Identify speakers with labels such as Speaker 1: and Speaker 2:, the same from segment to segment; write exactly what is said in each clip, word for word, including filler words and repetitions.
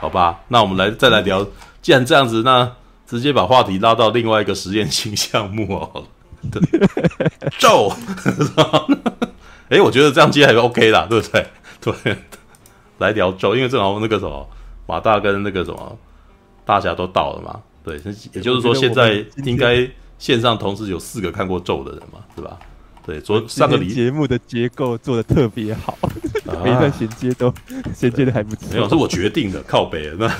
Speaker 1: 好吧？那我们来再来聊，既然这样子，那直接把话题拉到另外一个实验性项目哦。对，咒，哎，我觉得这样接还 OK 啦，对不对？对，来聊咒，因为正好那个什么马大跟那个什么大侠都到了嘛，对，也就是说现在应该线上同时有四个看过咒的人嘛，是吧？对，昨上个礼
Speaker 2: 节目的结构做得特别好，啊、每一段衔接都衔接的还不错。
Speaker 1: 没有，是我决定的，靠北那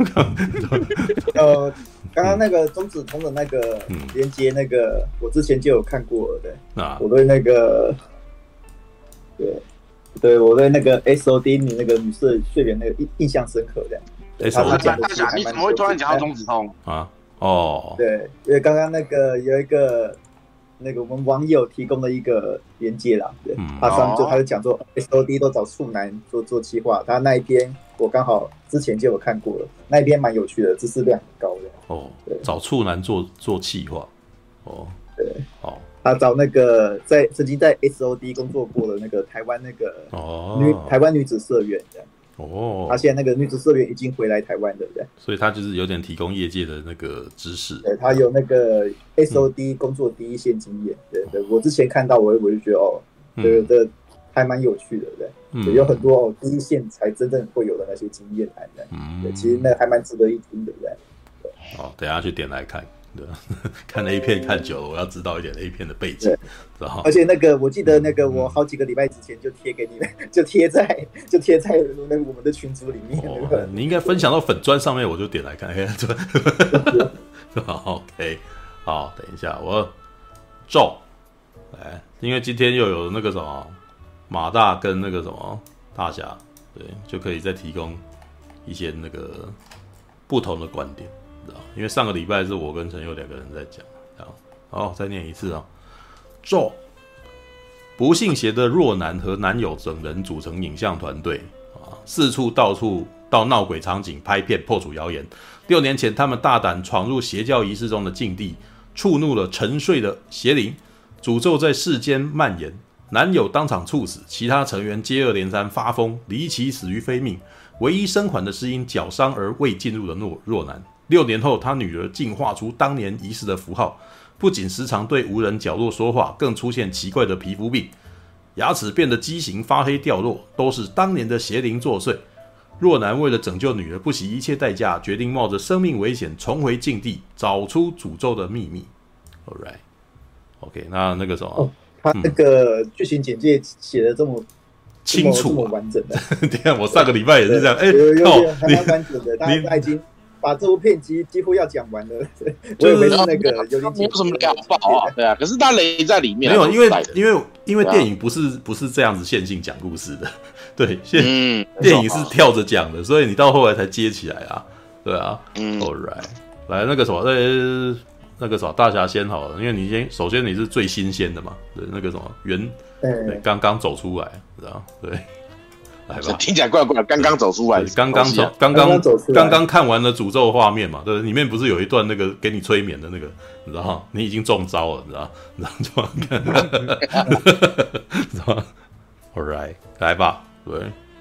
Speaker 3: 呃，刚刚那个中子通的那个连接，那个、嗯、我之前就有看过了，对，啊、我对那个，对，对我对那个 S O D 女那个女士睡眠那个印印象深刻的。
Speaker 1: S O D，
Speaker 4: 大侠，你怎么会突然讲到中子通
Speaker 1: 啊？哦，
Speaker 3: 对，因为刚刚那个有一个。那个我们网友提供的一个连接啦，对，嗯、他上就他就讲说 S O D 都找处男做做企划，他那一篇我刚好之前就有看过了，那一篇蛮有趣的，知识量很高的。
Speaker 1: 哦，对，找处男做做企划，哦，
Speaker 3: 对，好，他找那个在曾经在 S O D 工作过的那个台湾那个
Speaker 1: 哦
Speaker 3: 女台湾女子社员这样。
Speaker 1: 哦，
Speaker 3: 他现在那个女子社员已经回来台湾了，对，
Speaker 1: 所以他就是有点提供业界的那个知识。
Speaker 3: 对，他有那个 S O D 工作第一线经验，嗯、对对，我之前看到我我就觉得哦，这个这还蛮有趣的，对，嗯、对，有很多哦第一线才真正会有的那些经验来的，嗯，对，其实那还蛮值得一听的，对。对
Speaker 1: 好，等一下去点来看。对，看 A 片看久了，我要知道一点 A 片的背景。
Speaker 3: 而且那个，我记得那个，我好几个礼拜之前就贴给你们，就贴在就贴在那我们的群组里面。
Speaker 1: 哦、你应该分享到粉专上面，我就点来看。好 ，OK， 好，等一下，我咒，来，因为今天又有那个什么马大跟那个什么大侠，对，就可以再提供一些那个不同的观点。因为上个礼拜是我跟陈佑两个人在讲，好，再念一次啊、哦。咒，不信邪的若男和男友整人组成影像团队啊，四处到处到闹鬼场景拍片破除谣言。六年前，他们大胆闯入邪教仪式中的禁地，触怒了沉睡的邪灵，诅咒在世间蔓延。男友当场猝死，其他成员接二连三发疯，离奇死于非命。唯一生还的是因脚伤而未进入的若若男。六年后，他女儿竟画出当年遗失的符号，不仅时常对无人角落说话，更出现奇怪的皮肤病，牙齿变得畸形发黑掉落，都是当年的邪灵作祟。若男为了拯救女儿，不惜一切代价，决定冒着生命危险重回禁地，找出诅咒的秘密。Alright， OK， 那那个什么，
Speaker 3: 哦、他那个剧情简介写的这么
Speaker 1: 清楚、啊、
Speaker 3: 这么完整的。
Speaker 1: 等一下，我上个礼拜也是这样，哎，
Speaker 3: 靠，还蛮完整的，他他已经。把这部片几几乎要讲完了，我以为是那个有点
Speaker 4: 没有什么聊爆啊，对啊，可是他雷在里面，
Speaker 1: 没有，因为因为因为电影不是不是这样子线性讲故事的，对，现、嗯、电影是跳着讲的，所以你到后来才接起来啊，对啊、嗯、，Alright， 来那个什么，呃，那个什么大侠先好了，因为你先首先你是最新鲜的嘛，对，那个什么原对刚刚走出来，知道对。来吧，
Speaker 4: 听起来怪怪的，刚刚走出来，
Speaker 1: 刚刚走，刚刚刚刚看完了诅咒画面嘛，对，里面不是有一段那个给你催眠的那个，你知道吗？你已经中招了，你知道？你知道吗？知道吗 ？All right， 来吧，对，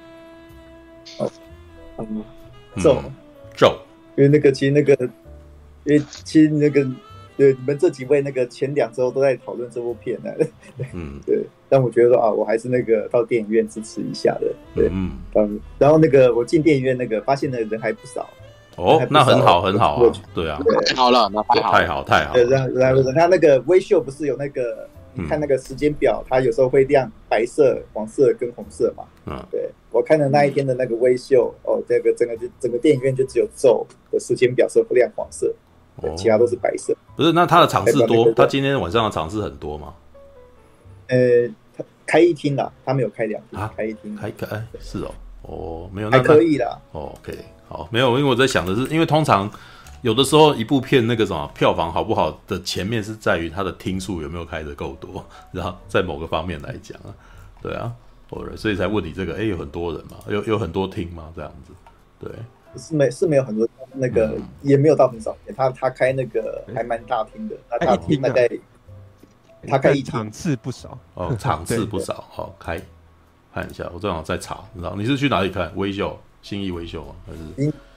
Speaker 3: 嗯，咒
Speaker 1: 咒，
Speaker 3: 因为那个其实那个，因为其实那个。对，你们这几位那个前两周都在讨论这部片呢、啊，嗯，对，但我觉得说啊，我还是那个到电影院支持一下的，对，嗯，然后那个我进电影院那个发现的人还不少，
Speaker 1: 哦，那很好很好啊，对啊，
Speaker 4: 太好了，那太好，
Speaker 1: 太好太好，
Speaker 3: 对，然后然后他那个微秀不是有那个，你看那个时间表，它有时候会亮白色、黄色跟红色嘛，嗯，对我看的那一天的那个微秀，哦，这个整个整个电影院就只有咒的时间表是会亮黄色。其他都是白色，
Speaker 1: 不是？那他的场次多？他今天晚上的场次很多吗？
Speaker 3: 呃，他开一厅啦，他没有开两厅，啊、开一厅，
Speaker 1: 开开、哎、是哦，哦，没有，
Speaker 3: 还可以啦。
Speaker 1: 哦 OK， 好，没有，因为我在想的是，因为通常有的时候一部片那个什么票房好不好的前面是在于它的厅数有没有开得够多，然后在某个方面来讲啊，对啊，所以才问你这个，哎，有很多人嘛，有有很多厅吗？这样子，对。
Speaker 3: 是没是没有很多那个、嗯、也没有到很少，他他开那个还蛮大厅的，他大厅大概他开一
Speaker 2: 场次不少
Speaker 1: 哦，场次不少，好开看一下，我正好在查，你知道你是去哪里看？微秀、信义微秀吗？还是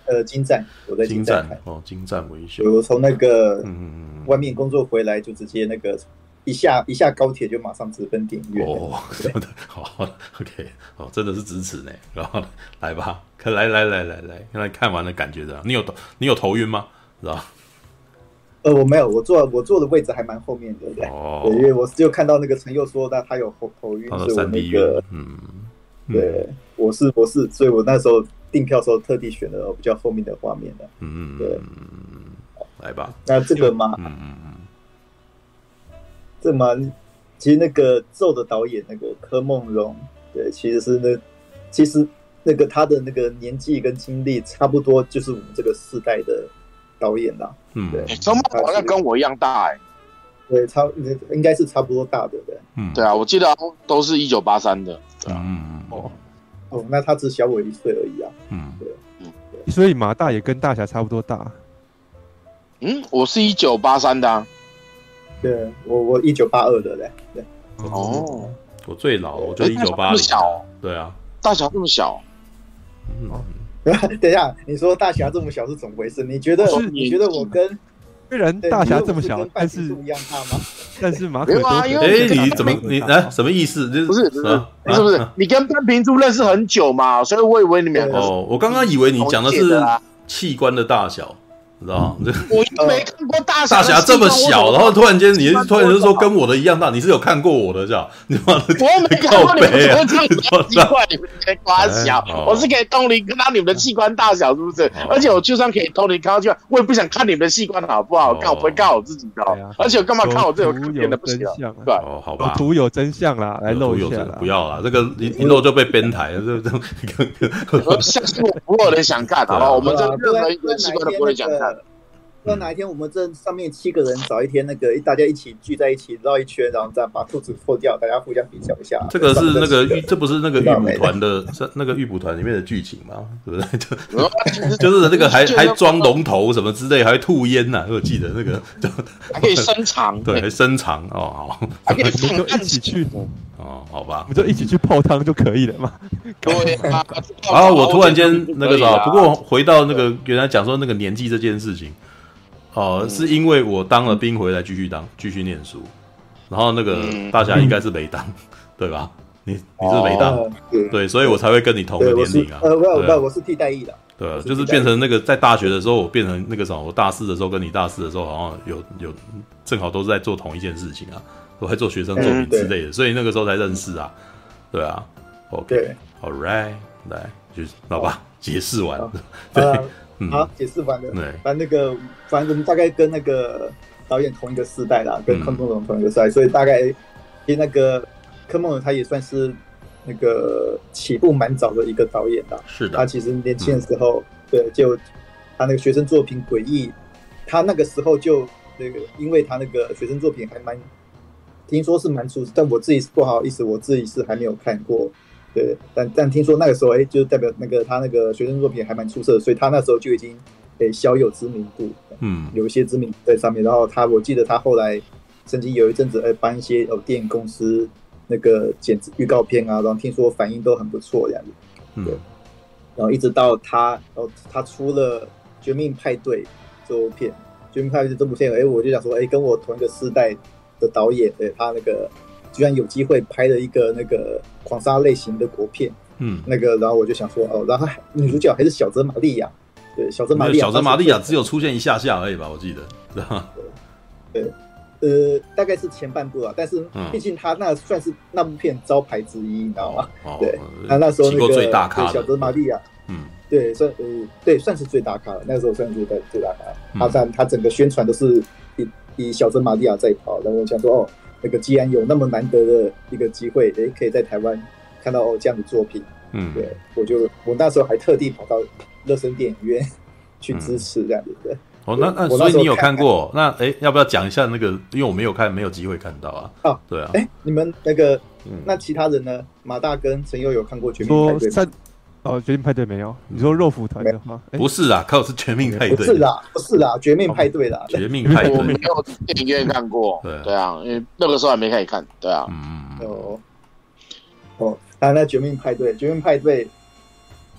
Speaker 3: 呃金站，我在
Speaker 1: 金
Speaker 3: 站看
Speaker 1: 哦，金站维修。
Speaker 3: 我从那个
Speaker 1: 嗯
Speaker 3: 外面工作回来，就直接那个一下一下高铁就马上直奔电影院。
Speaker 1: 哦，真的好 ，OK， 哦，真的是支持呢。然后来吧，看来来来来来，看来看完了感觉怎样？你有你有头晕吗？知道？
Speaker 3: 呃，我没有，我坐我坐的位置还蛮后面的，对，
Speaker 1: 哦、
Speaker 3: 对，因为我就看到那个陈佑说他他有头头晕，所以我那个
Speaker 1: 嗯，
Speaker 3: 对，我是我是，所以我那时候订票的时候特地选了比较后面的画面的，
Speaker 1: 嗯，
Speaker 3: 对，
Speaker 1: 来吧，
Speaker 3: 那这个嘛，
Speaker 1: 嗯嗯嗯，
Speaker 3: 这嘛，其实那个咒的导演那个柯梦荣，对，其实是那其实那个他的那个年纪跟经历差不多，就是我们这个世代的导演啦。
Speaker 1: 嗯，
Speaker 3: 对，
Speaker 4: 周梦好像跟我一样大哎、欸，
Speaker 3: 对，差应该是差不多大的，对。
Speaker 1: 嗯，
Speaker 4: 对啊，我记得都是一九八三的，对啊，
Speaker 1: 嗯嗯
Speaker 3: 哦哦，那他只小我一岁而已啊。
Speaker 1: 嗯，
Speaker 3: 对，
Speaker 2: 嗯，所以马大也跟大侠差不多大。
Speaker 4: 嗯，我是一九八三的、啊，
Speaker 3: 对我我一九八二的嘞，对。
Speaker 4: 哦，
Speaker 1: 我最老，我就一九八零，
Speaker 4: 小，
Speaker 1: 对啊，
Speaker 4: 大小这么小，
Speaker 1: 嗯。
Speaker 3: 等一下，你说大侠这么小是怎么回事？你觉得你觉得我跟
Speaker 2: 虽然大侠这么小，
Speaker 3: 但是一样大吗？
Speaker 2: 但是马可多，
Speaker 1: 哎，你怎么你哎什么意思？
Speaker 4: 不是不是不是不是，你跟潘平珠认识很久嘛，所以我以为你们两个
Speaker 1: 哦，我刚刚以为你讲的是器官的大小。知道吗？
Speaker 4: 我又没看过大
Speaker 1: 大侠这么小，然后突然间你突然就说跟我的一样大，你是有看过我的是吧？你妈的，
Speaker 4: 我没看过你们的器官，你们在夸小，我是可以通灵看到你们的器官大小，是不是？而且我就算可以通灵看到器官，我也不想看你们的器官好不好？看我不会看我自己的，而且我干嘛看我这有可怜的不行？
Speaker 2: 对，
Speaker 1: 哦，好吧，
Speaker 2: 图有真相啦，来露一下啦，
Speaker 1: 不要啦，这个一一露就被编台了，这
Speaker 4: 这。相信我，不会有人想看，好不好？我们这任何一个器官都不会想看。
Speaker 3: 那哪一天我们这上面七个人找一天，那个大家一起聚在一起绕一圈，然后再把兔子脱掉，大家互相比较一下。
Speaker 1: 这个是那个玉，这不是那个玉蒲团的，那个玉蒲团里面的剧情吗？对不对？就就是那个还还装龙头什么之类，还吐烟呐、啊，我记得那个
Speaker 4: 还可以伸长，
Speaker 1: 对，还伸长哦，好，
Speaker 4: 还可以
Speaker 2: 就一起去
Speaker 1: 哦，好吧，
Speaker 2: 我们就一起去泡汤就可以了嘛。
Speaker 4: 对啊，
Speaker 1: 然后我突然间那个啥，不过回到那个原来讲说那个年纪这件事情。哦、呃，是因为我当了兵回来继续当继续念书，然后那个大侠应该是没当，嗯、对吧？你你是没当、哦，对，所以我才会跟你同个年龄啊。
Speaker 3: 呃，不不，我是替代役的。
Speaker 1: 对，就是变成那个在大学的时候，我变成那个什么，我大四的时候跟你大四的时候好像有有正好都是在做同一件事情啊，都在做学生作品之类的，嗯、所以那个时候才认识啊。对啊 ，OK，All right， 来，就好吧，解释完了，对。
Speaker 3: 呃嗯、好，解释完了。对，反正那个，反正我们大概跟那个导演同一个世代啦，跟柯梦荣同一个世代，嗯、所以大概其实那个柯梦荣他也算是那个起步蛮早的一个导演啦。
Speaker 1: 是的，
Speaker 3: 他其实年轻的时候，嗯、对，就他那个学生作品《诡异》，他那个时候就那个，因为他那个学生作品还蛮，听说是蛮出色，但我自己是不好意思，我自己是还没有看过。对，但但听说那个时候，哎，就代表那个他那个学生作品还蛮出色的，所以他那时候就已经，哎，小有知名度，
Speaker 1: 嗯，
Speaker 3: 有一些知名度在上面。然后他，我记得他后来曾经有一阵子，哎，帮一些哦电影公司那个剪预告片啊，然后听说反应都很不错这样子，对。嗯、然后一直到他，哦，他出了《绝命派对》这部片，《绝命派对》这部片，哎，我就想说，哎，跟我同一个世代的导演，对他那个。居然有机会拍了一个那个狂杀类型的国片，嗯，那个，然后我就想说，哦，然后女主角还是小泽玛利亚，对，小泽玛利亚，
Speaker 1: 小泽玛利亚只有出现一下下而已吧，我记得，对吧？
Speaker 3: 对，呃，大概是前半部啊，但是毕竟他那算是那部片招牌之一，你知道吗？
Speaker 1: 哦、
Speaker 3: 对，他那时候那个
Speaker 1: 最大咖
Speaker 3: 小泽玛利亚，嗯，对，算呃，对，算是最大咖了，那个时候算是最最大咖，他他他整个宣传都是以以小泽玛利亚在跑，然后我想说，哦。那个既然有那么难得的一个机会，诶，可以在台湾看到哦这样的作品，嗯，对，我就我那时候还特地跑到乐声电影院去支持这样子的。
Speaker 1: 哦，那那所以你有看过？那哎，要不要讲一下那个？因为我没有看，没有机会看到啊。
Speaker 3: 哦，
Speaker 1: 对啊。
Speaker 3: 哎，你们那个，那其他人呢？马大跟陈佑有看过《绝命派对》吗？
Speaker 2: 哦，《绝命派对》没有。你说肉蒲团的话，
Speaker 1: 不是啦，靠，是《绝命派对》。
Speaker 3: 不是啦，不是啦，《绝命派对》啦，
Speaker 1: 《绝命派对》
Speaker 4: 我没有电影院看过。对对啊，因为那个时候还没开始看。对啊。嗯
Speaker 3: 哦哦，当然，《绝命派对》，《绝命派对》，《绝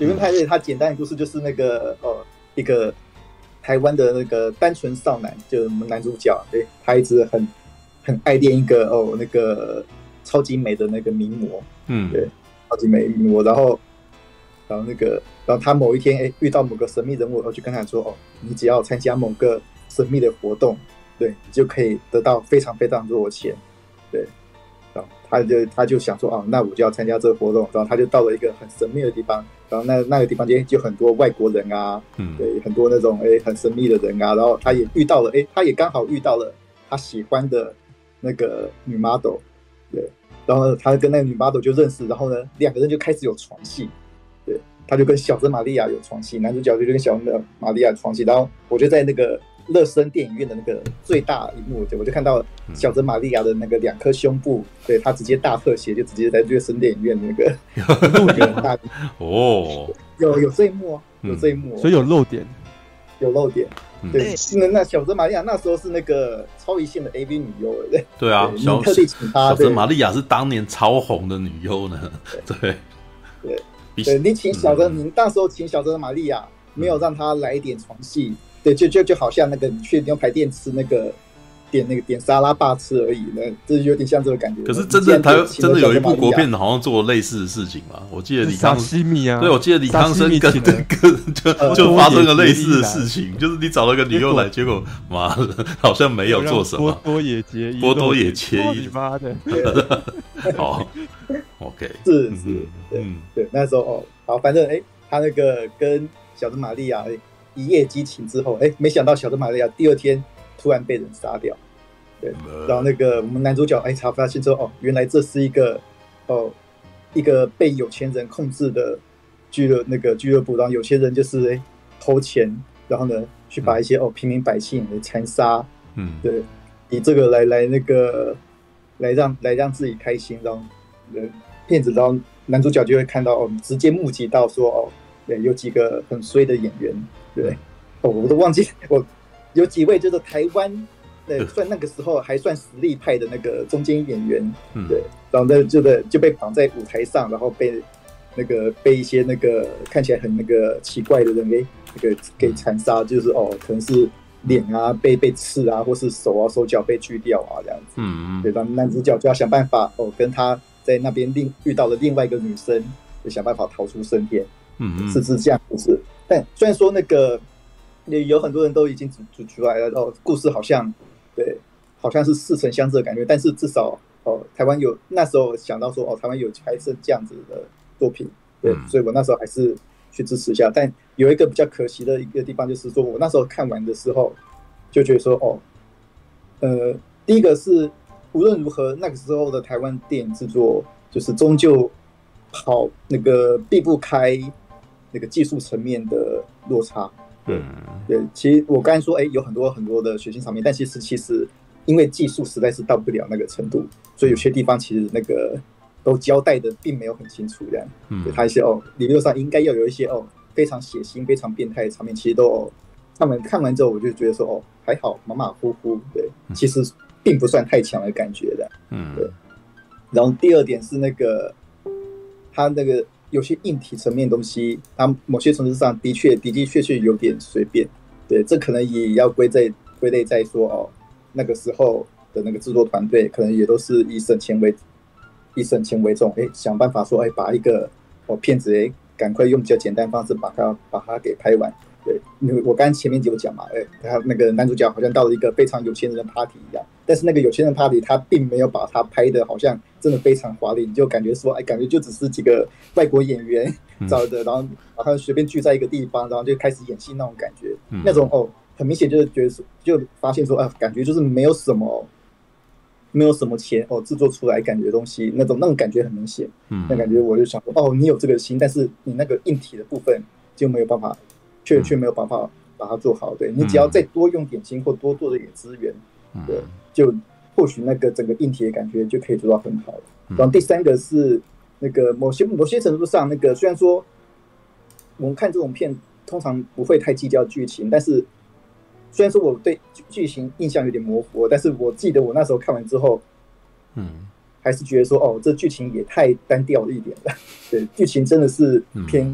Speaker 3: 学院派对它简单的故事就是那个呃一个台湾的那个单纯少男，就是我们男主角，对，他一直很很爱恋一个哦那个超级美的那个名模，
Speaker 1: 嗯，
Speaker 3: 对，超级美名模，然后然后那个然后他某一天哎遇到某个神秘人物，然后就跟他说哦，你只要参加某个神秘的活动，对，你就可以得到非常非常多的钱，对。然后他就他就想说啊，那我就要参加这个活动，然后他就到了一个很神秘的地方，然后那那个地方就就很多外国人啊，嗯，对，很多那种哎很神秘的人啊，然后他也遇到了哎，他也刚好遇到了他喜欢的那个女 model， 对，然后他跟那个女 model 就认识，然后呢两个人就开始有床戏，对，他就跟小泽玛利亚有床戏，男主角就跟小泽玛利亚有床戏，然后我就在那个乐声电影院的那个最大荧幕，我就看到小泽玛利亚的那个两颗胸部，对，他直接大特写，就直接在乐声电影院的那个露点大
Speaker 1: 哦，
Speaker 3: 有有这一幕，有这一幕，
Speaker 2: 所以有漏点，
Speaker 3: 有漏点。对，那那小泽玛利亚那时候是那个超一线的 A V 女优，对
Speaker 1: 对啊，小
Speaker 3: 特地请她。
Speaker 1: 小泽玛利亚是当年超红的女优呢，对
Speaker 3: 对对，你请小泽，你那时候请小泽玛利亚，没有让她来一点床戏。对，就就就好像那个你去牛排店吃那个点那个点沙拉霸吃而已呢，这有点像这个感觉。
Speaker 1: 可是真的，他真的有一部国片好像做类似的事情嘛？我记得李康
Speaker 2: 生啊，
Speaker 1: 对，我记得李康生跟跟就就发生了类似的事情，就是你找了个女优来，结果妈的好像没有做什么。
Speaker 2: 波多野结衣，
Speaker 1: 波多野结衣，
Speaker 2: 妈的，
Speaker 1: 好 ，OK，
Speaker 3: 是是，对对，那时候哦，好，反正哎，他那个跟小泽玛利亚。一夜激情之后，哎，没想到小泽玛利亚第二天突然被人杀掉，对，然后那个我们男主角哎才发现说，哦，原来这是一个哦一个被有钱人控制的俱乐那个俱乐部，然后有些人就是哎偷钱，然后呢去把一些、嗯、哦平民百姓给残杀，嗯，对，以这个来来那个来让来让自己开心，然后骗子，然后男主角就会看到哦，直接目击到说哦，对，有几个很衰的演员。对，哦，我都忘记我有几位就是台湾，对，算那个时候还算实力派的那个中间演员，嗯、对，然后呢就的就被绑在舞台上，然后被那个被一些那个看起来很那个奇怪的人给那个给残杀，就是哦，可能是脸啊被被刺啊，或是手啊手脚被锯掉啊这样子，嗯嗯，对，然后男主角就要想办法哦，跟他在那边另遇到了另外一个女生，就想办法逃出升天，嗯嗯，是是这样子。但虽然说那个有很多人都已经煮出来了，哦，故事好像对，好像是似曾相识的感觉，但是至少哦，台湾有那时候想到说哦，台湾有拍摄这样子的作品，对，嗯、所以我那时候还是去支持一下。但有一个比较可惜的一个地方，就是说我那时候看完的时候就觉得说哦，呃，第一个是无论如何那个时候的台湾电影制作，就是终究好那个避不开。那个技术层面的落差，对，对，其实我刚才说，哎，有很多很多的血腥场面，但其实其实因为技术实在是到不了那个程度，所以有些地方其实那个都交代的并没有很清楚，这样，嗯，他一些哦，理论上应该要有一些哦非常血腥、非常变态的场面，其实都、哦、看完看完之后，我就觉得说哦还好，马马虎虎，对，其实并不算太强的感觉的，嗯，对。然后第二点是那个他那个。有些硬体层面的东西，它某些程度上的确的的确确有点随便，对，这可能也要归在归类在说哦，那个时候的那个制作团队可能也都是以省钱为以省钱为重，哎，想办法说，哎，把一个哦片子哎，赶快用比较简单的方式把它把它给拍完，对，因为我刚刚前面就有讲嘛，哎，他那个男主角好像到了一个非常有钱人的 party 一样，但是那个有钱人 party 他并没有把他拍的好像真的非常华丽，你就感觉说，哎，感觉就只是几个外国演员找的，然后把他随便聚在一个地方，然后就开始演戏那种感觉，嗯、那种哦，很明显就是觉得就发现说，啊，感觉就是没有什么。没有什么钱哦，制作出来感觉的东西，那种那种感觉很明显。嗯，那感觉我就想说，哦，你有这个心，但是你那个硬体的部分就没有办法，却却没有办法把它做好。对，你只要再多用点心或多做一点资源，对，就或许那个整个硬体的感觉就可以做到很好了。然后第三个是那个某些某些程度上，那个虽然说我们看这种片通常不会太计较剧情，但是。虽然说我对剧情印象有点模糊，但是我记得我那时候看完之后，嗯，还是觉得说，哦，这剧情也太单调了一点了。对，剧情真的是偏、嗯、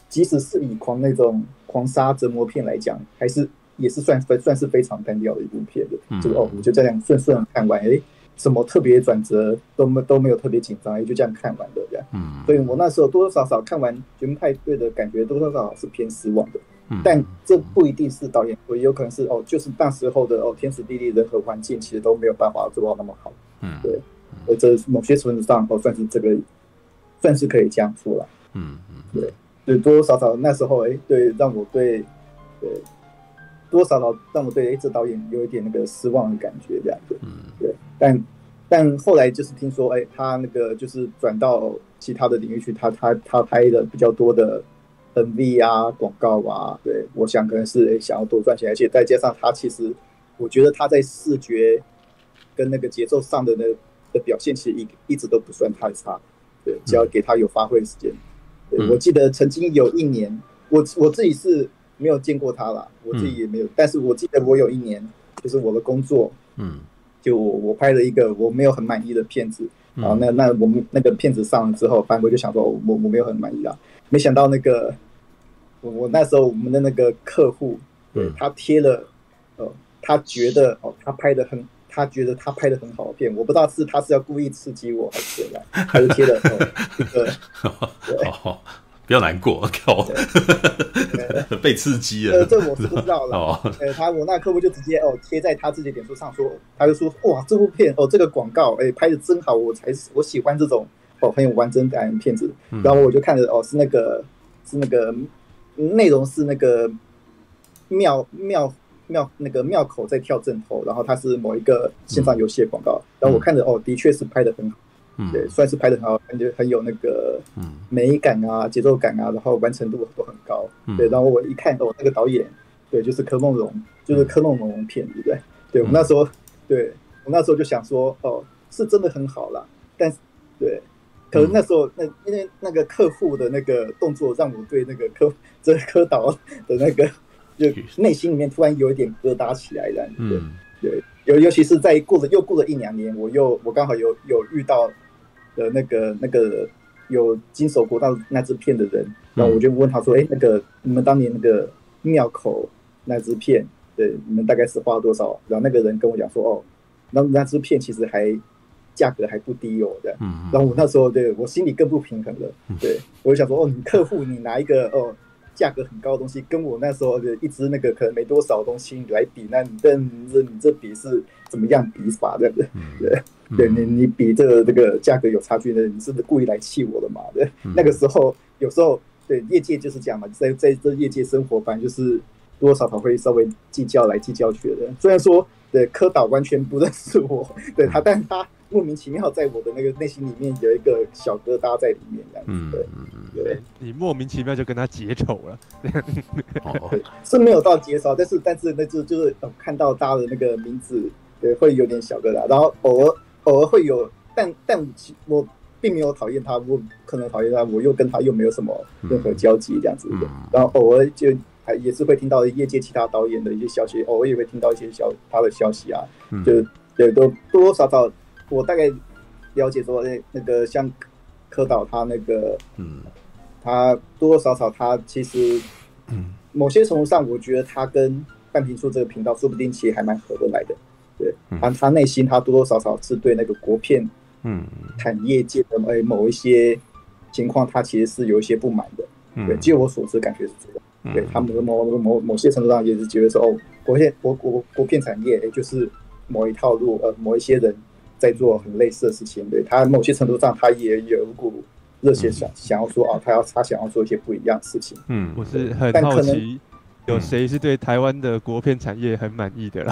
Speaker 3: 即使是以狂那种狂杀折磨片来讲，还是也是算算是非常单调的一部片的。嗯、就哦，我就这样顺顺看完，哎，什么特别转折都没都没有特别紧张，哎，就这样看完了这样。嗯，所以我那时候多多少少看完《绝命派对》的感觉，多多少少是偏失望的。嗯，但这不一定是导演，也有可能是哦，就是那时候的哦，天时地利人和环境其实都没有办法做到那么好。嗯，对，而这某些程度上哦，算是这个算是可以这样说啦。嗯嗯，对。对，多多少少那时候，哎，对，让我对，对，多多少少让我对哎这导演有一点那个失望的感觉，这样子。嗯，对，但但后来就是听说，哎，他那个就是转到其他的领域去，他他他拍的比较多的 M V 啊、广告啊，对，我想可能是哎想要多赚钱，而且再加上他其实，我觉得他在视觉跟那个节奏上的那的表现，其实一一直都不算太差，对，只要给他有发挥的时间。对，我记得曾经有一年，我我自己是没有见过他啦，我自己也没有，嗯、但是我记得我有一年，就是我的工作，嗯，就我我拍了一个我没有很满意的片子，嗯、然后那那我们那个片子上了之后，反正我就想说，我我没有很满意啦，没想到那个我我那时候我们的那个客户，对他贴了，呃，他觉得哦他拍的很。他觉得他拍的很好的片，我不知道是他是要故意刺激我还是怎样，他就贴了、哦、一个，对，
Speaker 1: 哦，不要难过，靠，被刺激了。
Speaker 3: 呃，这我是不知道了。哦，呃，他我那个客户就直接哦贴在他自己的脸书上说，他就说哇，这部片哦这个广告哎拍的真好，我才我喜欢这种哦很有完整感的片子。嗯、然后我就看着哦是那个是那个内容是那个庙庙。庙那个庙口在跳阵头，然后它是某一个线上游戏的广告，嗯、然后我看着哦，的确是拍得很好，嗯、对，算是拍得很好，感觉很有那个美感啊、节奏感啊，然后完成度都很高，嗯、对，然后我一看哦，那个导演，对，就是柯梦荣，就是柯梦荣片，对不对？对我那时候，对我那时候就想说，哦，是真的很好啦，但是对，可能那时候那因为那个客户的那个动作，让我对那个柯这个柯导的那个。就内心里面突然有一点疙瘩起来的，对、嗯、对，尤尤其是在过了又过了一两年，我又我刚好有有遇到的那个那个有经手过到那支片的人，然后我就问他说，哎、欸，那个你们当年那个庙口那支片，对，你们大概是花了多少？然后那个人跟我讲说，哦，那那支片其实还价格还不低哦，这样，嗯、然后我那时候对我心里更不平衡了，对我就想说，哦，你客户你拿一个哦。价格很高的东西，跟我那时候的一支那个可能没多少的东西来比，那你这你这你这比是怎么样比法的？对、嗯、对，你你比这个这个价格有差距的，你是不是故意来气我的嘛？对，嗯、那个时候有时候对业界就是这样嘛，在在这业界生活，反正就是多多少少会稍微计较来计较去的。虽然说对柯导完全不认识我，对他，但他。莫名其妙，在我的那个内心里面有一个小疙瘩在里面，这样子。对，对，
Speaker 2: 你莫名其妙就跟他结仇了，
Speaker 3: 对，是没有到结仇，但是但是那就就是看到他的那个名字，对，会有点小疙瘩，然后偶尔偶尔会有，但但我并没有讨厌他，我可能讨厌他，我又跟他又没有什么任何交集，这样子的。然后偶尔就还也是会听到业界其他导演的一些消息，偶尔也会听到一些消他的消息啊，就对，都多多少少。我大概了解说，欸、那个像柯导他那个，嗯，他多多少少他其实，嗯，某些程度上，我觉得他跟半瓶醋这个频道说不定其实还蛮合得来的，对，他他内心他多多少少是对那个国片，嗯，产业界的某某一些情况，他其实是有一些不满的，对，据我所知，感觉是这样，对他们某某某某些程度上也是觉得说，哦，国片国国国片产业，欸、就是某一套路，呃，某一些人。在做很类似的事情，对他某些程度上，他也有股热血想想要说啊，他要他想要做一些不一样的事情。
Speaker 2: 嗯，我是很好奇，有谁是对台湾的国片产业很满意的啦？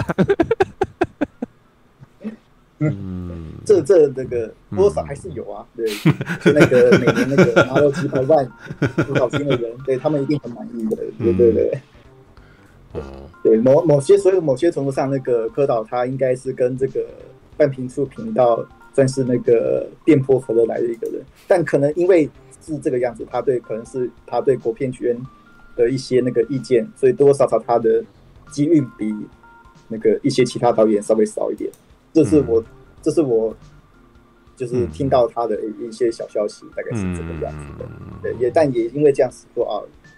Speaker 3: 嗯，这这那个多少还是有啊，对，就那个每年那个拿到几百万多少金的人，对他们一定很满意的，对对对。嗯，对某某些所以某些程度上，那个柯导他应该是跟这个。半瓶醋频道算是那个电波合得来的一个人，但可能因为是这个样子，他对可能是他对国片圈的一些那个意见，所以多多少少他的机运比那个一些其他导演稍微少一点。这是我，嗯、这是我就是听到他的一些小消息，大概是这个样子的。对，也但也因为这样子说啊，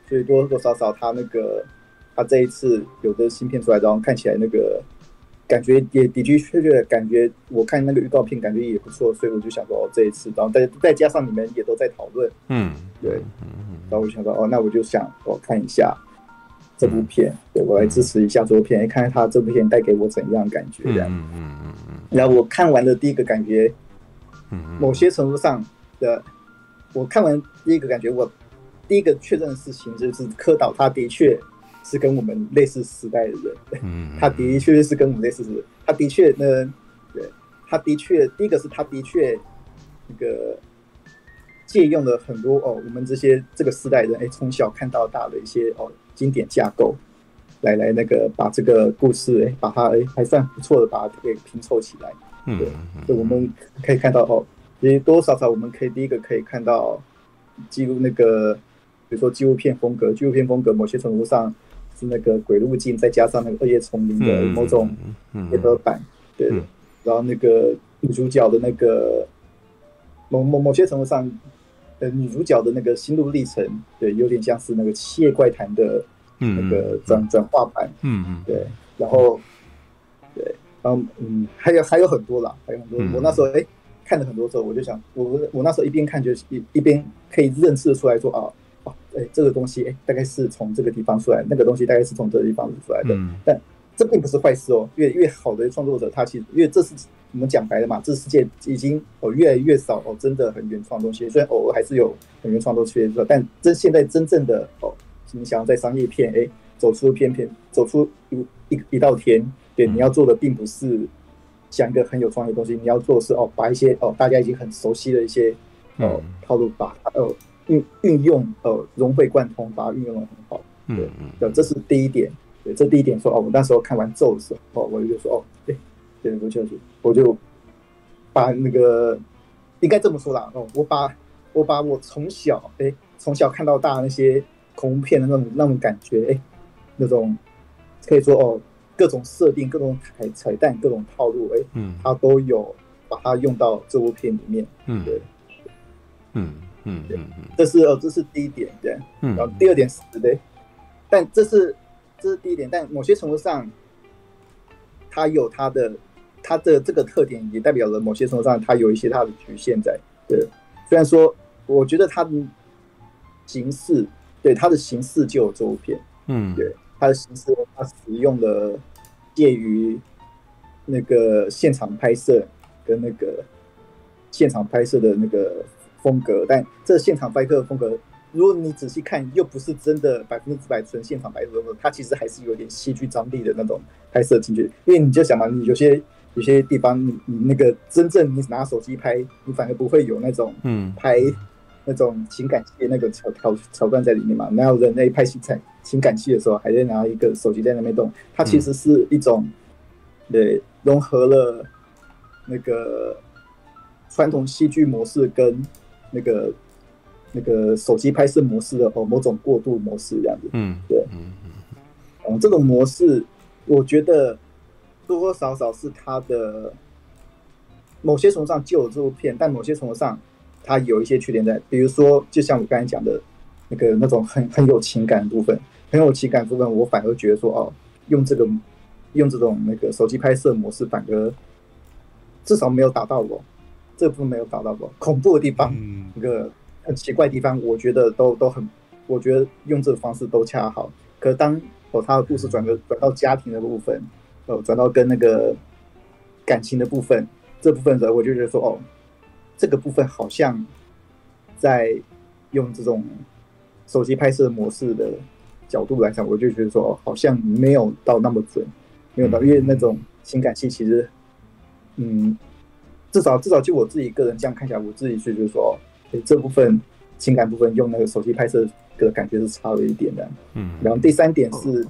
Speaker 3: 所以多多少少他那个他这一次有的新片出来，然后看起来那个感觉也的的确确感觉，我看那个预告片感觉也不错，所以我就想说哦这一次，然后再再加上你们也都在讨论，
Speaker 1: 嗯，
Speaker 3: 对，然后我就想说哦那我就想我、哦、看一下这部片，对我来支持一下这部片，看看他这部片带给我怎样的感觉这样。
Speaker 1: 嗯嗯嗯嗯。
Speaker 3: 然后我看完的第一个感觉，某些程度上的，我看完第一个感觉，我第一个确认的事情就是柯导他的确是跟我们类似时代的人，嗯，他的确是跟我们类似时代，他的确呢，对，他的确第一个是他的确那个借用了很多哦，我们这些这个时代人哎从小看到大的一些哦经典架构，来来那个把这个故事哎把它哎还算不错的把它给拼凑起来，对，所以我们可以看到哦，其实多多少少我们可以第一个可以看到记录那个比如说纪录片风格，纪录片风格某些程度上是那个鬼路径再加上那个二叶丛林的某种结合版，对，然后那个女主角的那个某某某些程度上。呃，女主角的那个心路历程，对，有点像是那个《七夜怪谈》的那个转、嗯、转化版，嗯嗯，对，然后，对，然后嗯，还有还有很多啦，还有很多。嗯、我那时候哎看了很多之后，我就想，我我那时候一边看就一一边可以认识出来说啊，哦，哎，这个东西哎大概是从这个地方出来，那个东西大概是从这个地方出来的，嗯、但这并不是坏事哦，越越好的创作者，他其实因为这是。我们讲白了嘛，这世界已经哦越来越少哦，真的很原创的东西。虽然偶尔还是有很原创的东西，但真现在真正的哦，你想要在商业片哎走出片片，走出一一一道天，对，你要做的并不是想一个很有创意的东西，你要做的是哦把一些哦大家已经很熟悉的一些哦套路把呃运运用呃融会贯通，把它运用得很好。对，对，这是第一点。对，这第一点说哦，我那时候看完咒的时候，哦，我就说哦，对。对，我就我就把那个应该这么说啦，哦，我把我把我从小哎从小看到大那些恐怖片的那种那种感觉，哎，那种可以说哦各种设定、各种彩彩蛋、各种套路，哎，嗯，它都有把它用到这部片里面，嗯，对，嗯嗯嗯嗯，这是哦这是第一点，对，嗯，然后第二点是对，但这是这是第一点，但某些程度上，它有它的。它的这个特点也代表了某些程度上，它有一些它的局限在。对，虽然说，我觉得它的形式，对它的形式就有这部片，嗯，对它的形式，它使用了介于那个现场拍摄跟那个现场拍摄的那个风格，但这现场拍摄的风格，如果你仔细看，又不是真的百分之百纯现场拍摄，它其实还是有点戏剧张力的那种拍摄进去。因为你就想嘛，你有些。有些地方你你那个真正你拿手机拍，你反而不会有那种嗯拍那种情感戏的那个桥桥桥段在里面嘛。哪有人类拍情感情感戏的时候还在拿一个手机在那边动？它其实是一种对融合了那个传统戏剧模式跟那个那个手机拍摄模式的哦某种过渡模式这样子。嗯，对，嗯嗯，这种模式我觉得。多多少少是他的某些程度上救了这部片，但某些程度上他有一些缺点在，比如说，就像我刚才讲的那个那种很很有情感的部分，很有情感的部分，我反而觉得说哦，用这个用这种那个手机拍摄模式，反而至少没有打到我，这部分没有打到我恐怖的地方，嗯、那个很奇怪的地方，我觉得都都很，我觉得用这个方式都恰好。可是当哦他的故事转个转到家庭的部分。哦，转到跟那个感情的部分，这部分的我就觉得说，哦，这个部分好像在用这种手机拍摄模式的角度来讲，我就觉得说，哦，好像没有到那么准，没有到，因为那种情感戏其实，嗯，至少至少就我自己个人这样看起来，我自己就觉得说，哦，这部分情感部分用那个手机拍摄的感觉是差了一点的，嗯，然后第三点是。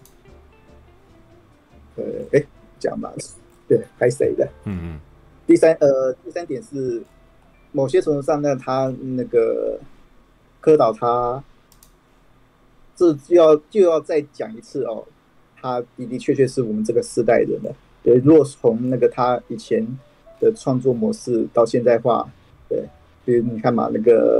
Speaker 3: 呃，哎，讲吧，对，拍谁的？嗯嗯。第三，呃，第三点是，某些程度上呢，他那个柯导他，这就要就要再讲一次哦，他的的确确是我们这个时代人的。对，如果从那个他以前的创作模式到现在化，对，比如你看嘛，那个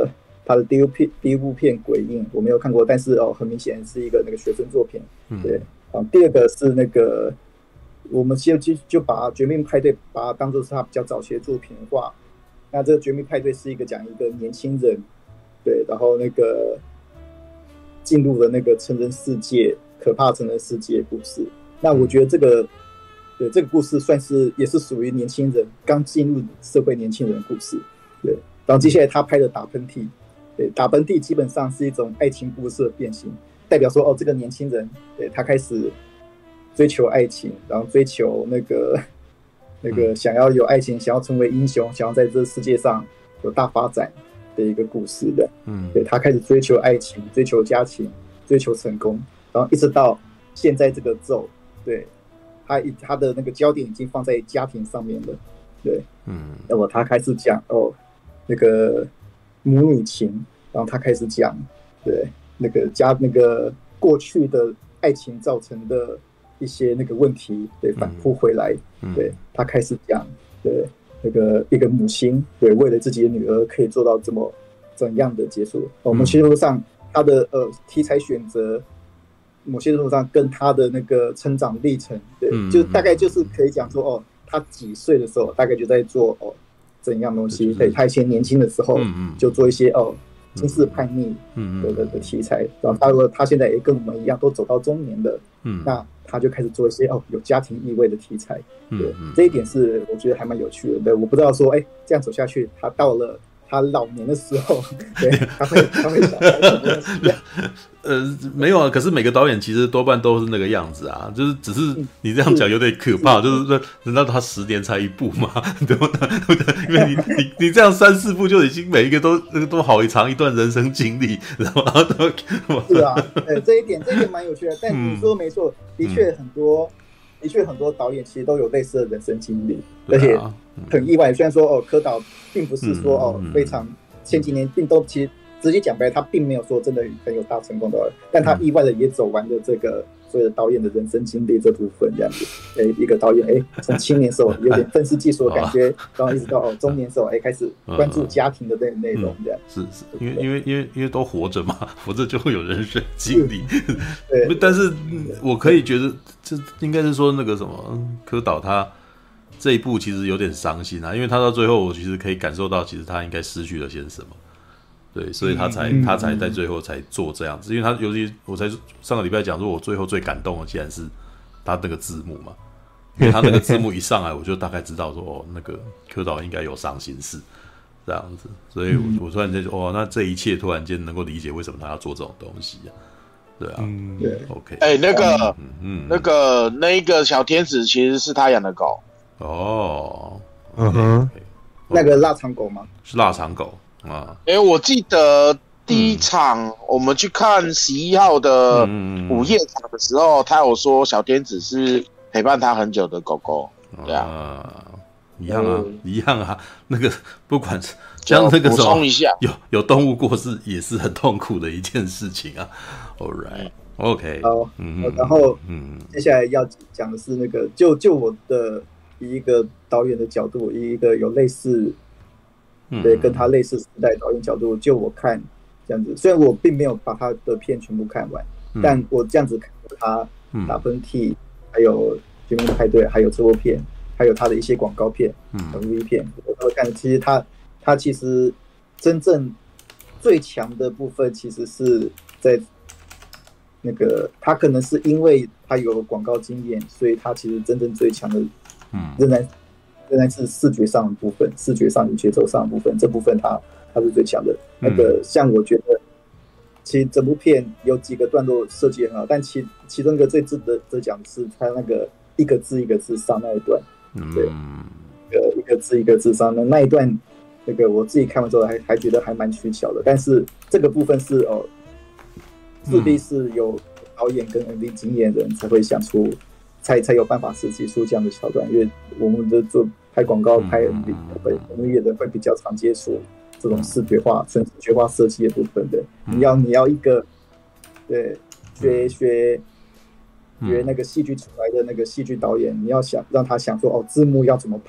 Speaker 3: 他的第一部片第一部片《鬼印》我没有看过，但是哦，很明显是一个那个学生作品。对，啊，第二个是那个我们就就就把《绝命派对》把它当做是他比较早期的作品的话，那这个《绝命派对》是一个讲一个年轻人，对，然后那个进入了那个成人世界，可怕成人世界的故事。那我觉得这个。对，这个故事算是也是属于年轻人刚进入社会年轻人的故事。对，然后接下来他拍的打喷嚏，对，打喷嚏基本上是一种爱情故事的变形，代表说哦，这个年轻人对他开始追求爱情，然后追求那个那个想要有爱情，想要成为英雄，想要在这个世界上有大发展的一个故事的。嗯，对，他开始追求爱情，追求家庭，追求成功，然后一直到现在这个咒，对。他他的那个焦点已经放在家庭上面了，对，嗯，那么他开始讲哦，那个母女情，然后他开始讲，对，那个家那个过去的爱情造成的一些那个问题，对，反复回来，嗯、对他开始讲，对，那个一个母亲，对，为了自己的女儿可以做到这么怎样的结束，我们其实上他的呃题材选择。某些程度上跟他的那个成长历程，对，嗯、就大概就是可以讲说，哦，他几岁的时候，大概就在做哦怎样东西。对，他以前年轻的时候，就做一些哦惊世叛逆的的的题材。然后他说他现在也跟我们一样，都走到中年了，嗯，那他就开始做一些哦有家庭意味的题材。对，这一点是我觉得还蛮有趣的。对，我不知道说，哎，这样走下去，他到了。他老年的时候，对，他会他会想
Speaker 1: 呃，没有啊。可是每个导演其实多半都是那个样子啊，就是只是你这样讲有点可怕，就是说，难道他十年才一部吗？对不对？因为你你你这样三四部就已经每一个都那个都好长一段人生经历，然后都
Speaker 3: 是啊，对，这一点这一点蛮有趣的。但你说没错，的确很多。的确，很多导演其实都有类似的人生经历，而且很意外。虽然说哦，柯导并不是说哦非常前几年并都其实直接讲白，他并没有说真的很有大成功的，但他意外的也走完了这个所有的导演的人生经历这部分这样子。哎，一个导演哎，从青年时候有点愤世嫉俗的感觉，然后一直到哦中年时候哎开始关注家庭的那内容这样。
Speaker 1: 是是，因为因为因为因为都活着嘛，活着就会有人生经历。对，但是我可以觉得。这应该是说那个什么柯导他这一部其实有点伤心啊，因为他到最后我其实可以感受到，其实他应该失去了些什么，对，所以他才、嗯、他才在最后才做这样子，因为他尤其我才上个礼拜讲说，我最后最感动的竟然是他那个字幕嘛，因为他那个字幕一上来，我就大概知道说哦，那个柯导应该有伤心事这样子，所以我我突然间就哦，那这一切突然间能够理解为什么他要做这种东西啊。对啊，嗯，对 ，OK，
Speaker 4: 哎、欸，那个，嗯嗯，那个，那一个小天使其实是他养的狗。
Speaker 1: 哦，
Speaker 2: 嗯哼，
Speaker 3: 那个腊肠狗吗？
Speaker 1: 是腊肠狗啊。
Speaker 4: 哎、欸，我记得第一场我们去看十一号的午夜场的时候，嗯、他有说小天使是陪伴他很久的狗狗。对啊，
Speaker 1: 啊一样啊，嗯、一样啊。那个不管是像那个时候有有动物过世，也是很痛苦的一件事情啊。All right, OK.
Speaker 3: 好，嗯，然后，嗯，接下来要讲的是那个，就就我的以一个导演的角度，以一个有类似，对，跟他类似时代导演角度，就我看这样子，虽然我并没有把他的片全部看完，嗯、但我这样子看他打喷嚏，嗯、还有《绝命派对》，还有这部片，还有他的一些广告片、嗯、M V 片，我都看。其实他他其实真正最强的部分，其实是在。那个他可能是因为他有广告经验，所以他其实真正最强的，嗯，仍然仍然是视觉上的部分，视觉上与节奏上的部分，这部分他他是最强的。那个像我觉得，其实整部片有几个段落设计很好，但其其中一个最值得得讲的是他那个一个字一个字上那一段，对，一个一个字一个字上的那一段，那个我自己看完之后还还觉得还蛮取巧的，但是这个部分是哦。势必是有导演跟 M V 经验的人才会想出，才才有办法设计出这样的桥段。因为我们的做拍广告、拍 M V 的人会比较常接触这种视觉化、纯视觉化设计的部分的。你要你要一个对学学学那个戏剧出来的那个戏剧导演，你要想让他想说哦，字幕要怎么排，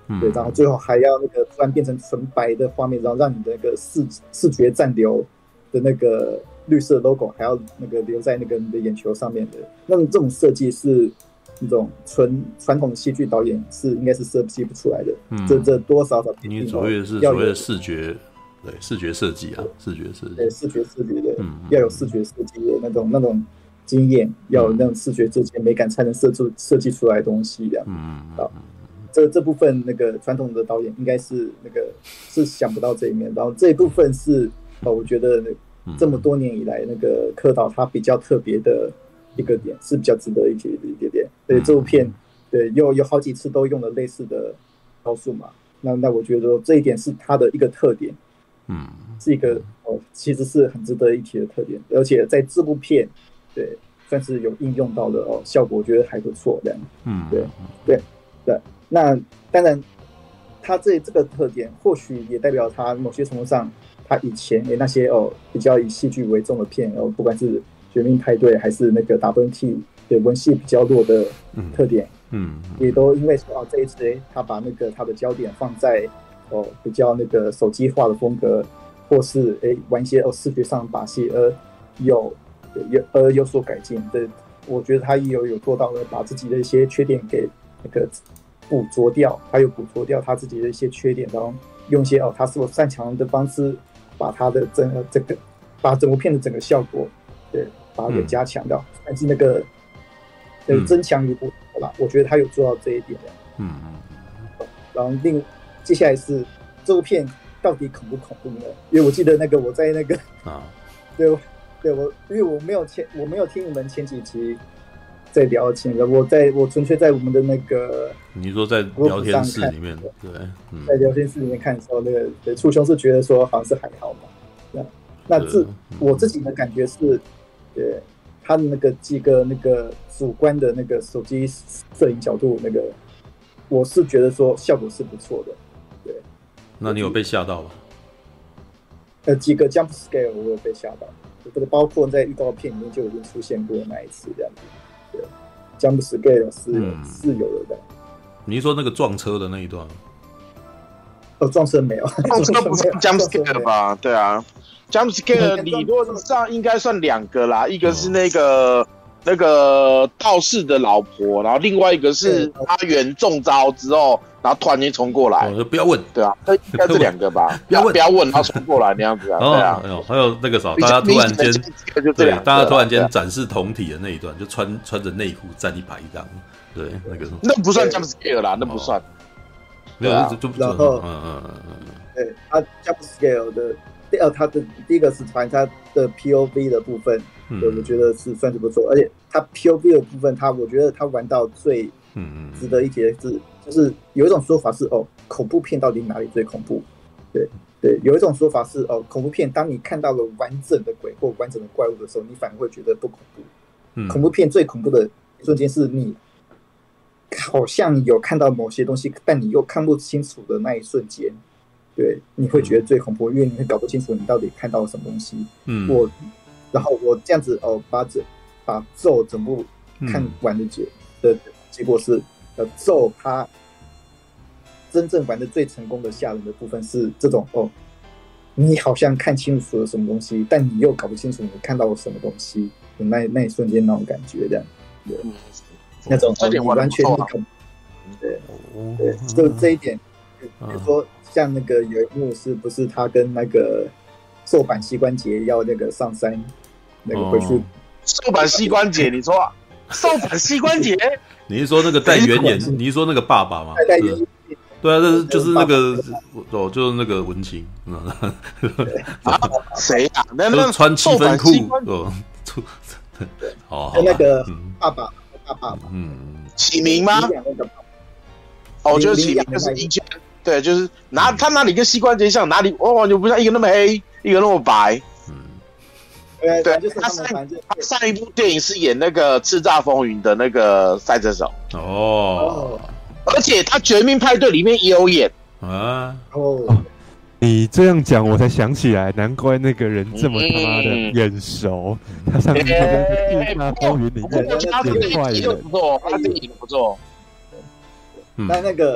Speaker 3: 嗯、对，然后最后还要那个突然变成纯白的画面，然后让你的那个视视觉暂留的那个绿色 logo 还要那个留在那个你的眼球上面的，那种这种设计是那种纯传统戏剧导演是应该是设计不出来的。嗯，这这多少少
Speaker 1: 你所谓的是所谓的视觉，对视觉设计啊，视觉设计，
Speaker 3: 对视觉设计的，嗯，要有视觉设计的那种那种经验，要有那种视觉设计美感，才能设计设计出来的东西这样。嗯嗯。这这部分那个传统的导演应该是那个是想不到这一面，然后这一部分是呃，我觉得这么多年以来那个柯导他比较特别的一个点，是比较值得一提的一点点。对这部片，对有有好几次都用了类似的招数嘛，那那我觉得这一点是他的一个特点，嗯，是一个哦，其实是很值得一提的特点，而且在这部片对算是有应用到的哦，效果我觉得还不错这样，嗯，对对对。那当然，他这这个特点或许也代表他某些程度上，他以前诶那些哦比较以戏剧为重的片哦，不管是《绝命派对》还是那个 W T 对文戏比较弱的特点，嗯，嗯也都因为说哦这一次诶他把那个他的焦点放在哦比较那个手机化的风格，或是诶玩一些哦视觉上的把戏而有有而有所改进的，我觉得他也有有做到了把自己的一些缺点给那个。捕捉掉，还有捕捉掉他自己的一些缺点，然后用一些哦他所擅长的方式，把他的整个这个，把整部片的整个效果，对，把它给加强掉。嗯、但是那个，呃，增强与不好吧，我觉得他有做到这一点的。嗯嗯。然后另接下来是这部片到底恐不恐怖呢？因为我记得那个我在那个啊，对对我因为我没有前我没有听你们前几集。在聊天的，我在我纯粹在我们的那个，
Speaker 1: 你说在聊天室里面，对，
Speaker 3: 嗯、在聊天室里面看的时候，那个对初兄是觉得说好像是还好嘛，那那自、嗯、我自己的感觉是，对他的那个几个那个主观的那个手机摄影角度，那个我是觉得说效果是不错的，对。
Speaker 1: 那你有被吓到吗？
Speaker 3: 呃，几个 jump scare 我有被吓到，包括在预告片里面就已经出现过那一次这样子。jump scare 是有、嗯、是有的。
Speaker 1: 你是说那个撞车的那一段？
Speaker 3: 哦，撞车没有，
Speaker 4: 撞车不是 jump scare 吧？对啊 ，jump scare 理论上应该算两个啦，一个是那个、嗯、那个道士的老婆，然后另外一个是阿元中招之后，然后突然间冲过来。
Speaker 1: 哦、不要问，
Speaker 4: 对啊，应该是两个吧？不要问，不要问，他冲过来那样子啊，对啊。
Speaker 1: 还有还有那个啥，大家突然间，对，大家突然间展示同体的那一段，就穿穿着内裤站一排这样，对，那个
Speaker 4: 那不算 jump scare 啦，那不算。
Speaker 1: 没有，就不
Speaker 3: 然后，嗯嗯嗯嗯，对，他 jump scare 的，第二，他的第一个是传他的 P O V 的部分，对，我觉得是算是不错，而且他 P O V 的部分，他我觉得他玩到最值得一提的是，就是有一种说法是哦，恐怖片到底哪里最恐怖？对对，有一种说法是哦，恐怖片当你看到了完整的鬼或完整的怪物的时候，你反而会觉得不恐怖。嗯，恐怖片最恐怖的瞬间是你好像有看到某些东西，但你又看不清楚的那一瞬间，对，你会觉得最恐怖，因为你会搞不清楚你到底看到了什么东西。嗯，我然后我这样子哦，把这把咒整部看完的结、嗯、的结果是，呃，咒它真正玩的最成功的吓人的部分是这种哦，你好像看清楚了什么东西，但你又搞不清楚你看到了什么东西的那那一瞬间那种感觉，这样，对。嗯，那种哦，你完全你看，对对，就这一点，比如说像那个有一幕是不是他跟那个寿板膝关节要那个上山，那个回去
Speaker 4: 寿板膝关节，你说寿板膝关节，
Speaker 1: 你是说那个戴圆眼？你是说那个爸爸吗？戴圆眼。对啊，这是就是那个哦，就是那个文青，
Speaker 4: 啊，谁啊？那
Speaker 1: 那穿七分裤哦，
Speaker 3: 哦，那个爸爸。爸爸嘛，
Speaker 4: 嗯，启明吗？哦，就是启明，就是一圈，对，就是哪他哪里跟膝关节像，哪里我完全不像，一个那么黑，一个那么白，嗯，对，对，他上他上一部电影是演那个《叱咤风云》的那个赛车手，哦，而且他《绝命派对》里面也有演啊，
Speaker 2: 哦。你这样讲，我才想起来，难怪那个人这么他妈的眼熟。嗯、他上次在《叱咤风云》里面演坏人，
Speaker 4: 不错，他这个演不错。
Speaker 3: 嗯，但那个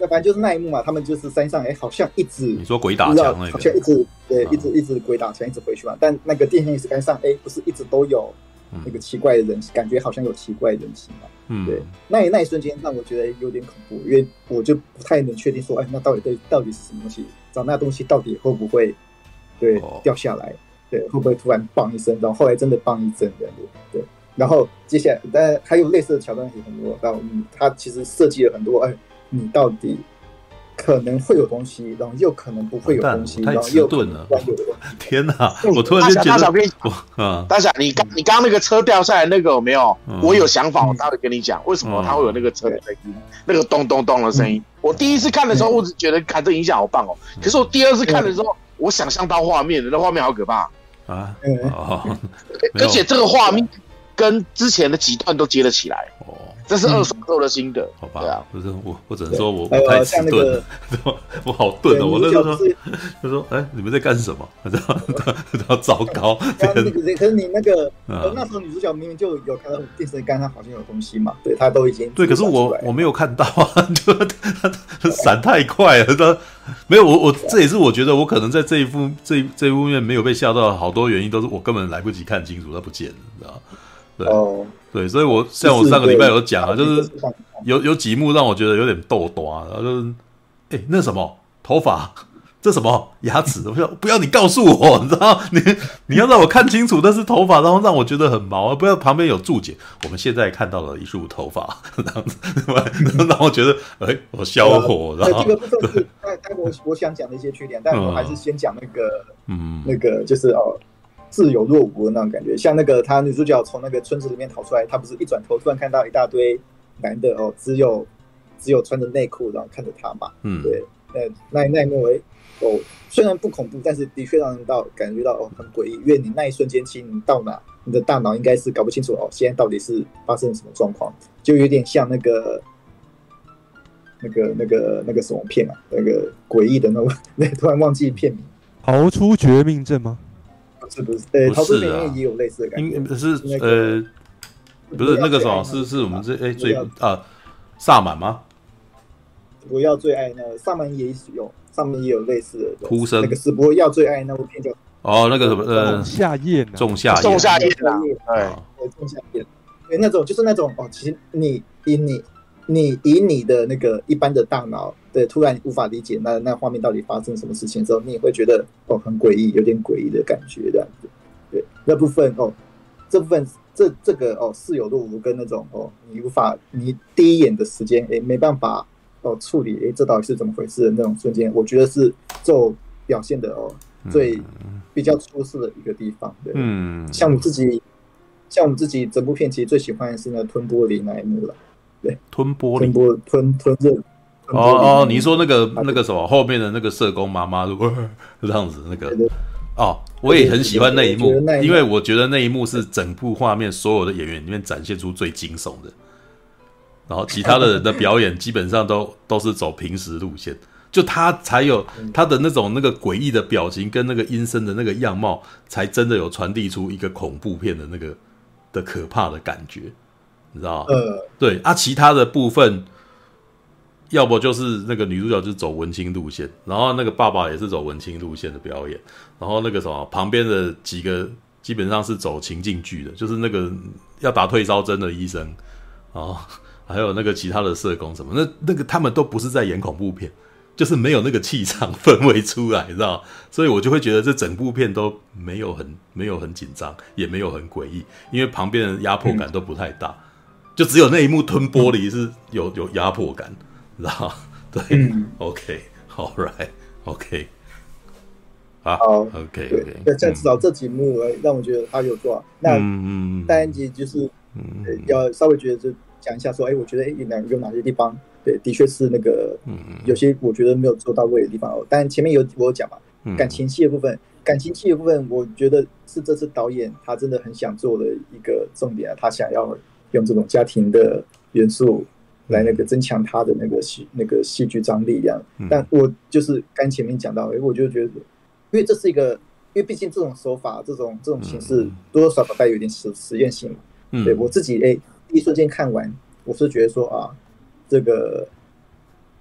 Speaker 3: 那反正就是那一幕嘛，他们就是山上哎、欸，好像一直
Speaker 1: 你说鬼打墙那个，
Speaker 3: 好像一直对、啊、一直一直鬼打墙，一直回去嘛。但那个电线杆上哎、欸，不是一直都有那个奇怪的人，嗯、感觉好像有奇怪的人形嘛。嗯，对，那那一瞬间让我觉得有点恐怖，因为我就不太能确定说，哎，那到底对到底是什么东西？找那东西到底会不会对、哦、掉下来？对，会不会突然棒一声？然后后来真的棒一声这样子，对。然后接下来，但还有类似的桥段也很多。然后，嗯，他其实设计了很多，哎，你到底可能会有东西，然后又可能不会有东西，然后又可能突然有的东西。
Speaker 1: 天哪！我突然间觉得，
Speaker 4: 大小跟你讲，大小，你刚你刚刚那个车掉下来那个有没有？嗯、我有想法，我待会跟你讲，为什么它会有那个车的声音，那个咚咚咚的声音。嗯、我第一次看的时候，我只觉得看这影响好棒哦。可是我第二次看的时候，我想象到画面，那画面好可怕
Speaker 1: 啊！哦，
Speaker 4: 而且这个画面。跟之前的几段都接了起来，哦，这是二手做的新的，嗯、
Speaker 1: 好吧？对啊，不是我，我只能说我我太迟钝了，那個、我好钝哦！我那时候说，他说：“哎、欸，你们在干什么？”然后，然后糟糕。
Speaker 3: 那个，可是你那个，嗯、那时候女主角明明就有看到电视杆上好像有东西嘛，对，她都已经
Speaker 1: 对，可是我我没有看到啊，就他闪太快了，他没有我我这也是我觉得我可能在这一部这一这一部面没有被吓到，好多原因都是我根本来不及看清楚，它不见了，你知道吗？对、哦、对，所以我像我上个礼拜有讲啊，就是有有几幕让我觉得有点逗多，然后就是，哎、欸，那什么头发，这什么牙齿，我说不要你告诉我，你知道，你你要让我看清楚那是头发，然后让我觉得很毛，不要旁边有注解。我们现在看到了一束头发，这样子，让我觉得，哎、欸，我消火。然后
Speaker 3: 这个部分是，但我我想讲的一些缺点，但我还是先讲那个，嗯，那个就是哦。自有若无的那种感觉，像那个她女主角从那个村子里面逃出来，她不是一转头突然看到一大堆男的哦，只有只有穿着内裤然后看着她嘛，嗯，对，那那一幕哎哦，虽然不恐怖，但是的确让人到感觉到哦很诡异，因为你那一瞬间其实你到哪，你的大脑应该是搞不清楚哦，现在到底是发生了什么状况，就有点像那个那个那个那个什么片啊，那个诡异的那个，那突然忘记片名，
Speaker 2: 逃出绝命镇吗？
Speaker 3: 是不是？呃，逃出绝命也有类似的感觉。
Speaker 1: 不是呃，不是那个什么，是是我们这哎最啊萨满吗？
Speaker 3: 不要最爱那个萨满也有，上面也有类似的
Speaker 1: 哭声。
Speaker 3: 那个是不要最爱那部片叫
Speaker 1: 哦，那个什么呃，
Speaker 2: 仲夏夜，
Speaker 1: 仲夏夜，
Speaker 4: 仲夏夜，
Speaker 3: 对，仲夏夜，对，那种就是那种哦，其实你以你你以你的那个一般的大脑。对，突然无法理解那那画面到底发生什么事情的时候，你也会觉得哦很诡异，有点诡异的感觉这样子。对，那部分哦，这部分这这个哦似有若无跟那种哦你无法你第一眼的时间哎没办法哦处理哎这到底是怎么回事的那种瞬间，我觉得是就表现的哦最比较出色的一个地方。对，嗯，像我自己像我们自己整部片其实最喜欢的是那吞玻璃那一幕了。对，
Speaker 1: 吞玻璃，
Speaker 3: 吞玻吞吞热。
Speaker 1: 哦哦，你说那个那个什么后面的那个社工妈妈，这样子那个哦，我也很喜欢那一幕，因为我觉得那一幕是整部画面所有的演员里面展现出最惊悚的，然后其他的人的表演基本上都都是走平时路线，就他才有他的那种那个诡异的表情跟那个阴森的那个样貌，才真的有传递出一个恐怖片的那个的可怕的感觉，你知道吗？呃，对啊，其他的部分。要不就是那个女主角就是走文青路线，然后那个爸爸也是走文青路线的表演，然后那个什么旁边的几个基本上是走情境剧的，就是那个要打退烧针的医生，然后还有那个其他的社工什么，那那个他们都不是在演恐怖片，就是没有那个气场氛围出来，你知道？所以我就会觉得这整部片都没有很没有很紧张，也没有很诡异，因为旁边的压迫感都不太大，就只有那一幕吞玻璃是有有压迫感。知道对、嗯、，OK， all right， OK， 好 ，OK， OK，
Speaker 3: 对，像至少这几幕让我觉得他有做好。那单安吉就是、嗯、要稍微觉得就讲一下说，哎，我觉得哎有哪有哪些地方，对，的确是那个、嗯、有些我觉得没有做到位的地方哦。但前面有我有讲嘛，感情戏的部分，感情戏的部分，我觉得是这次导演他真的很想做的一个重点啊，他想要用这种家庭的元素。来那个增强他的那个戏那个戏剧张力这样，但我就是刚前面讲到，哎，我就觉得，因为这是一个，因为毕竟这种手法、这种这种形式多多少少带有点实实验性嘛。嗯、对我自己，哎，第一瞬间看完，我是觉得说啊，这个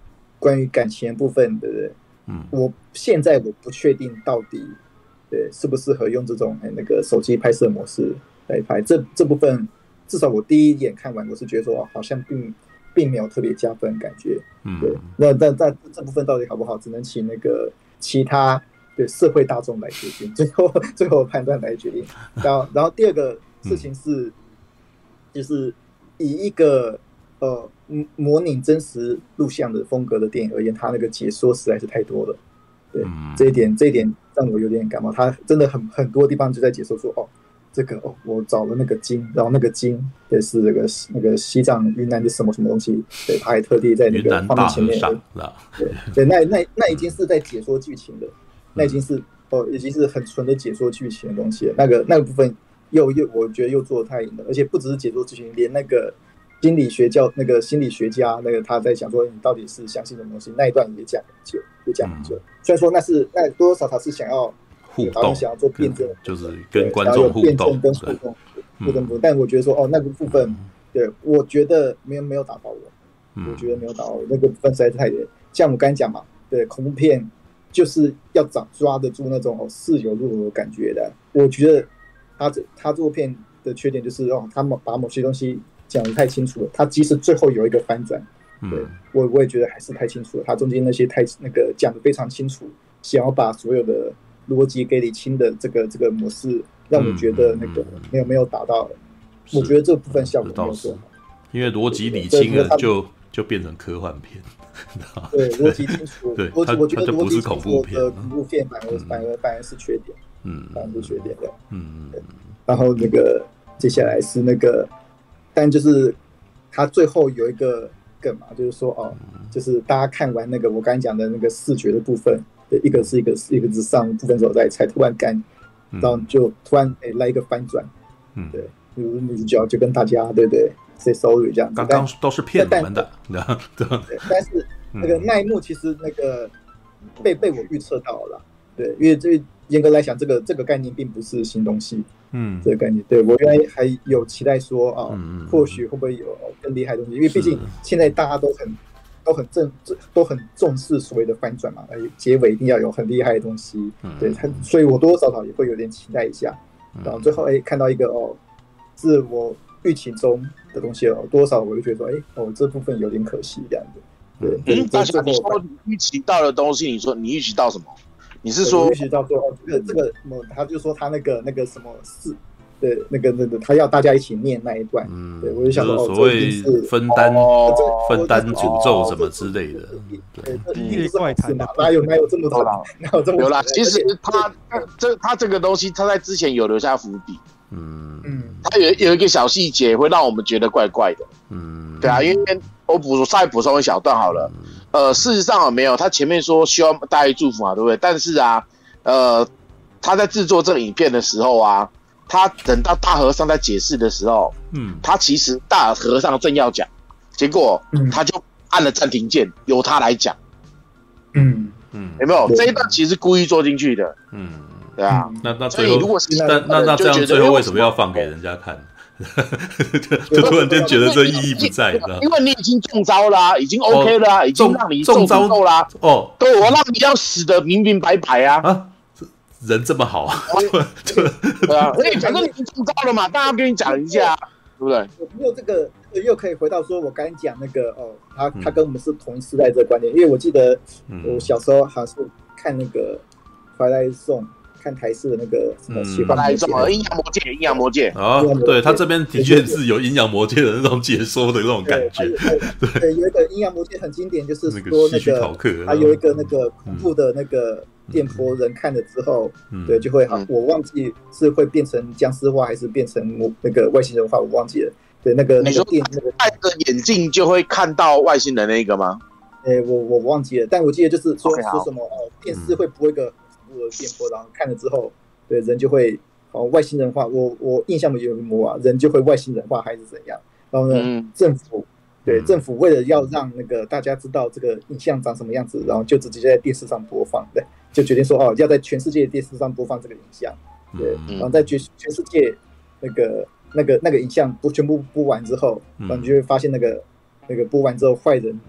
Speaker 3: 关于感情的部分，对不对？嗯，我现在我不确定到底对适不适合用这种、欸、那个手机拍摄模式来拍。这这部分至少我第一眼看完，我是觉得说好像并并没有特别加分的感觉。嗯，对。那那那这部分到底好不好，只能请那个其他对社会大众来决定，最后最后判断来决定。然后然后第二个事情是，嗯、就是以一个呃模拟真实录像的风格的电影而言，它那个解说实在是太多了。对，嗯、这一点这一点让我有点感冒。它真的很很多地方就在解说说哦。这个哦，我找了那个金，然后那个金对是那个那个西藏云南的什么什么东西，对，他还特地在那个画面前面，对对，那那那已经是在解说剧情的，那已经是哦，已经是很纯的解说剧情的东西了。那个那个部分又又我觉得又做得太硬了，而且不只是解说剧情，连那个心理学教那个心理学家那个他在讲说你到底是相信什么东西，那一段也讲很久，也讲很久。虽然说那是那多多少少是想要。
Speaker 1: 互动
Speaker 3: 想要做辩证，
Speaker 1: 就是跟观众互动，
Speaker 3: 跟互动，互动。但我觉得说，哦，那个部分，对我觉得没有没有打到我，我觉得没有打到我，那个部分实在是太像我刚才讲嘛，对，恐怖片就是要抓抓得住那种哦似有若无的感觉的。我觉得他这他这部片的缺点就是哦，他们把某些东西讲得太清楚了，他即使最后有一个翻转，对我我也觉得还是太清楚了，他中间那些太那个讲得非常清楚，想要把所有的。逻辑给理清的这个这个模式，让我觉得那个没有没有达到，我觉得这部分效果没有做好。
Speaker 1: 因为逻辑理清了，就就变成科幻片。
Speaker 3: 对，逻辑清楚，
Speaker 1: 对，
Speaker 3: 我觉得
Speaker 1: 不是恐怖片，
Speaker 3: 恐怖片反而反而反而是缺点，嗯，反而是缺点的，嗯嗯。然后那个接下来是那个，但就是他最后有一个梗嘛，就是说哦，就是大家看完那个我刚才讲的那个视觉的部分。一个是一个一个之上部分之后再才突然干，然后就突然哎、欸、来一个翻转，嗯，对，比如女主角就跟大家对对 say sorry 这样，
Speaker 1: 刚刚都是骗你们的，
Speaker 3: 对，但是那个那一幕其实那个被被我预测到了，对，因为这严格来讲，这个这个概念并不是新东西，嗯，这个概念，对我原来还有期待说啊，嗯、或许会不会有更厉害的东西，因为毕竟现在大家都很。都很正，都很重视所谓的翻转嘛，结尾一定要有很厉害的东西，嗯、对，所以我多多少少也会有点期待一下，嗯、然后最后哎、欸、看到一个哦，是我预期中的东西哦，多少我就觉得说哎、欸、哦这部分有点可惜这样子，对，
Speaker 4: 嗯，大侠你说你预期到的东西，你说你预期到什么？你是说
Speaker 3: 预期到说哦这个这个他就说他那个那个什么是。对，那个那个，他要大家一起念那一段，嗯，对我就想说，
Speaker 1: 所谓分担、哦、分担诅咒什么之类的，
Speaker 3: 对，这一定是怪谈嘛？哪有哪有这么多？哪有这么多？
Speaker 4: 有啦，其实他这他这个东西，他在之前有留下伏笔，嗯嗯，他有有一个小细节会让我们觉得怪怪的，嗯，对啊，因为我补稍微补充一小段好了，呃，事实上没有，他前面说希望大家祝福嘛，对不对？但是啊，呃，他在制作这个影片的时候啊。他等到大和尚在解释的时候，嗯，他其实大和尚正要讲，结果他就按了暂停键，由他来讲，嗯嗯，有没有这一段其实是故意做进去的，嗯，对啊，
Speaker 1: 那那最后，如果是那那那这样最后为什么要放给人家看？就突然间觉得这意义不在，
Speaker 4: 因为你已经中招啦、啊，已经 OK 啦、啊，已经让你中招够啦，哦，对，我让你要死的明明白白啊。啊
Speaker 1: 人这么好啊，
Speaker 4: 对啊，所以反正你已经中招了嘛，大家跟你讲一下，对不对？
Speaker 3: 没有这个，又可以回到说，我刚才讲那个哦，他他跟我们是同一时代这个观点，因为我记得我小时候好像是看那个《怀来颂》，看台视的那个什么《奇幻
Speaker 4: 魔戒》，阴阳魔戒，阴阳魔戒
Speaker 1: 啊，对他这边的确是有阴阳魔戒的那种解说的那种感觉，
Speaker 3: 对，有一个阴阳魔戒很经典，就是说那个还有一个那个恐怖的那个。电波人看了之后，嗯、对，就会好，我忘记是会变成僵尸化还是变成那个外星人化，我忘记了。对，那个那个电那个
Speaker 4: 戴着眼镜就会看到外星人那个吗？
Speaker 3: 哎、欸，我我忘记了，但我记得就是说、okay, 说什么哦，电视会播一个恐怖的电波，然后看了之后，对人就会哦外星人化。我我印象里有一幕啊，人就会外星人化还是怎样？然后呢，嗯、政府。对，政府为了要让那个大家知道这个影像长什么样子，然后就直接在电视上播放，对，就决定说哦，要在全世界的电视上播放这个影像，对，然后在全全世界那个那个那个影像播全部播完之后，然后你就会发现那个那个播完之后，坏人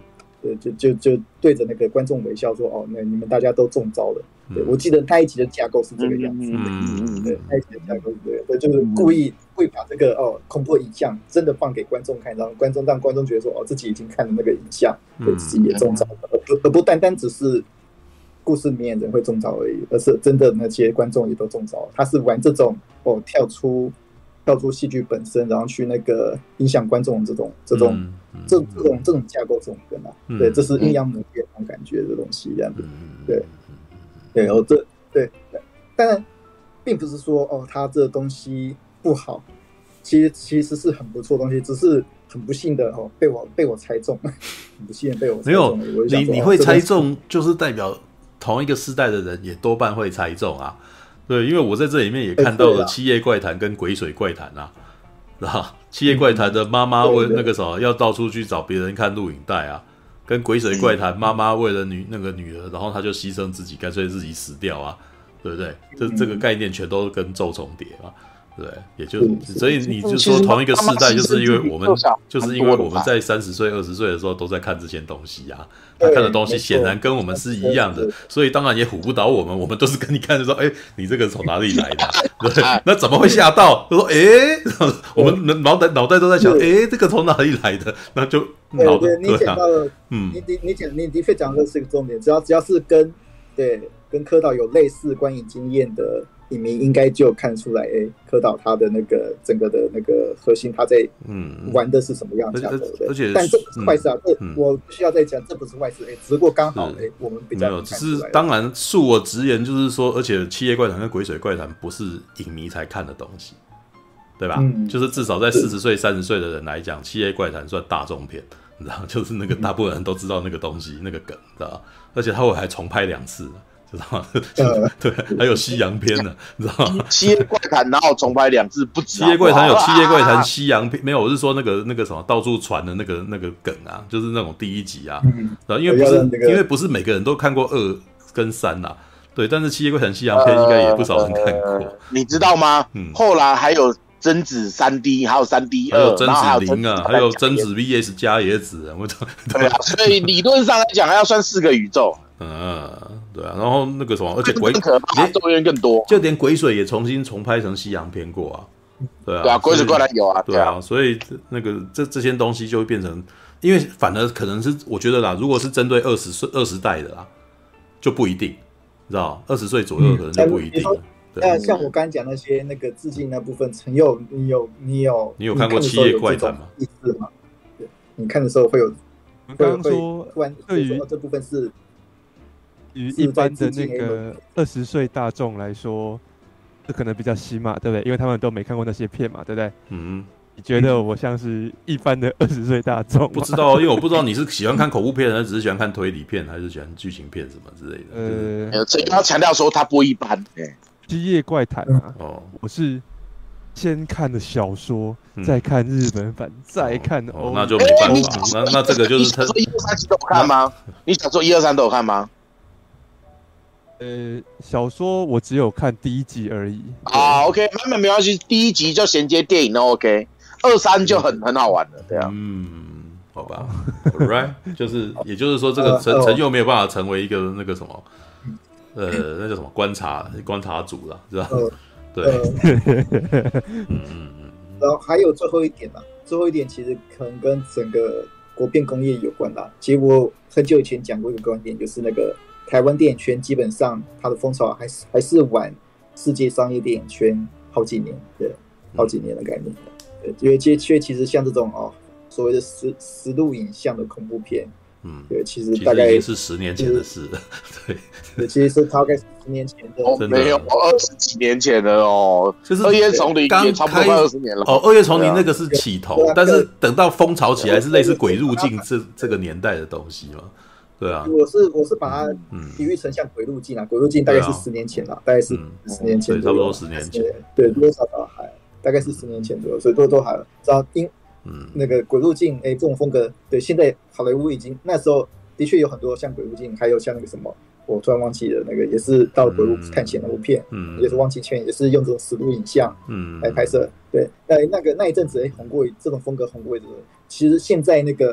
Speaker 3: 对，就就就对着那个观众微笑说：“哦，那你们大家都中招了。”对，我记得那一集的架构是这个样子。嗯，对，那一集的架构是这个，对，就是故意会把这个哦恐怖的影像真的放给观众看，然后观众让观众觉得说：“哦，自己已经看了那个影像，对自己也中招了。”而而不单单只是故事里面人会中招而已，而是真的那些观众也都中招。他是玩这种哦跳出跳出戏剧本身，然后去那个影响观众的这种这种。嗯这这种这种架构这种梗啊，嗯、对，这是阴阳魔界那种感觉的东西，这样子，对，对，然后这对，当然并不是说哦，它这东西不好，其实其实是很不错的东西，只是很不幸的哦，被我被我猜中，很不幸的被我猜中了。
Speaker 1: 没有，你你会猜中，就是代表同一个世代的人也多半会猜中啊，对，因为我在这里面也看到了《七夜怪谈》跟《鬼水怪谈》啊。啊，七夜怪谈的妈妈为那个什么要到处去找别人看录影带啊，跟鬼水怪谈妈妈为了女那个女儿，然后她就牺牲自己，干脆自己死掉啊，对不对？这这个概念全都跟咒重叠嘛，对，也就所以你就说同一个世代，就是因为我们就是因为我们在三十岁、二十岁的时候都在看这些东西啊，他看的东西显然跟我们是一样的，所以当然也唬不倒我们，我们都是跟你看的说，哎，你这个从哪里来的？对，那怎么会吓到？就说，哎，我们脑袋脑袋都在想，哎，这个从哪里来的？那就脑袋
Speaker 3: 你讲到了，嗯，你你你讲你的确讲的是一个重点，只要只要是跟对跟柯导有类似观影经验的影迷，应该就看出来，哎，柯导他的那个整个的那个核心，他在嗯玩的是什么样的架构的？而且，但这不是坏事啊，这我需要再讲，这不是坏事，哎，只不过刚好，哎，我们比较
Speaker 1: 没有，只是当然恕我直言，就是说，而且《七夜怪谈》跟《鬼水怪谈》不是影迷才看的东西，对吧？嗯、就是至少在四十岁、三十岁的人来讲，《七夜怪谈》算大众片，你知道，就是那个大部分人都知道那个东西、那个梗，知道？而且他会还重拍两次。知道吗？对，还有西洋片呢，你知道吗？
Speaker 4: 七夜怪谈然后重拍两次不止。
Speaker 1: 七夜怪谈有七夜怪谈西洋片，没有，我是说那个那个什么到处传的那个那个梗啊，就是那种第一集啊。嗯、然后因为不是、那个、因为不是每个人都看过二跟三呐、啊，对，但是七夜怪谈西洋片应该也不少人看过。呃、
Speaker 4: 你知道吗？嗯、后来还有贞子三 D， 还有三 D 二，
Speaker 1: 还有贞子零啊，还有贞子 V S 加野子啊，我操！
Speaker 4: 对啊，所以理论上来讲，还要算四个宇宙。
Speaker 1: 嗯，对啊，然后那个什么，而且鬼
Speaker 4: 连咒怨更多，
Speaker 1: 就连鬼水也重新重拍成西洋片过啊，对啊，
Speaker 4: 对啊，鬼水怪谈有啊，
Speaker 1: 对啊，所以那个这这些东西就会变成，因为反而可能是我觉得啦，如果是针对二十岁二十代的啦，就不一定，你知道，二十岁左右可能就不一定了。
Speaker 3: 那像我刚才讲那些那个致敬那部分，陈佑，你有你有
Speaker 1: 你有看过《七夜怪谈》吗？
Speaker 3: 意思吗？对，你看的时候会有，
Speaker 2: 刚刚说
Speaker 3: 突然对于这部分是。
Speaker 2: 于一般的那个二十岁大众来说，这可能比较新嘛，对不对？因为他们都没看过那些片嘛，对不对？嗯，你觉得我像是一般的二十岁大众？
Speaker 1: 不知道，因为我不知道你是喜欢看恐怖片，还是只是喜欢看推理片，还是喜欢剧情片什么之类的。
Speaker 4: 呃，这个要强调说它不一般。
Speaker 2: 七夜怪谈啊，哦，我是先看的小说，再看日本版，再看欧，
Speaker 1: 那就没办法。那那这个就是他
Speaker 4: 一二三都有看吗？你想说一二三都有看吗？
Speaker 2: 呃，小说我只有看第一集而已。
Speaker 4: 啊 ，OK， 慢慢没关系，第一集就衔接电影了 ，OK， 二三就很很好玩了，对啊。
Speaker 1: 嗯，好吧 ，Right， 就是也就是说，这个陈陈佑没有办法成为一个那个什么，呃，那叫什么观察观察组了，知道？对。
Speaker 3: 嗯嗯嗯。然后还有最后一点啦，最后一点其实可能跟整个国片工业有关啦。其实我很久以前讲过一个观点，就是那个。台湾电影圈基本上它的风潮还是还是晚世界商业电影圈好几年的好几年的概念的，对，因为其实其实像这种哦所谓的实实录影像的恐怖片，嗯，对，其实大概
Speaker 1: 也是十年前的事了，对，
Speaker 3: 对，其实是大概十年前的，
Speaker 4: 哦，没有二十几年前的哦，就是二月丛林也差不多快二十年了。
Speaker 1: 哦，二月丛林那个是起头，但是等到风潮起来是类似鬼入境这这个年代的东西嘛。对啊，
Speaker 3: 我是我是把它比喻成像鬼路径啊，鬼路径大概是十年前啦，大概是十年前，
Speaker 1: 差不多十年前，
Speaker 3: 对，多多少少还大概是十年前左右，所以都都还知道因那个鬼路径，哎，这种风格，对，现在好莱坞已经那时候的确有很多像鬼路径，还有像那个什么，我突然忘记了那个也是到鬼路探险的部片，嗯，也是忘记圈，也是用这种实录影像，嗯，来拍摄，对，那那个那一阵子哎红过这种风格红过一阵，其实现在那个。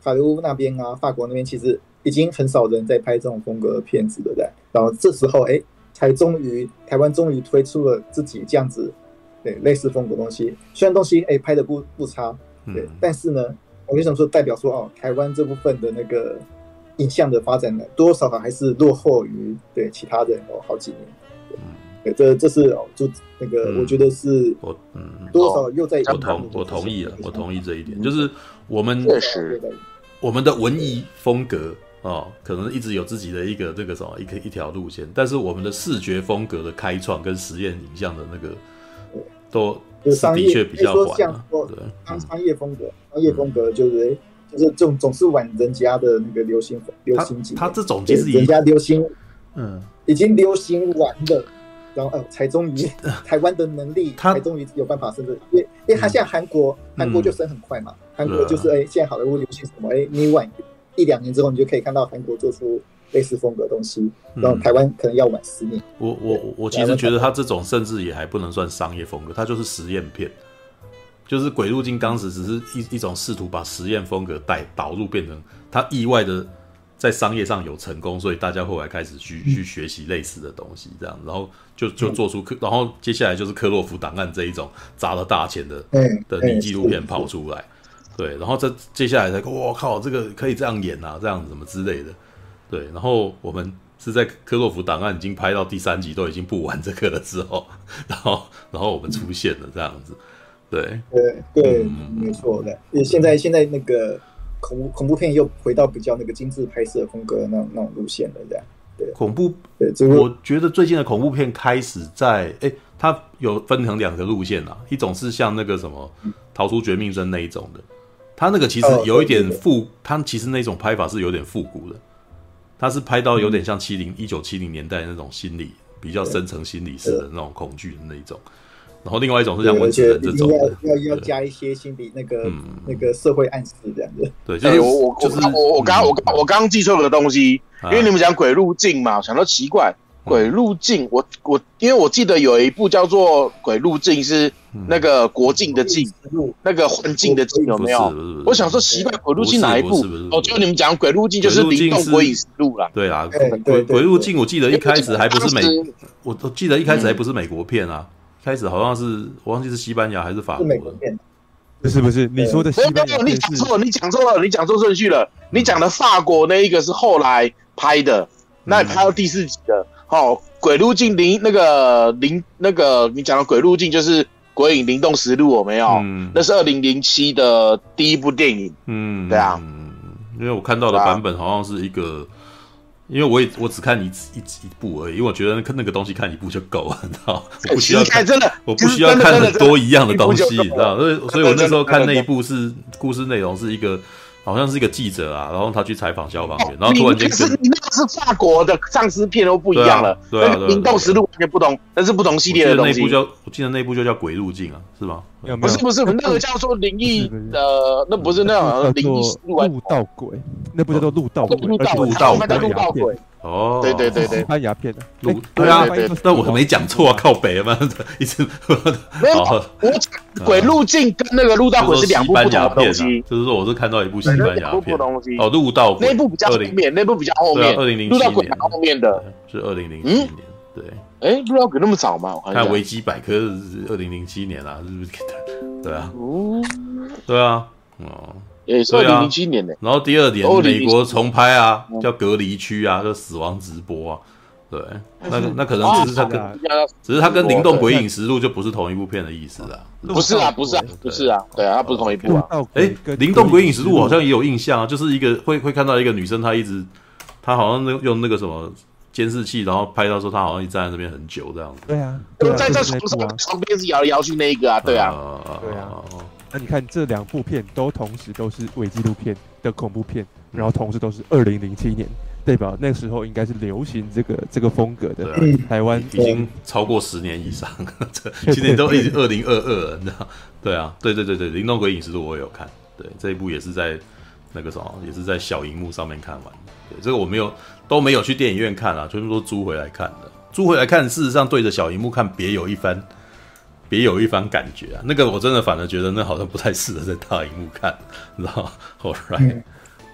Speaker 3: 好莱坞那边啊，法国那边其实已经很少人在拍这种风格的片子了，对。然后这时候，哎，才终于台湾终于推出了自己这样子，对类似风格的东西。虽然东西哎拍的不不差，对，嗯、但是呢，我就想说代表说哦，台湾这部分的那个影像的发展呢，多多少少还是落后于对其他人哦好几年。对，这这是哦，就那个、嗯、我觉得是我嗯多少又在
Speaker 1: 我同我同意了，我同意这一点，就是我们我们的文艺风格哦，可能一直有自己的一个这个什么一个一条路线，但是我们的视觉风格的开创跟实验影像的那个都是的确比较缓了。对，
Speaker 3: 商商业风格，商业风格就是、嗯、就是这种总是玩人家的那个流行流行景，
Speaker 1: 他这种其实
Speaker 3: 人家流行，嗯，已经流行完了。然后呃，才终于台湾的能力，才终于有办法升的，因为因为他现在韩国韩、嗯、国就升很快嘛，韩国就是哎、欸，现在好莱坞流行什么哎，你晚一两年之后，你就可以看到韩国做出类似风格的东西，然后台湾可能要晚十年。
Speaker 1: 我我我其实觉得他这种甚至也还不能算商业风格，他就是实验片，就是《鬼入境》当时只是一一种试图把实验风格带导入，变成他意外的。在商业上有成功，所以大家后来开始去去学习类似的东西，这样，然后就就做出，然后接下来就是科洛弗档案这一种砸了大钱的的拟纪录片跑出来，对，然后这接下来才，我靠，这个可以这样演啊，这样子什么之类的，对，然后我们是在科洛弗档案已经拍到第三集都已经不玩这个了之后，然后然后我们出现了这样子，对
Speaker 3: 对对，嗯、没错的，因为现在现在那个。恐怖恐怖片又回到比较那个精致拍摄风格的那种那种路线了，这样。对，
Speaker 1: 恐怖，对，我觉得最近的恐怖片开始在，哎，它有分成两个路线啊，一种是像那个什么《逃出绝命镇》那一种的，它那个其实有一点复，哦、它其实那种拍法是有点复古的，它是拍到有点像七零一九七零年代那种心理比较深层心理式的那种恐惧的那一种。然后另外一种是像温子仁这种的，
Speaker 3: 要要加一些心理那个、嗯、那个社会暗示这样子。
Speaker 1: 对，就是、欸、
Speaker 4: 我我
Speaker 1: 就是
Speaker 4: 我我刚我我刚刚记错了个东西，因为你们讲鬼入境嘛，想到奇怪，鬼入境，我我因为我记得有一部叫做《鬼入境》，是那个国境的境，那个幻境的境有没有？我想说奇怪，鬼入境哪一部？哦，就你们讲鬼入境就是《灵动鬼影实录》啦。
Speaker 1: 对啦，鬼鬼入境，我记得一开始还不是美，我我记得一开始还不是美国片啊。开始好像是我忘记是西班牙还是法国的，
Speaker 2: 不是不是你说的西班牙，
Speaker 4: 你讲错了，你讲错了，你讲错顺序了。你讲的法国那一个是后来拍的，那你拍到第四集的。好、嗯，鬼入境灵那个灵那个你讲的鬼入境就是《鬼影灵动实录》有没有？嗯、那是二零零七的第一部电影。嗯，对啊，
Speaker 1: 因为我看到的版本好像是一个。因为我也我只看一一一部而已，因为我觉得那个东西看一部就够了，你知道？我不需要看
Speaker 4: 真的，
Speaker 1: 我不需要看很多一样的东西，你知道？所以所以我那时候看那一部是故事内容是一个好像是一个记者啊，然后他去采访消防员，然后突然间跟
Speaker 4: 你那个是法国的丧尸片都不一样了，
Speaker 1: 对啊，
Speaker 4: 《灵动实录》完全不同，那是不同系列的东西。
Speaker 1: 我记得那部叫我记得那部就叫《鬼入境》啊，是吗？
Speaker 4: 不是不是，那个叫做灵异的，那不是那种灵异
Speaker 2: 路道鬼，那部叫做路道鬼，
Speaker 4: 路道
Speaker 1: 路道
Speaker 4: 路道鬼。哦，对对对对，
Speaker 2: 西班牙片的，
Speaker 1: 路对啊，但我没讲错啊，靠北嘛，一直
Speaker 4: 没有，我鬼入境跟那个路道鬼是两部不同的东西，
Speaker 1: 就是说我是看到一部西班牙片，哦，路道鬼
Speaker 4: 那部比较后面，那部比较后面，
Speaker 1: 二零零
Speaker 4: 路道鬼后面的，
Speaker 1: 是二零零七年，对，
Speaker 4: 哎，路道鬼那么早吗？我
Speaker 1: 看维基百科是二零零七年啊，是不是？对啊，对啊，哦。
Speaker 4: 也是二零零七年的、欸，
Speaker 1: 然后第二点，美国重拍啊，叫《隔离区》啊，叫《死亡直播》啊，对，那个那可能只是他跟，只是他跟《灵动鬼影实录》就不是同一部片的意思啊。
Speaker 4: 不是啊，不是啊，不是啊，对啊，它不是同一部啊。
Speaker 1: 哎，《灵动鬼影实录》好像也有印象啊，就是一个会会看到一个女生，她一直，她好像用那个什么监视器，然后拍到说她好像一直站在那边很久这样子。
Speaker 2: 对啊，
Speaker 4: 在在床上床边是摇来摇去那一个啊，对啊，
Speaker 2: 对啊。那你看这两部片都同时都是伪纪录片的恐怖片，然后同时都是二零零七年，代表那时候应该是流行这个这个风格的。
Speaker 1: 嗯、
Speaker 2: 台湾
Speaker 1: 已经超过十年以上，今年都已经二零二二了，你知道？对啊，对对对对，《灵动鬼影实录》我也有看，对这一部也是在那个什么，也是在小荧幕上面看完。对，这个我没有都没有去电影院看啊，全部都租回来看的。租回来看，事实上对着小荧幕看，别有一番。别有一番感觉啊！那个我真的反而觉得那好像不太适合在大荧幕看，你知道吗 ？All right，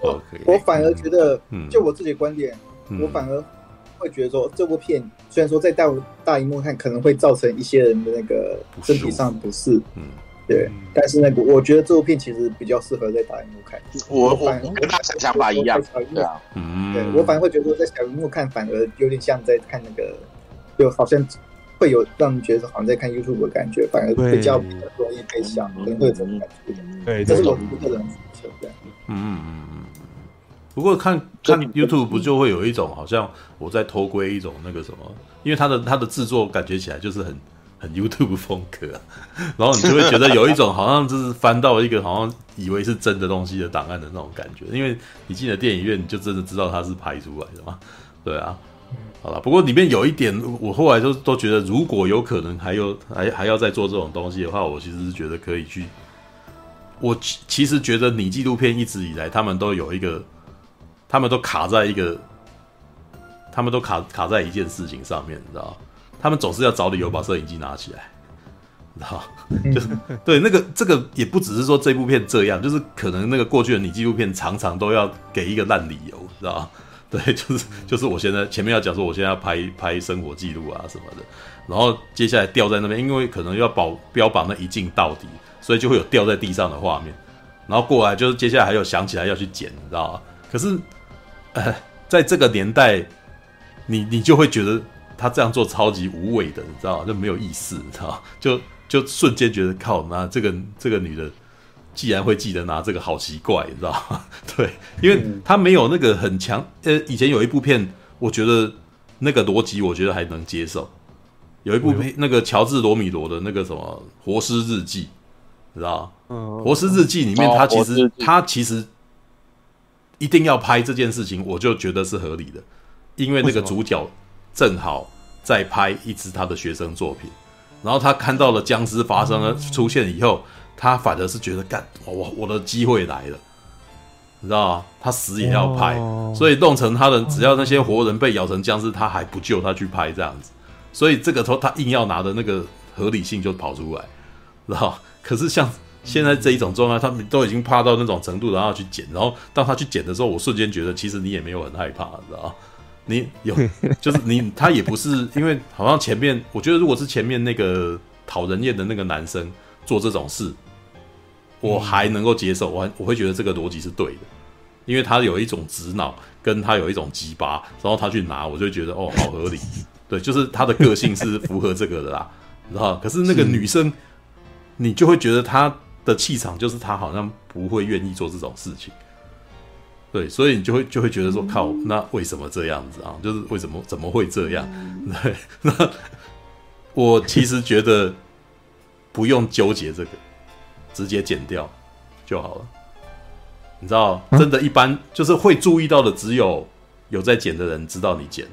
Speaker 3: 我我反而觉得，就我自己的观点，我反而会觉得说，这部片虽然说在大大荧幕看可能会造成一些人的那个身体上不适，嗯，对，但是那个我觉得这部片其实比较适合在大荧幕看。
Speaker 4: 我我跟大家想法一样，对啊，
Speaker 3: 嗯，对我反而会觉得说在小荧幕看反而有点像在看那个，就好像会有让人觉得好像在看 YouTube 的感觉，反而比较容易被想，可能会有这种感觉。
Speaker 2: 对，
Speaker 3: 这是我个人这样。
Speaker 1: 嗯嗯嗯嗯。不过看看 YouTube 不就会有一种好像我在偷窥一种那个什么，因为它的它的制作感觉起来就是很很 YouTube 风格、啊，然后你就会觉得有一种好像就是翻到一个好像以为是真的东西的档案的那种感觉，因为你进了电影院你就真的知道它是拍出来的嘛，对啊，好了，不过里面有一点我后来都都觉得，如果有可能还有还还要再做这种东西的话，我其实是觉得可以去，我其实觉得你纪录片一直以来他们都有一个。他们都卡在一个，他们都卡卡在一件事情上面，你知道？他们总是要找理由把摄影机拿起来，你知道？就是对那个这个也不只是说这部片这样，就是可能那个过去的你纪录片常常都要给一个烂理由，知道？对，就是就是我现在前面要讲说我现在要拍拍生活记录啊什么的，然后接下来掉在那边，因为可能要保标榜那一镜到底，所以就会有掉在地上的画面，然后过来就是接下来还有想起来要去剪，你知道吗？可是。呃，在这个年代，你你就会觉得他这样做超级无谓的，你知道吗？就没有意思，你知道吗？就就瞬间觉得靠，那这个这个女的既然会记得拿这个，好奇怪，你知道吗？对，因为她没有那个很强。呃，以前有一部片，我觉得那个逻辑，我觉得还能接受。有一部片，那个乔治罗米罗的那个什么《活尸日记》，你知道吗？《活尸日记》里面，他其实他其实。一定要拍这件事情，我就觉得是合理的，因为那个主角正好在拍一支他的学生作品，然后他看到了僵尸发生了出现以后，他反而是觉得干，我我的机会来了，你知道吗？他死也要拍，所以弄成他的只要那些活人被咬成僵尸，他还不救他去拍这样子，所以这个时候他硬要拿的那个合理性就跑出来，知道吗？可是像。现在这一种状态，他们都已经怕到那种程度，然后去剪，然后当他去剪的时候，我瞬间觉得，其实你也没有很害怕，知道吗？你有，就是你他也不是因为好像前面，我觉得如果是前面那个讨人厌的那个男生做这种事，我还能够接受，我我会觉得这个逻辑是对的，因为他有一种直脑，跟他有一种鸡巴，然后他去拿，我就觉得哦，好合理，对，就是他的个性是符合这个的啦，你知道？可是那个女生，你就会觉得她。的气场就是他好像不会愿意做这种事情，对，所以你就会就会觉得说靠，那为什么这样子啊？就是为什么怎么会这样？对，那我其实觉得不用纠结这个，直接剪掉就好了。你知道，真的，一般就是会注意到的，只有有在剪的人知道你剪，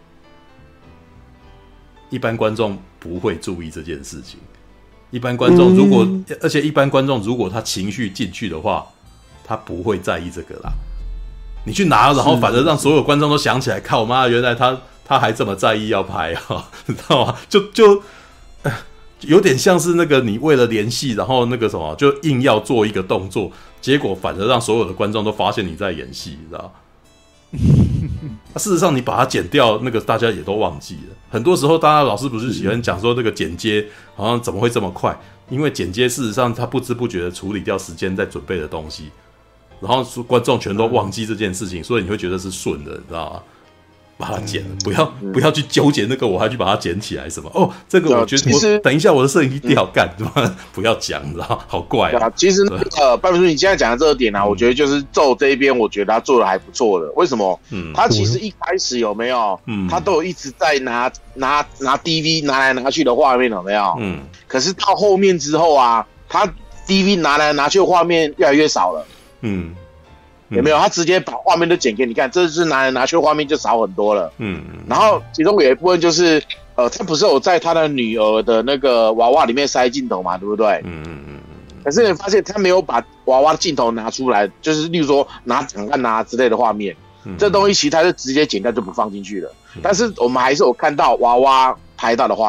Speaker 1: 一般观众不会注意这件事情。一般观众如果，嗯、而且一般观众如果他情绪进去的话，他不会在意这个啦。你去拿，然后反而让所有观众都想起来，靠妈，原来他他还这么在意要拍啊，你知道吗？就就有点像是那个你为了联系，然后那个什么，就硬要做一个动作，结果反而让所有的观众都发现你在演戏，你知道吗？事实上，你把它剪掉，那个大家也都忘记了。很多时候，大家老师不是喜欢讲说这个剪接好像怎么会这么快？因为剪接事实上他不知不觉的处理掉时间在准备的东西，然后观众全都忘记这件事情，所以你会觉得是顺的，你知道吗？把它剪了，不要不要去纠结那个，我还去把它捡起来什么？哦，这个我觉得我等一下我的摄影机掉干，对吧？不要讲，你知道，好怪啊。
Speaker 4: 其实那个半分叔，你现在讲的这个点啊，我觉得就是咒这一边，我觉得他做的还不错的。为什么？嗯，他其实一开始有没有？嗯，他都有一直在拿拿拿 D V 拿来拿去的画面，有没有？嗯。可是到后面之后啊，他 D V 拿来拿去的画面越来越少了。嗯。有没有？他直接把画面都剪给你看，这是拿来拿去画面就少很多了。嗯，然后其中有一部分就是，呃，他不是有在他的女儿的那个娃娃里面塞镜头嘛，对不对？嗯嗯嗯。可是你发现他没有把娃娃的镜头拿出来，就是例如说拿档案啊之类的画面，嗯、这东西其实他是直接剪掉就不放进去了。嗯、但是我们还是有看到娃娃拍到的画面，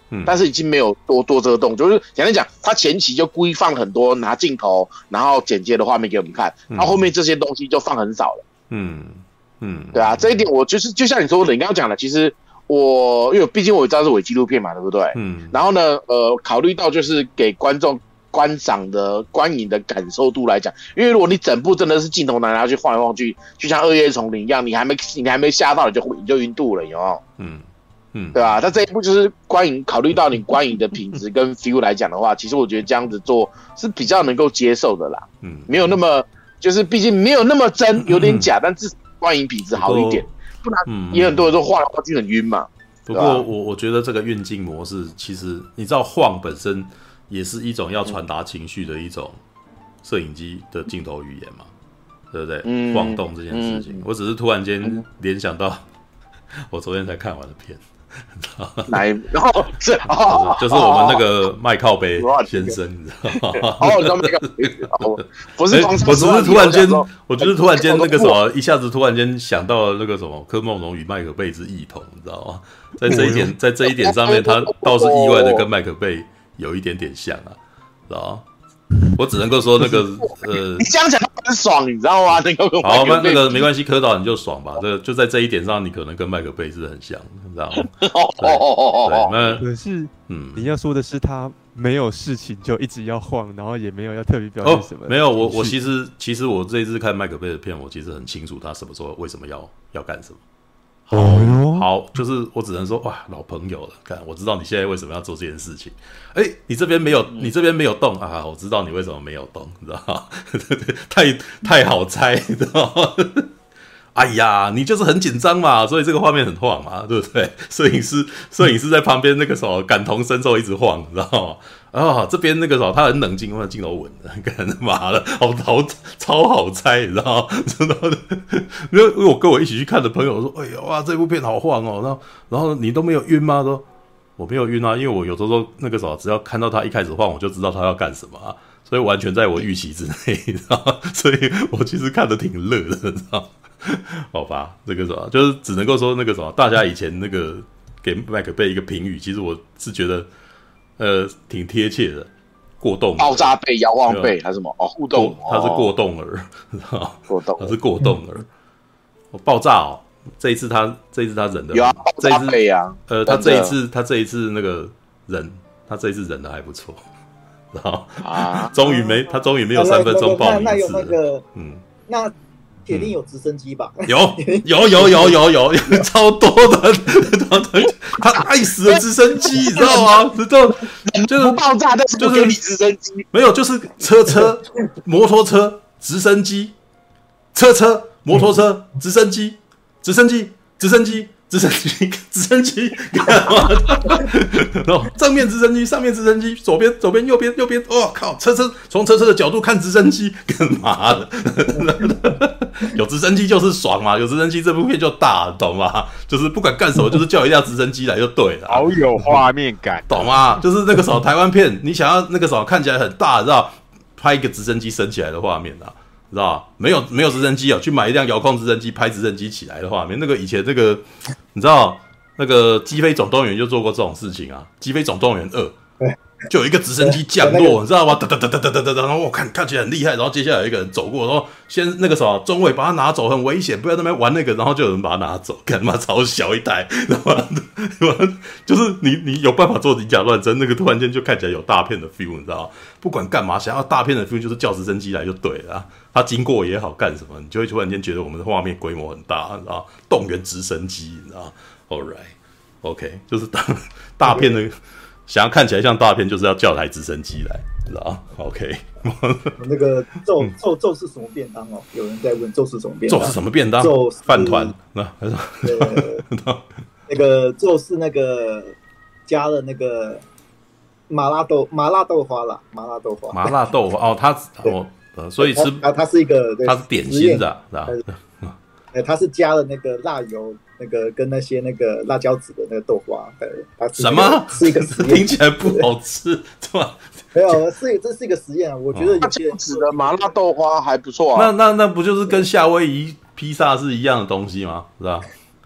Speaker 4: 嗯，但是已经没有多多这个动作，就是简单讲，他前期就故意放很多拿镜头，然后剪接的画面给我们看，然后后面这些东西就放很少了。嗯嗯，对啊，这一点我就是就像你说的，你刚刚讲的，其实我因为毕竟我知道是伪纪录片嘛，对不对？嗯，然后呢，呃，考虑到就是给观众观赏的观影的感受度来讲，因为如果你整部真的是镜头拿拿去晃来晃去，就像《恶夜丛林》一样，你还没你还没吓到，你就你就晕度了，有没有？嗯嗯，对吧？但这一部就是观影，考虑到你观影的品质跟 feel 来讲的话，其实我觉得这样子做是比较能够接受的啦。嗯，没有那么就是毕竟没有那么真，有点假，嗯、但至少观影品质好一点。不然也很多人说晃来晃去很晕嘛。
Speaker 1: 不过我我觉得这个运镜模式，其实你知道晃本身也是一种要传达情绪的一种摄影机的镜头语言嘛，对不对？嗯、晃动这件事情，嗯、我只是突然间联想到我昨天才看完的片。
Speaker 4: 来，然后是
Speaker 1: 哦，就是我们那个麦靠背先生，你知道吗？
Speaker 4: 哦，你知道麦靠背，不是，
Speaker 1: 我只是突然间，我就是突然间那个什么，一下子突然间想到了那个什么柯梦龙与麦可贝之异同，你知道吗？在这一点，在这一点上面，他倒是意外的跟麦可贝有一点点像啊，知道吗？我只能够说那个呃，
Speaker 4: 你这样讲很爽，你知道吗？那个
Speaker 1: 好，那那个没关系，柯导你就爽吧。这就在这一点上，你可能跟麦可贝是很像，你知道吗？
Speaker 4: 哦哦哦哦
Speaker 2: 哦。可是，嗯，你要说的是他没有事情就一直要晃，然后也没有要特别表现什么、哦。
Speaker 1: 没有，我我其实其实我这一次看麦可贝的片，我其实很清楚他什么时候为什么要要干什么。好，好，就是我只能说哇，老朋友了，看我知道你现在为什么要做这件事情。哎、欸，你这边没有，你这边没有动啊，我知道你为什么没有动，你知道吗？太太好猜，你知道吗？哎呀，你就是很紧张嘛，所以这个画面很晃嘛，对不对？摄影师，摄影师在旁边那个什么感同身受，一直晃，你知道吗？啊，这边那个什么，他很冷静，因为镜头稳的，干妈的，好好超好猜，你知道吗？真的，因为我跟我一起去看的朋友说，哎呀哇，这部片好晃哦，然后然后你都没有晕吗？说我没有晕啊，因为我有时候那个什么，只要看到他一开始晃，我就知道他要干什么啊，所以完全在我预期之内，你知道吗？所以我其实看得挺乐的，你知道吗？好吧，这个什么，就是只能够说那个什么，大家以前那个给麦可贝一个评语，其实我是觉得。呃，挺贴切的，过动
Speaker 4: 爆炸背、遥望背还是什么？哦，互动，
Speaker 1: 他是过动儿，哦、
Speaker 4: 过动，
Speaker 1: 他是过动儿。哦，爆炸哦！这一次他，这一次他忍的，
Speaker 4: 有啊，爆炸背啊。
Speaker 1: 呃，他这一次，他这一次那个忍，他这一次忍的还不错，然后啊，终于没，他终于没有三分钟爆名次。
Speaker 3: 那个，嗯，那。铁定有直升机吧？
Speaker 1: 有有有有有有有超多的，他爱死了直升机，你知道吗？知道
Speaker 4: 就是爆炸，但是就给你直升机，
Speaker 1: 没有，就是车车、摩托车、直升机、车车、摩托车、直升机、直升机、直升机。直升机，直升机，干嘛的？然后正面直升机，上面直升机，左边，左边，右边，右边。哦靠！车车从车车的角度看直升机，干嘛的？有直升机就是爽嘛，有直升机这部片就大，懂吗？就是不管干什么，就是叫一辆直升机来就对了。
Speaker 5: 好有画面感，
Speaker 1: 懂吗？就是那个时候台湾片，你想要那个时候看起来很大，知道拍一个直升机升起来的画面啊。知道没有没有直升机啊，去买一辆遥控直升机拍直升机起来的画面。那个以前那个你知道那个《机飞总动员》就做过这种事情啊，《机飞总动员二》就有一个直升机降落，你知道吗？哒哒哒哒哒哒哒，然后我看看起来很厉害，然后接下来有一个人走过，然后先那个什么中尉把他拿走，很危险，不要在那边玩那个，然后就有人把他拿走，干嘛超小一台，然后就是你你有办法做以假乱真，那个突然间就看起来有大片的 feel， 你知道吗？不管干嘛，想要大片的 feel 就是叫直升机来就对了、啊，他经过也好干什么，你就会突然间觉得我们的画面规模很大，你知道吗？动员直升机，你知道吗 ？All right， OK， 就是大大片的。想要看起来像大片，就是要叫台直升机来，知道吗 ？OK，
Speaker 3: 那个咒咒咒是什么便当哦？有人在问咒是什么便当？
Speaker 1: 咒是什么便当？
Speaker 3: 咒
Speaker 1: 饭团那还是
Speaker 3: 那个咒是那个加了那个麻辣豆麻辣豆花啦，麻辣豆花。
Speaker 1: 麻辣豆花哦，它哦呃，所以吃
Speaker 3: 它它是一个
Speaker 1: 它是点心的，是吧？
Speaker 3: 呃，它是加了那个辣油。那个跟那些那个辣椒籽的那个豆花，对，它是、那個、
Speaker 1: 什么？
Speaker 3: 是一个实验，
Speaker 1: 听起来不好吃，对吧？
Speaker 3: 没有，是这是一个实验啊。我觉得
Speaker 4: 辣椒籽的麻辣豆花还不错啊。
Speaker 1: 那那那不就是跟夏威夷披萨是一样的东西吗？是吧？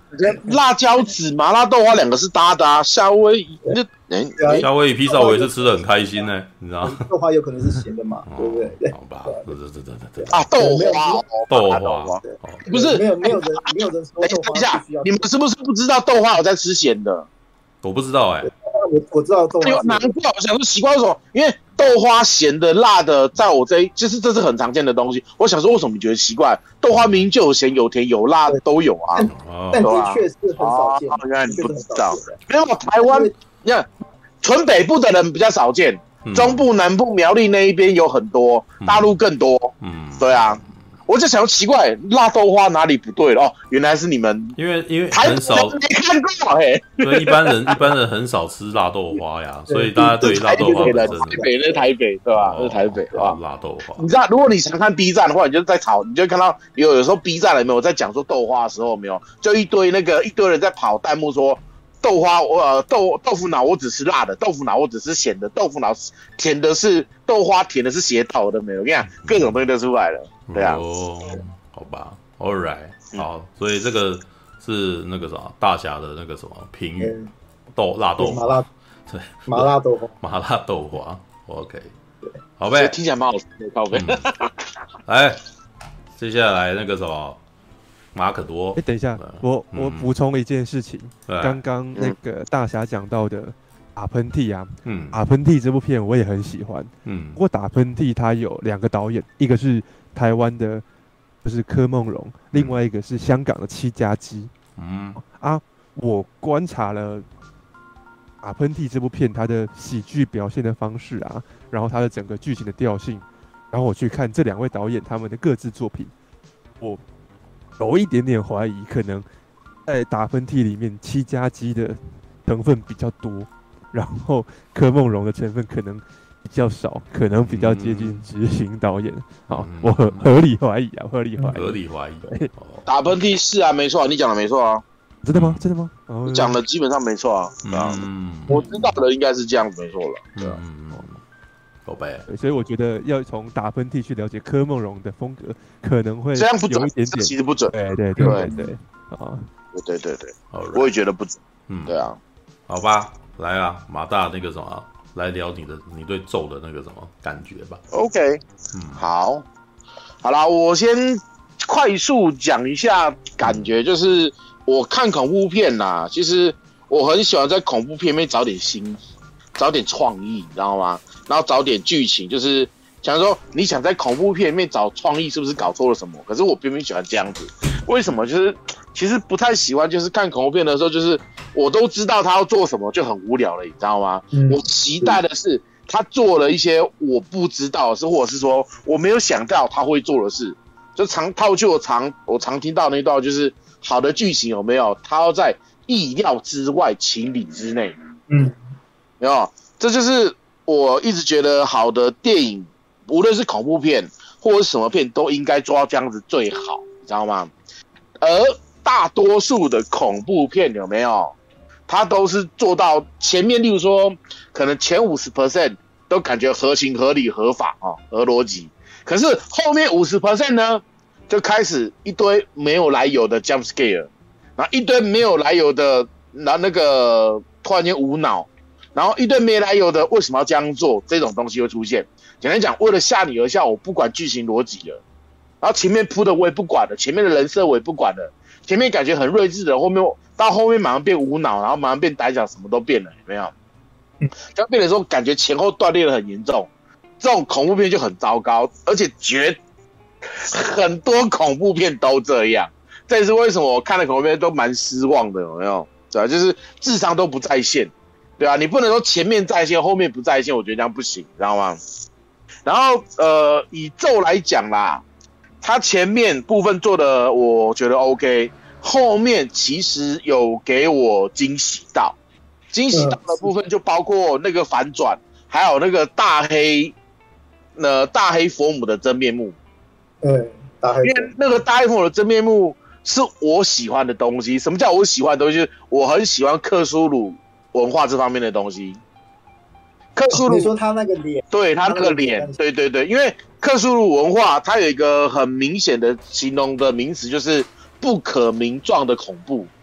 Speaker 4: 辣椒籽、麻辣豆花两个是搭的啊。夏威夷那
Speaker 1: 哎，夏威夷披萨我也是吃的很开心呢，你知道吗？
Speaker 3: 豆花有可能是咸的嘛，对不对？
Speaker 1: 好吧，对对对对对
Speaker 4: 啊，豆花，
Speaker 1: 豆花，
Speaker 4: 不是
Speaker 3: 没有没有人没有人说豆花。
Speaker 4: 等一下，你们是不是不知道豆花有在吃咸的？
Speaker 1: 我不知道哎。
Speaker 3: 我我知道豆花，
Speaker 4: 难怪我想说奇怪为什么？因为豆花咸的、辣的，在我这一就是这是很常见的东西。我想说为什么你觉得奇怪？豆花明明就有咸、有甜、有辣都有啊，
Speaker 3: 但的确是很少见。
Speaker 4: 原来你不知道，没有台湾，你看纯北部的人比较少见，中部、南部、苗栗那一边有很多，大陆更多。嗯，对啊。我就想奇怪，辣豆花哪里不对了？哦，原来是你们，
Speaker 1: 因为因为很少
Speaker 4: 没看过哎，
Speaker 1: 对一般人一般人很少吃辣豆花呀，所以大家对辣豆花本身，
Speaker 4: 台北那是台北对吧？那是台北啊，
Speaker 1: 辣豆花。
Speaker 4: 你知道，如果你常看 B 站的话，你就在炒，你就看到有有时候 B 站有没有在讲说豆花的时候，没有就一堆那个一堆人在跑弹幕说豆花，我呃豆豆腐脑我只吃辣的，豆腐脑我只吃咸的，豆腐脑甜的是豆花，甜的是邪道的，没有？我跟你讲，各种东西都出来了。对啊，
Speaker 1: 哦，好吧 ，All right， 好，所以这个是那个什么大侠的那个什么评语，豆辣豆
Speaker 3: 麻辣，
Speaker 1: 对，
Speaker 3: 麻辣豆花，
Speaker 1: 麻辣豆花 ，OK， 好呗，
Speaker 4: 听起来蛮好吃的，靠呗。
Speaker 1: 来，接下来那个什么马可多，
Speaker 2: 哎，等一下，我我补充一件事情，刚刚那个大侠讲到的。打喷嚏啊，嗯，打喷嚏这部片我也很喜欢，嗯，不过打喷嚏它有两个导演，一个是台湾的，就是柯梦荣，另外一个是香港的七家鸡，嗯啊，我观察了打喷嚏这部片它的喜剧表现的方式啊，然后它的整个剧情的调性，然后我去看这两位导演他们的各自作品，我有一点点怀疑，可能在打喷嚏里面七家鸡的成分比较多。然后柯梦荣的成分可能比较少，可能比较接近执行导演。好，嗯、我合合理怀疑啊，合理怀疑，
Speaker 1: 合理怀疑。
Speaker 4: 打喷嚏是啊，没错，你讲的没错啊。
Speaker 2: 真的吗？真的吗？
Speaker 4: 你讲的基本上没错啊。嗯，我知道的应该是这样子，没错了。对啊，嗯，
Speaker 1: 宝贝。
Speaker 2: 所以我觉得要从打喷嚏去了解柯梦荣的风格，可能会
Speaker 4: 这样不准，
Speaker 2: 有一点点，
Speaker 4: 其实不准。
Speaker 2: 对对对对对，啊，
Speaker 4: 对对对，我也觉得不准。嗯，对啊，
Speaker 1: 好吧。来啊，马大那个什么，来聊你的你对咒的那个什么感觉吧。
Speaker 4: OK， 嗯，好，好啦，我先快速讲一下感觉，就是我看恐怖片啦，其实我很喜欢在恐怖片里面找点新，找点创意，你知道吗？然后找点剧情，就是想说你想在恐怖片里面找创意，是不是搞错了什么？可是我偏偏喜欢这样子，为什么？就是其实不太喜欢，就是看恐怖片的时候，就是。我都知道他要做什么，就很无聊了，你知道吗？嗯、我期待的是他做了一些我不知道的事，或者是说我没有想到他会做的事。就常套句我常我常听到那一段，就是好的剧情有没有？他要在意料之外、情理之内。嗯，没有，这就是我一直觉得好的电影，无论是恐怖片或者是什么片，都应该做到这样子最好，你知道吗？而大多数的恐怖片有没有？他都是做到前面，例如说，可能前 百分之五十 都感觉合情合理合法啊，合逻辑。可是后面 百分之五十 呢，就开始一堆没有来由的 jump scare， 然后一堆没有来由的，然后那个突然间无脑，然后一堆没来由的为什么要这样做？这种东西会出现。简单讲，为了吓你而吓，我不管剧情逻辑了，然后前面铺的我也不管了，前面的人设我也不管了，前面感觉很睿智的，后面。到后面马上变无脑，然后马上变胆小，什么都变了，有没有？这样变的时候，感觉前后断裂的很严重，这种恐怖片就很糟糕，而且绝很多恐怖片都这样。这也是为什么我看的恐怖片都蛮失望的，有没有？对吧？就是智商都不在线，对啊，你不能说前面在线，后面不在线，我觉得这样不行，知道吗？然后呃，以咒来讲啦，他前面部分做的我觉得 OK。后面其实有给我惊喜到，惊喜到的部分就包括那个反转，还有那个大黑，呃，大黑佛母的真面目。
Speaker 3: 对，大黑。
Speaker 4: 因为那个大黑佛母的真面目是我喜欢的东西。什么叫我喜欢的东西？就是我很喜欢克苏鲁文化这方面的东西。克苏鲁，
Speaker 3: 你说他那个脸，
Speaker 4: 对他那个脸，对对对，因为克苏鲁文化它有一个很明显的形容的名词，就是。不可名状的恐怖，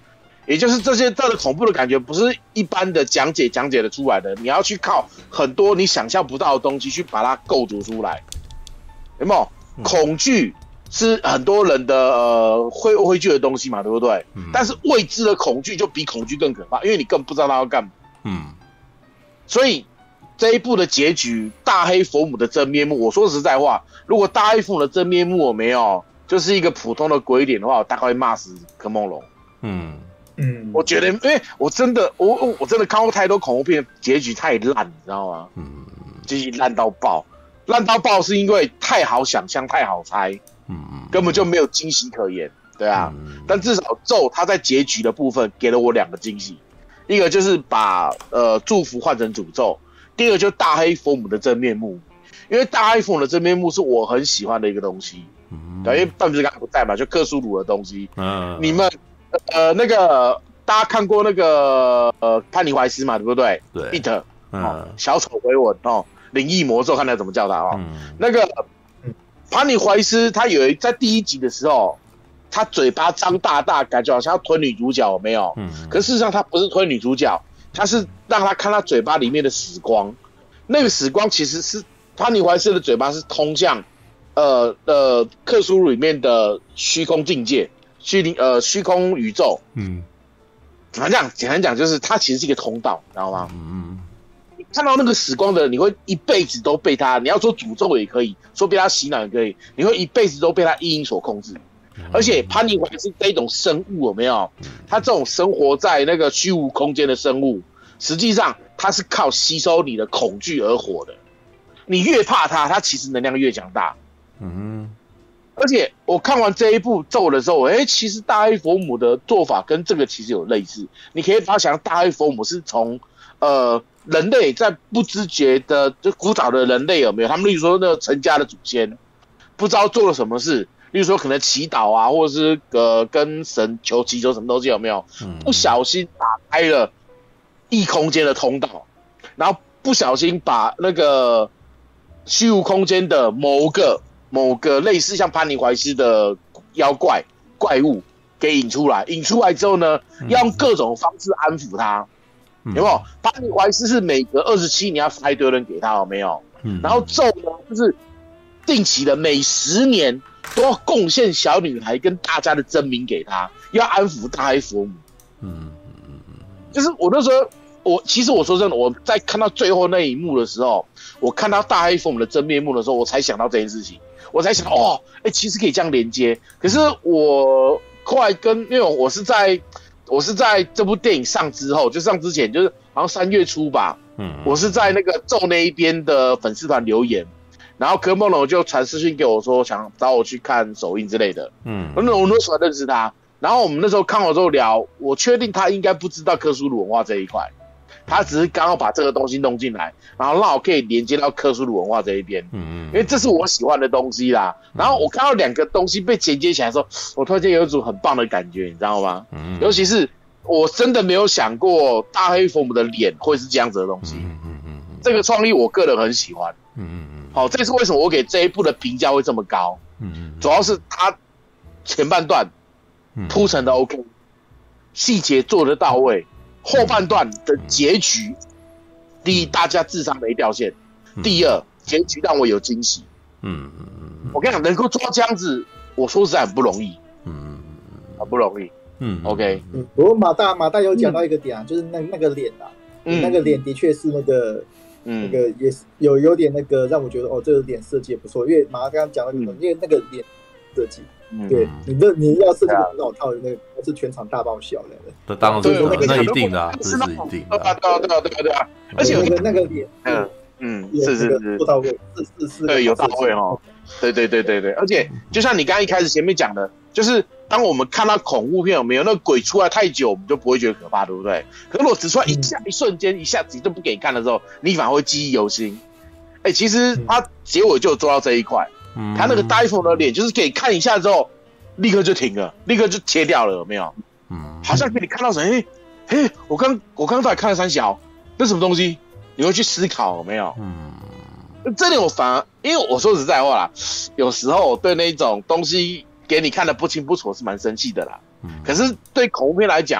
Speaker 4: 也就是这些这个恐怖的感觉不是一般的讲解讲解的出来的，你要去靠很多你想象不到的东西去把它构筑出来，有没有？嗯、恐惧是很多人的呃会畏惧的东西嘛，对不对？嗯、但是未知的恐惧就比恐惧更可怕，因为你更不知道他要干嘛。嗯，所以这一部的结局，大黑佛母的真面目，我说实在话，如果大黑佛母的真面目我没有，就是一个普通的鬼脸的话，我大概会骂死柯梦龙。嗯。嗯，我觉得，因为我真的，我我真的看过太多恐怖片，结局太烂，你知道吗？嗯，结局烂到爆，烂到爆是因为太好想象，太好猜，嗯，根本就没有惊喜可言，对啊。嗯、但至少咒他在结局的部分给了我两个惊喜，一个就是把呃祝福换成诅咒，第二个就是大黑佛母的真面目，因为大黑佛母的真面目是我很喜欢的一个东西，嗯，对，因为半不是刚刚不在嘛，就克苏鲁的东西，嗯，你们。呃，那个大家看过那个呃潘尼怀斯嘛，对不对？对 ，It， 嗯、哦，小丑回魂哦，灵异魔咒，看他怎么叫他哦。嗯、那个潘尼怀斯他有一在第一集的时候，他嘴巴张大大，感觉好像要吞女主角，有没有？嗯。可事实上他不是吞女主角，他是让他看他嘴巴里面的死光。那个死光其实是潘尼怀斯的嘴巴是通向呃呃克苏鲁里面的虚空境界。虚呃虚空宇宙，嗯，简单讲，简单讲就是它其实是一个通道，你知道吗？嗯，你看到那个死光的人，你会一辈子都被他，你要说诅咒也可以，说被他洗脑也可以，你会一辈子都被他意淫所控制。嗯、而且潘尼怀斯这一种生物有没有？他这种生活在那个虚无空间的生物，实际上它是靠吸收你的恐惧而活的。你越怕它，它其实能量越强大。嗯。而且我看完这一部咒的时候，哎，其实大黑佛母的做法跟这个其实有类似。你可以把它想象大黑佛母是从呃人类在不知觉的，就古早的人类有没有？他们例如说那个陈家的祖先，不知道做了什么事，例如说可能祈祷啊，或者是呃跟神求祈求什么东西有没有？嗯、不小心打开了异空间的通道，然后不小心把那个虚无空间的某个。某个类似像潘尼怀斯的妖怪怪物给引出来，引出来之后呢，要用各种方式安抚他，嗯、有没有？潘尼怀斯是每隔二十七年要发一堆人给他，有没有？嗯、然后咒呢，就是定期的每十年都要贡献小女孩跟大家的真名给他，要安抚大黑佛母。嗯嗯嗯，就是我那时候，我其实我说真的，我在看到最后那一幕的时候，我看到大黑佛母的真面目的时候，我才想到这件事情。我才想哦，哎、欸，其实可以这样连接。可是我后来跟，因为我是在，我是在这部电影上之后，就上之前，就是好像三月初吧，嗯，我是在那个咒那一边的粉丝团留言，然后柯梦龙就传私讯给我说，想找我去看首映之类的，嗯，那我那时候认识他，然后我们那时候看完之后聊，我确定他应该不知道克苏鲁文化这一块。他只是刚好把这个东西弄进来，然后让我可以连接到克苏鲁文化这一边，嗯，因为这是我喜欢的东西啦。然后我看到两个东西被衔接起来的时候，我突然间有一种很棒的感觉，你知道吗？嗯，尤其是我真的没有想过大黑佛母的脸会是这样子的东西，嗯嗯嗯，这个创意我个人很喜欢，嗯嗯嗯。好，这是为什么我给这一部的评价会这么高，嗯嗯，主要是它前半段铺陈的 OK， 细节做得到位。后半段的结局，第一，大家智商没掉线；第二，结局让我有惊喜。嗯嗯嗯，我跟你讲，能够做到这样子，我说实在很不容易。嗯嗯嗯，很不容易。嗯 ，OK。
Speaker 3: 嗯，不过马大马大有讲到一个点啊，就是那那个脸啊，嗯、那个脸的确是那个，嗯、那个也是有有点那个让我觉得哦，这个脸设计也不错。因为马大刚刚讲到那个，嗯、因为那个脸设计。嗯、对，你的你要设计的很好套，那个是全场大爆笑的。
Speaker 1: 这当然是那一定的，这是一定的。
Speaker 4: 对啊，对啊，对啊，对啊。而且
Speaker 3: 那个那个脸，
Speaker 4: 嗯嗯，是是是，
Speaker 3: 做到位，是是是，
Speaker 4: 对，有到位哦。对对对对对，而且就像你刚刚一开始前面讲的，就是当我们看到恐怖片有没有那个鬼出来太久，我们就不会觉得可怕，对不对？可是如果只出来一下一瞬间，一下子就不给你看的时候，你反而会记忆犹新。哎，其实他结尾就有做到这一块。他那个呆佛的脸，就是可以看一下之后，立刻就停了，立刻就切掉了，有没有？嗯，好像给你看到什么？嘿，嘿，我刚我刚才看了三小，那什么东西？你会去思考，有没有？嗯，这点我反而，因为我说实在话啦，有时候我对那种东西给你看的不清不楚是蛮生气的啦。嗯，可是对恐怖片来讲，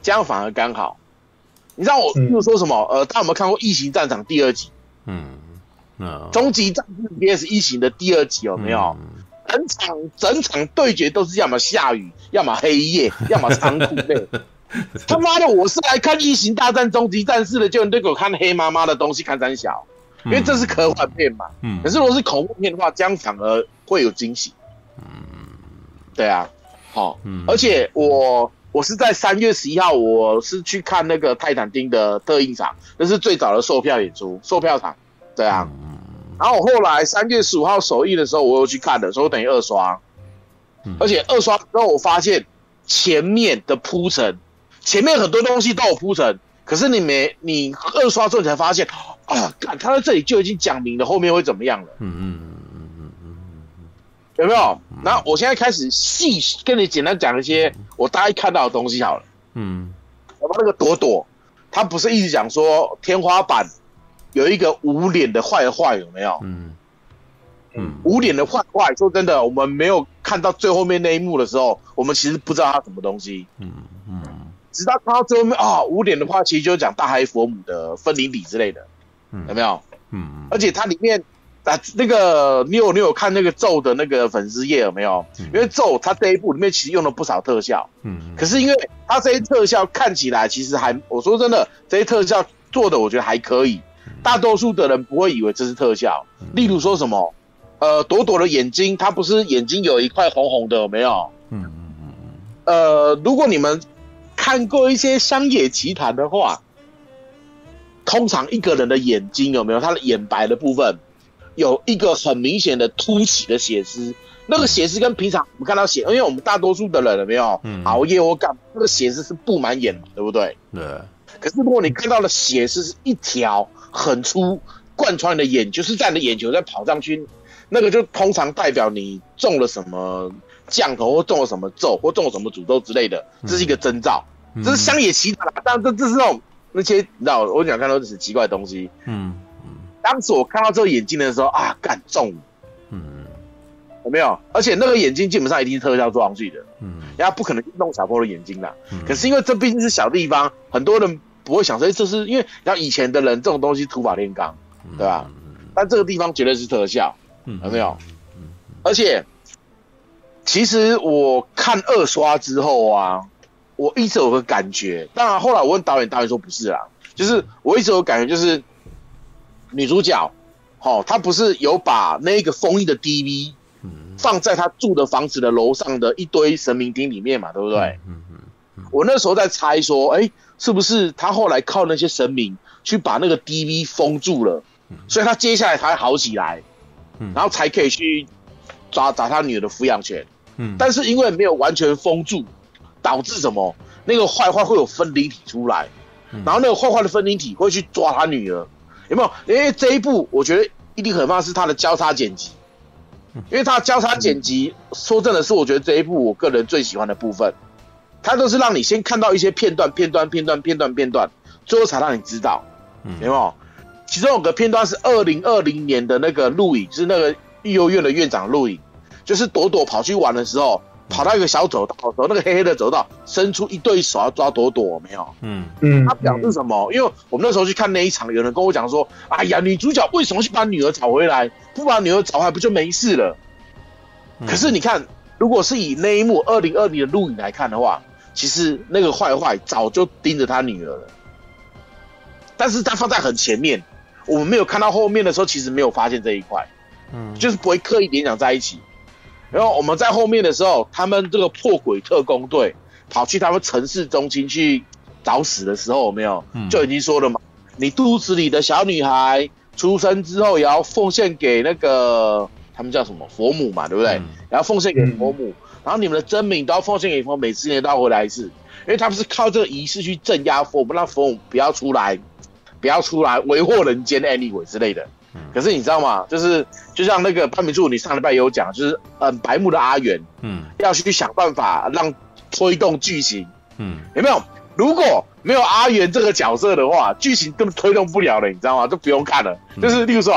Speaker 4: 这样反而刚好。你知道我又说什么？呃，大家有没有看过《异形战场》第二集？嗯，嗯，终极战士 V S 异形的第二集有没有？嗯、整场整场对决都是要么下雨，要么黑夜，要么仓库内。他妈的，我是来看《异形大战终极战士》的，就你对我看黑妈妈的东西看三小，因为这是科幻片嘛。嗯，可是如果是恐怖片的话，这样反而会有惊喜。嗯，对啊，好、哦，嗯、而且我。我是在三月十一号，我是去看那个泰坦丁的特映场，那是最早的售票演出，售票场，对啊。然后我后来三月十五号首映的时候，我又去看的，所以我等于二刷。而且二刷之后，我发现前面的铺陈，前面很多东西都有铺陈，可是你没你二刷之后，你才发现啊，看他在这里就已经讲明了后面会怎么样了。嗯嗯嗯嗯嗯嗯，有没有？然后我现在开始细跟你简单讲一些我大概看到的东西好了。嗯，我把那个朵朵，他不是一直讲说天花板有一个无脸的坏坏，有没有？嗯嗯，无脸的坏坏，说真的，我们没有看到最后面那一幕的时候，我们其实不知道他什么东西。嗯嗯，直到看到最后面啊，无脸的话其实就是讲大海佛母的分灵体之类的，有没有？嗯，而且它里面。啊，那个你有你有看那个咒的那个粉丝页有没有？嗯、因为咒它这一部里面其实用了不少特效，嗯，可是因为它这些特效看起来其实还，我说真的，这些特效做的我觉得还可以，大多数的人不会以为这是特效。嗯、例如说什么，呃，朵朵的眼睛，它不是眼睛有一块红红的有没有？嗯嗯嗯嗯。呃，如果你们看过一些乡野奇谈的话，通常一个人的眼睛有没有他的眼白的部分？有一个很明显的凸起的血丝，那个血丝跟平常我们看到血，因为我们大多数的人有没有、嗯、熬夜或干嘛，那个血丝是布满眼嘛，对不对？对。可是如果你看到的血丝是一条很粗，贯穿你的眼，就是在你的眼球再跑上去，那个就通常代表你中了什么降头或中了什么咒或中了什么诅咒之类的，这是一个征兆。嗯、这是乡野奇谈啦，但这这是那种那些你知道，我想看到是奇怪的东西。嗯。当时我看到这个眼镜的时候啊，干中了，嗯，有没有？而且那个眼镜基本上一定是特效做上去的，嗯，人家不可能弄小波的眼睛啦。嗯、可是因为这毕竟是小地方，很多人不会想说，这是因为然后以前的人这种东西土法炼钢，对吧？嗯、但这个地方绝对是特效，嗯、有没有？嗯、而且其实我看二刷之后啊，我一直有个感觉，当然后来我问导演，导演说不是啦，就是我一直有感觉就是。女主角，哦，她不是有把那个封印的 D V 放在她住的房子的楼上的一堆神明厅里面嘛，对不对？嗯嗯嗯、我那时候在猜说，哎，是不是她后来靠那些神明去把那个 D V 封住了，嗯、所以她接下来才好起来，嗯、然后才可以去抓找她女儿的抚养权。嗯、但是因为没有完全封住，导致什么？那个坏坏会有分灵体出来，嗯、然后那个坏坏的分灵体会去抓她女儿。有没有？因为这一部我觉得一定很棒，是它的交叉剪辑，因为它交叉剪辑，说真的是我觉得这一部我个人最喜欢的部分，它都是让你先看到一些片段、片段、片段、片段、片段，最后才让你知道，有没有？其中有个片段是二零二零年的那个录影，就是那个育幼院的院长录影，就是朵朵跑去玩的时候。跑到一个小走道的时候，那个黑黑的走道伸出一对手要抓朵朵，没有？嗯嗯，他表示什么？因为我们那时候去看那一场，有人跟我讲说：“哎呀，女主角为什么去把女儿找回来？不把女儿找回来不就没事了？”嗯、可是你看，如果是以那一幕二零二零的录影来看的话，其实那个坏坏早就盯着他女儿了，但是他放在很前面，我们没有看到后面的时候，其实没有发现这一块，嗯，就是不会刻意联想在一起。然后我们在后面的时候，他们这个破鬼特工队跑去他们城市中心去找死的时候，有没有？嗯、就已经说了嘛，你肚子里的小女孩出生之后也要奉献给那个他们叫什么佛母嘛，对不对？嗯、然后奉献给佛母，嗯、然后你们的真名都要奉献给佛母，每四年都要回来一次，因为他们是靠这个仪式去镇压佛母，让佛母不要出来，不要出来为祸人间 anyway 之类的。可是你知道吗？就是就像那个潘明柱，你上礼拜有讲，就是嗯，白目的阿元，嗯，要去想办法让推动剧情，嗯，有没有？如果没有阿元这个角色的话，剧情根本推动不了了，你知道吗？就不用看了。嗯、就是例如说好了，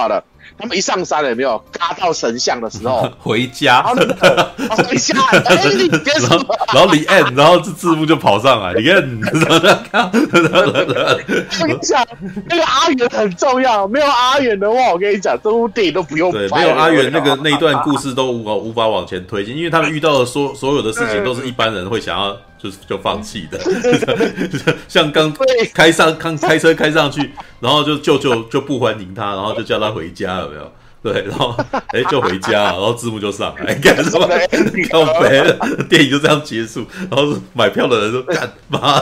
Speaker 4: 他们一上山了有没有？嘎到神像的时候
Speaker 1: 回家，
Speaker 4: 然后那个回家，哎，你别说，
Speaker 1: 然后你按，然后这字幕就跑上来，你按，
Speaker 4: 我跟你讲，那个阿元很重要，没有阿元的话，我跟你讲，这部电影都不用拍。
Speaker 1: 对，没有阿元那个那一段故事都无法无法往前推进，因为他们遇到的所所有的事情都是一般人会想要就就放弃的，像刚开上刚开车开上去，然后就舅舅就不欢迎他，然后就叫他回家，有没有？对，然后哎就回家，然后字幕就上来，干什么？靠北了，电影就这样结束，然后买票的人都干妈，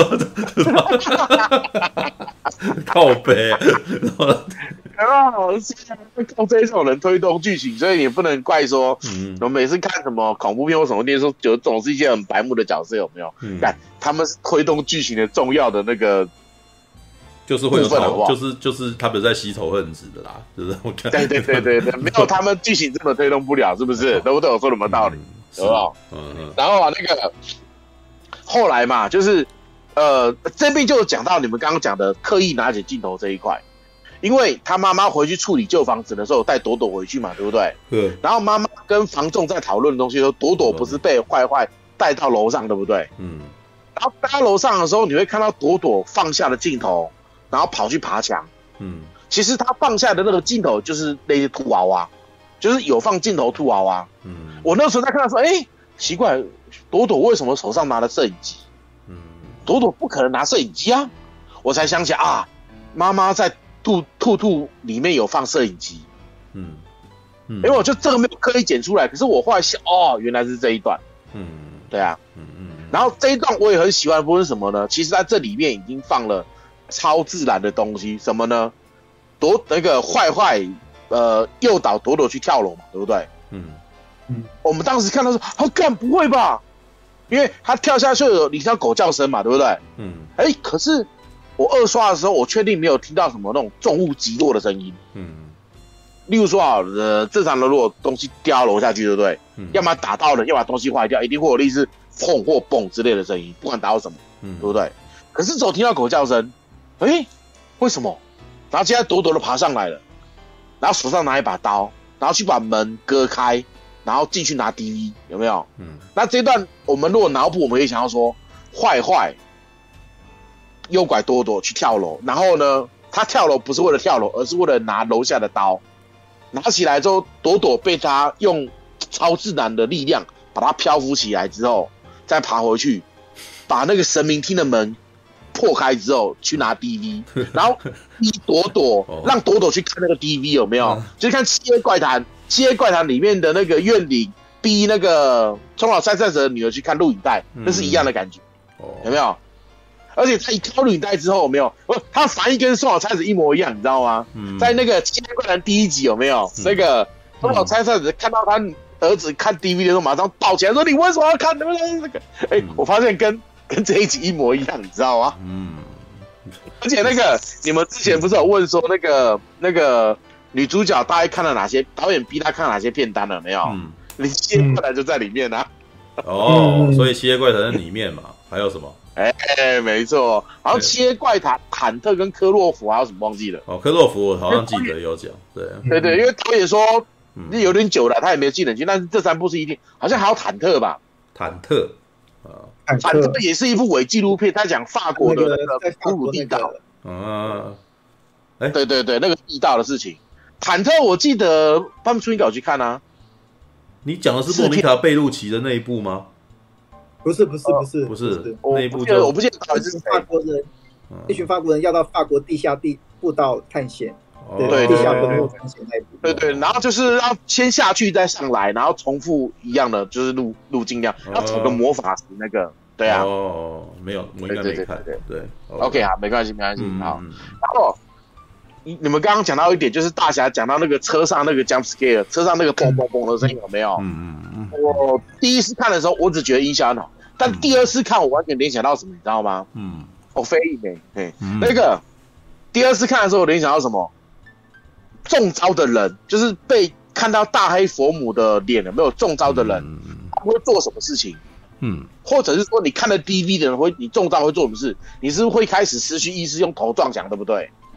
Speaker 1: 靠北，然后。
Speaker 4: 然后靠这种人推动剧情，所以你不能怪说，嗯，我每次看什么恐怖片或什么电视，就总是一些很白目的角色，有没有？嗯，但他们是推动剧情的重要的那个。
Speaker 1: 就是会有仇，就是就是他们在吸仇恨值的啦，就是我看。
Speaker 4: 对对对对对，没有他们剧情真的推动不了，是不是？对不对？我说什么道理？有没有？嗯嗯。然后啊，那个后来嘛，就是呃，这边就讲到你们刚刚讲的刻意拿起镜头这一块，因为他妈妈回去处理旧房子的时候带朵朵回去嘛，对不对？对。然后妈妈跟房仲在讨论的东西说，朵朵不是被坏坏带到楼上，对不对？嗯。然后带到楼上的时候，你会看到朵朵放下了镜头。然后跑去爬墙，嗯，其实他放下的那个镜头就是类似兔娃娃，就是有放镜头兔娃娃，嗯，我那时候在看到说，哎，奇怪，朵朵为什么手上拿了摄影机？嗯，朵朵不可能拿摄影机啊，我才想起来啊，妈妈在兔兔兔里面有放摄影机，嗯嗯，因为我就这个没有刻意剪出来，可是我后来想，哦，原来是这一段，嗯，对啊，嗯嗯，然后这一段我也很喜欢的部分是什么呢？其实在这里面已经放了。超自然的东西什么呢？朵那个坏坏呃诱导朵朵去跳楼嘛，对不对？嗯嗯，我们当时看到说，好干不会吧？因为他跳下去有你听到狗叫声嘛，对不对？嗯，哎、欸，可是我二刷的时候，我确定没有听到什么那种重物击落的声音。嗯，例如说啊，呃，正常的如果东西掉楼下去，对不对？嗯，要么打到人，要么东西坏掉，一定会有类似砰或蹦之类的声音，不管打到什么，嗯，对不对？可是只有听到狗叫声。哎、欸，为什么？然后现在朵朵的爬上来了，然后手上拿一把刀，然后去把门割开，然后进去拿 D V， 有没有？嗯。那这段我们如果脑补，我们也想要说，坏坏诱拐朵朵去跳楼，然后呢，他跳楼不是为了跳楼，而是为了拿楼下的刀，拿起来之后，朵朵被他用超自然的力量把它漂浮起来之后，再爬回去，把那个神明厅的门。破开之后去拿 D V， 然后逼朵朵，让朵朵去看那个 D V 有没有？嗯、就是看《七夜怪谈》，《七夜怪谈》里面的那个怨灵逼那个冲老参赛者的女儿去看录影带，嗯、那是一样的感觉，哦、有没有？而且他一看录影带之后，有没有？他反应跟宋老参赛者一模一样，你知道吗？嗯、在那个《七夜怪谈》第一集有没有？嗯、那个冲老参赛者看到他儿子看 D V 的时候，马上抱起来说：“你为什么要看那个？”哎、欸，我发现跟。跟这一集一模一样，你知道吗？嗯，而且那个你们之前不是有问说那个那个女主角大概看了哪些，导演逼她看了哪些片单了没有？嗯，你《七夜怪谈》就在里面啊。
Speaker 1: 哦，所以《七夜怪谈》在里面嘛，还有什么？
Speaker 4: 哎、欸，没错。然后《七夜怪谈》忐忑跟科洛弗还有什么忘记了？
Speaker 1: 哦，科洛弗我好像记得有讲，对
Speaker 4: 对对，因为导演说有点久了，他也没有记冷静，但是这三部是一定，好像还有忐忑吧？
Speaker 1: 忐忑。
Speaker 4: 忐忑也是一部伪纪录片，他讲法国的那个普鲁地道。嗯，哎，对对对，那个地道的事情。忐忑我记得他们出应该有去看啊。
Speaker 1: 你讲的是莫妮卡贝鲁奇的那一部吗？
Speaker 3: 不是不是不是
Speaker 1: 不是那一部，
Speaker 4: 我不记得到底是
Speaker 3: 法国人，一群法国人要到法国地下地步道探险。
Speaker 4: 对，
Speaker 3: 地下坟墓探险那一部。
Speaker 4: 对对，然后就是要先下去再上来，然后重复一样的就是路路径量，要找个魔法师那个。对啊，
Speaker 1: 哦，没有，我应该没看。对对
Speaker 4: ，OK 啊，没关系，没关系。好，然后你们刚刚讲到一点，就是大侠讲到那个车上那个 jump scare， 车上那个嘣嘣嘣的声音有没有？嗯嗯嗯。我第一次看的时候，我只觉得音效很好，但第二次看我完全联想到什么，你知道吗？嗯，哦，飞影诶，嘿，那个第二次看的时候，我联想到什么？中招的人，就是被看到大黑佛母的脸有没有中招的人，他会做什么事情？嗯，或者是说你看了 D V 的人会，你中招会做什么事？你是不是会开始失去意识，用头撞墙，对不对？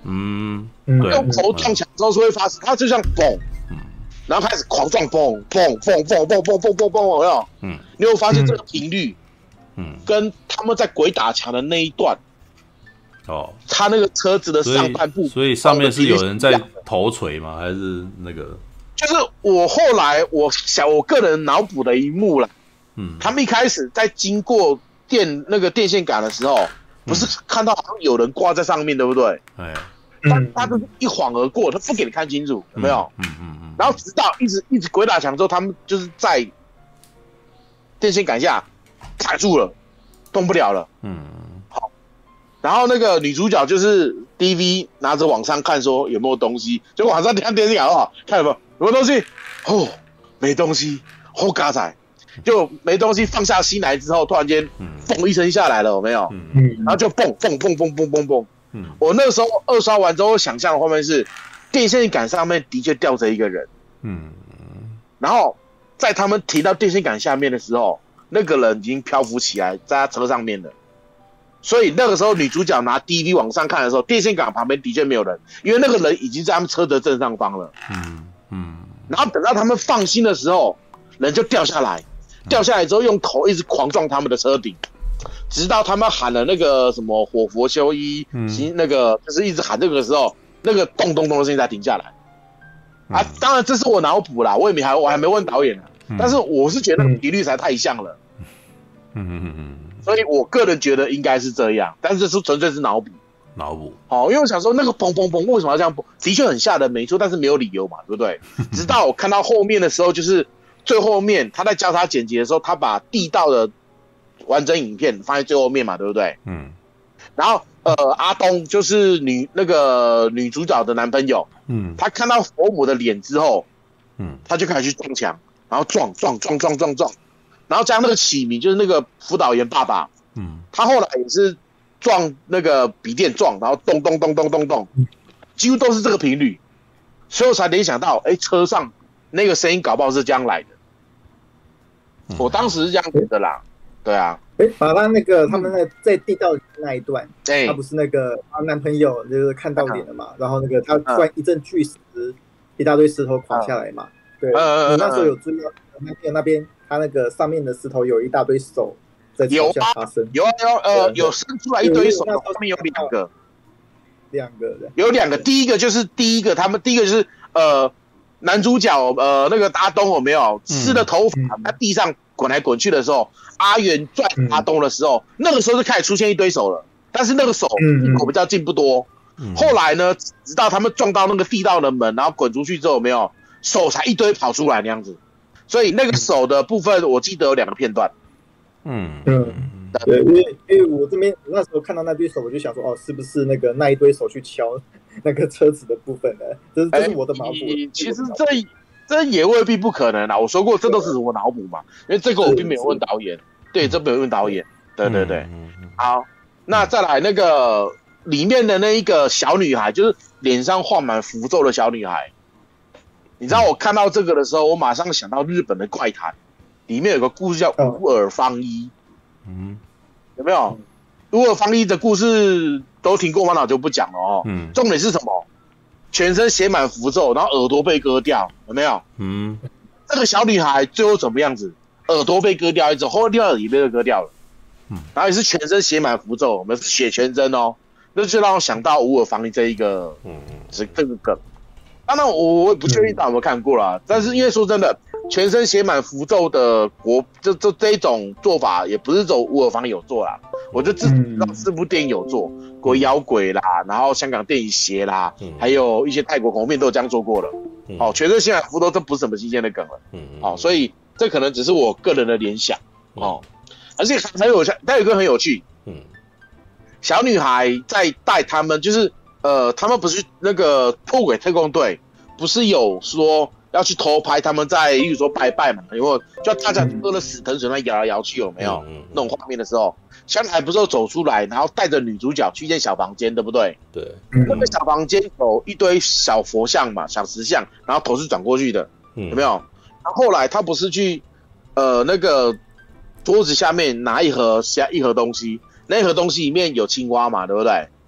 Speaker 1: 嗯，对，
Speaker 4: 用头撞墙之后是会发生，它就像嘣，然后开始狂撞嘣嘣嘣嘣嘣嘣嘣嘣嘣，有没有？嗯，你会发现这个频率，嗯，跟他们在鬼打墙的那一段。哦，他那个车子的上半部，
Speaker 1: 所以, 所以上面是有人在头锤吗？还是那个？
Speaker 4: 就是我后来我想我个人脑补的一幕啦。嗯，他们一开始在经过电那个电线杆的时候，不是看到好像有人挂在上面，对不对？哎，但他就是一晃而过，他不给你看清楚，有没有？嗯嗯嗯。然后直到一直一直鬼打墙之后，他们就是在电线杆下卡住了，动不了了。嗯。然后那个女主角就是 D V 拿着往上看，说有没有东西，就往上看电视好不好？看有没有有没有东西？哦，没东西，好嘎仔，就没东西。放下心来之后，突然间，嘣一声下来了，有没有？嗯，然后就嘣嘣嘣嘣嘣嘣嘣。嗯，我那时候二刷完之后，想象的画面是电线杆上面的确吊着一个人。嗯，然后在他们提到电线杆下面的时候，那个人已经漂浮起来，在他车上面了。所以那个时候，女主角拿 D V 往上看的时候，电线杆旁边的确没有人，因为那个人已经在他们车的正上方了。嗯嗯。然后等到他们放心的时候，人就掉下来，掉下来之后用头一直狂撞他们的车顶，直到他们喊了那个什么火佛修一，嗯，那个就是一直喊这个的时候，那个咚咚咚的声音才停下来。嗯、啊，当然这是我脑补啦，我也没还我还没问导演呢、嗯，但是我是觉得那个比率才太像了。嗯嗯嗯嗯。所以我个人觉得应该是这样，但是是纯粹是脑补，
Speaker 1: 脑补。
Speaker 4: 好、哦，因为我想说那个砰砰砰为什么要这样砰？的确很吓人，没错，但是没有理由嘛，对不对？直到我看到后面的时候，就是最后面他在交叉剪辑的时候，他把地道的完整影片放在最后面嘛，对不对？嗯。然后呃，阿东就是女那个女主角的男朋友，嗯，他看到佛母的脸之后，嗯，他就开始去撞墙，然后撞撞撞撞撞撞。然后加上那个启明，就是那个辅导员爸爸，嗯，他后来也是撞那个笔电撞，然后咚咚咚咚咚咚，几乎都是这个频率，所以我才联想到，哎，车上那个声音搞不好是这样来的。嗯、我当时是这样觉得啦，对啊。
Speaker 3: 哎，把他那个他们那在地道那一段，哎、嗯，他不是那个她男朋友就是看到脸了嘛，嗯、然后那个他突然一阵巨石，嗯、一大堆石头垮下来嘛，嗯、对，嗯、你那时候有注意到男朋友那边。他那个上面的石头有一大堆手在朝向他伸，
Speaker 4: 有啊有呃有伸出来一堆手，上面有两个，
Speaker 3: 两个的，
Speaker 4: 有两个。第一个就是第一个，他们第一个就是呃男主角呃那个阿东有没有湿了头发在地上滚来滚去的时候，阿元拽阿东的时候，那个时候就开始出现一堆手了，但是那个手离口比较近不多。后来呢，直到他们撞到那个地道的门，然后滚出去之后，有没有手才一堆跑出来那样子。所以那个手的部分，我记得有两个片段。嗯
Speaker 3: 嗯，对，因为因为我这边那时候看到那堆手，我就想说，哦，是不是那个那一堆手去敲那个车子的部分呢？这是这是我的脑补。
Speaker 4: 其实这这也未必不可能啦。我说过，这都是我脑补嘛，因为这个我并没有问导演。对，这没有问导演。对对对。好，那再来那个里面的那一个小女孩，就是脸上画满符咒的小女孩。你知道我看到这个的时候，我马上想到日本的怪谈，里面有个故事叫无耳方一，嗯，有没有？无耳方一的故事都听过吗？那就不讲了哦。嗯，重点是什么？全身写满符咒，然后耳朵被割掉，有没有？嗯，这个小女孩最后怎么样子？耳朵被割掉一只，后另外也被割掉了，嗯，然后也是全身写满符咒，我们是血全身哦，那就让我想到无耳方一这一个，嗯嗯，这这个梗。当然我我不确定大家有没有看过啦，但是因为说真的，全身写满符咒的国这这这一种做法也不是走无耳方有做啦，我就知道这部电影有做鬼妖鬼啦，然后香港电影邪啦，还有一些泰国恐怖片都有这样做过了。哦，全身写满符咒这不是什么新鲜的梗了。嗯，哦，所以这可能只是我个人的联想哦，而且还有还有一个很有趣，嗯，小女孩在带他们就是。呃，他们不是那个脱轨特工队，不是有说要去偷拍他们在，例如说拜拜嘛，因为就大家喝了死藤水那摇来摇去，有没有、嗯嗯、那种画面的时候，小女孩不是有走出来，然后带着女主角去一间小房间，对不对？
Speaker 1: 对，
Speaker 4: 那个小房间有一堆小佛像嘛，小石像，然后头是转过去的，嗯、有没有？然后后来他不是去呃那个桌子下面拿一盒下一盒东西，那一盒东西里面有青蛙嘛，对不对？嗯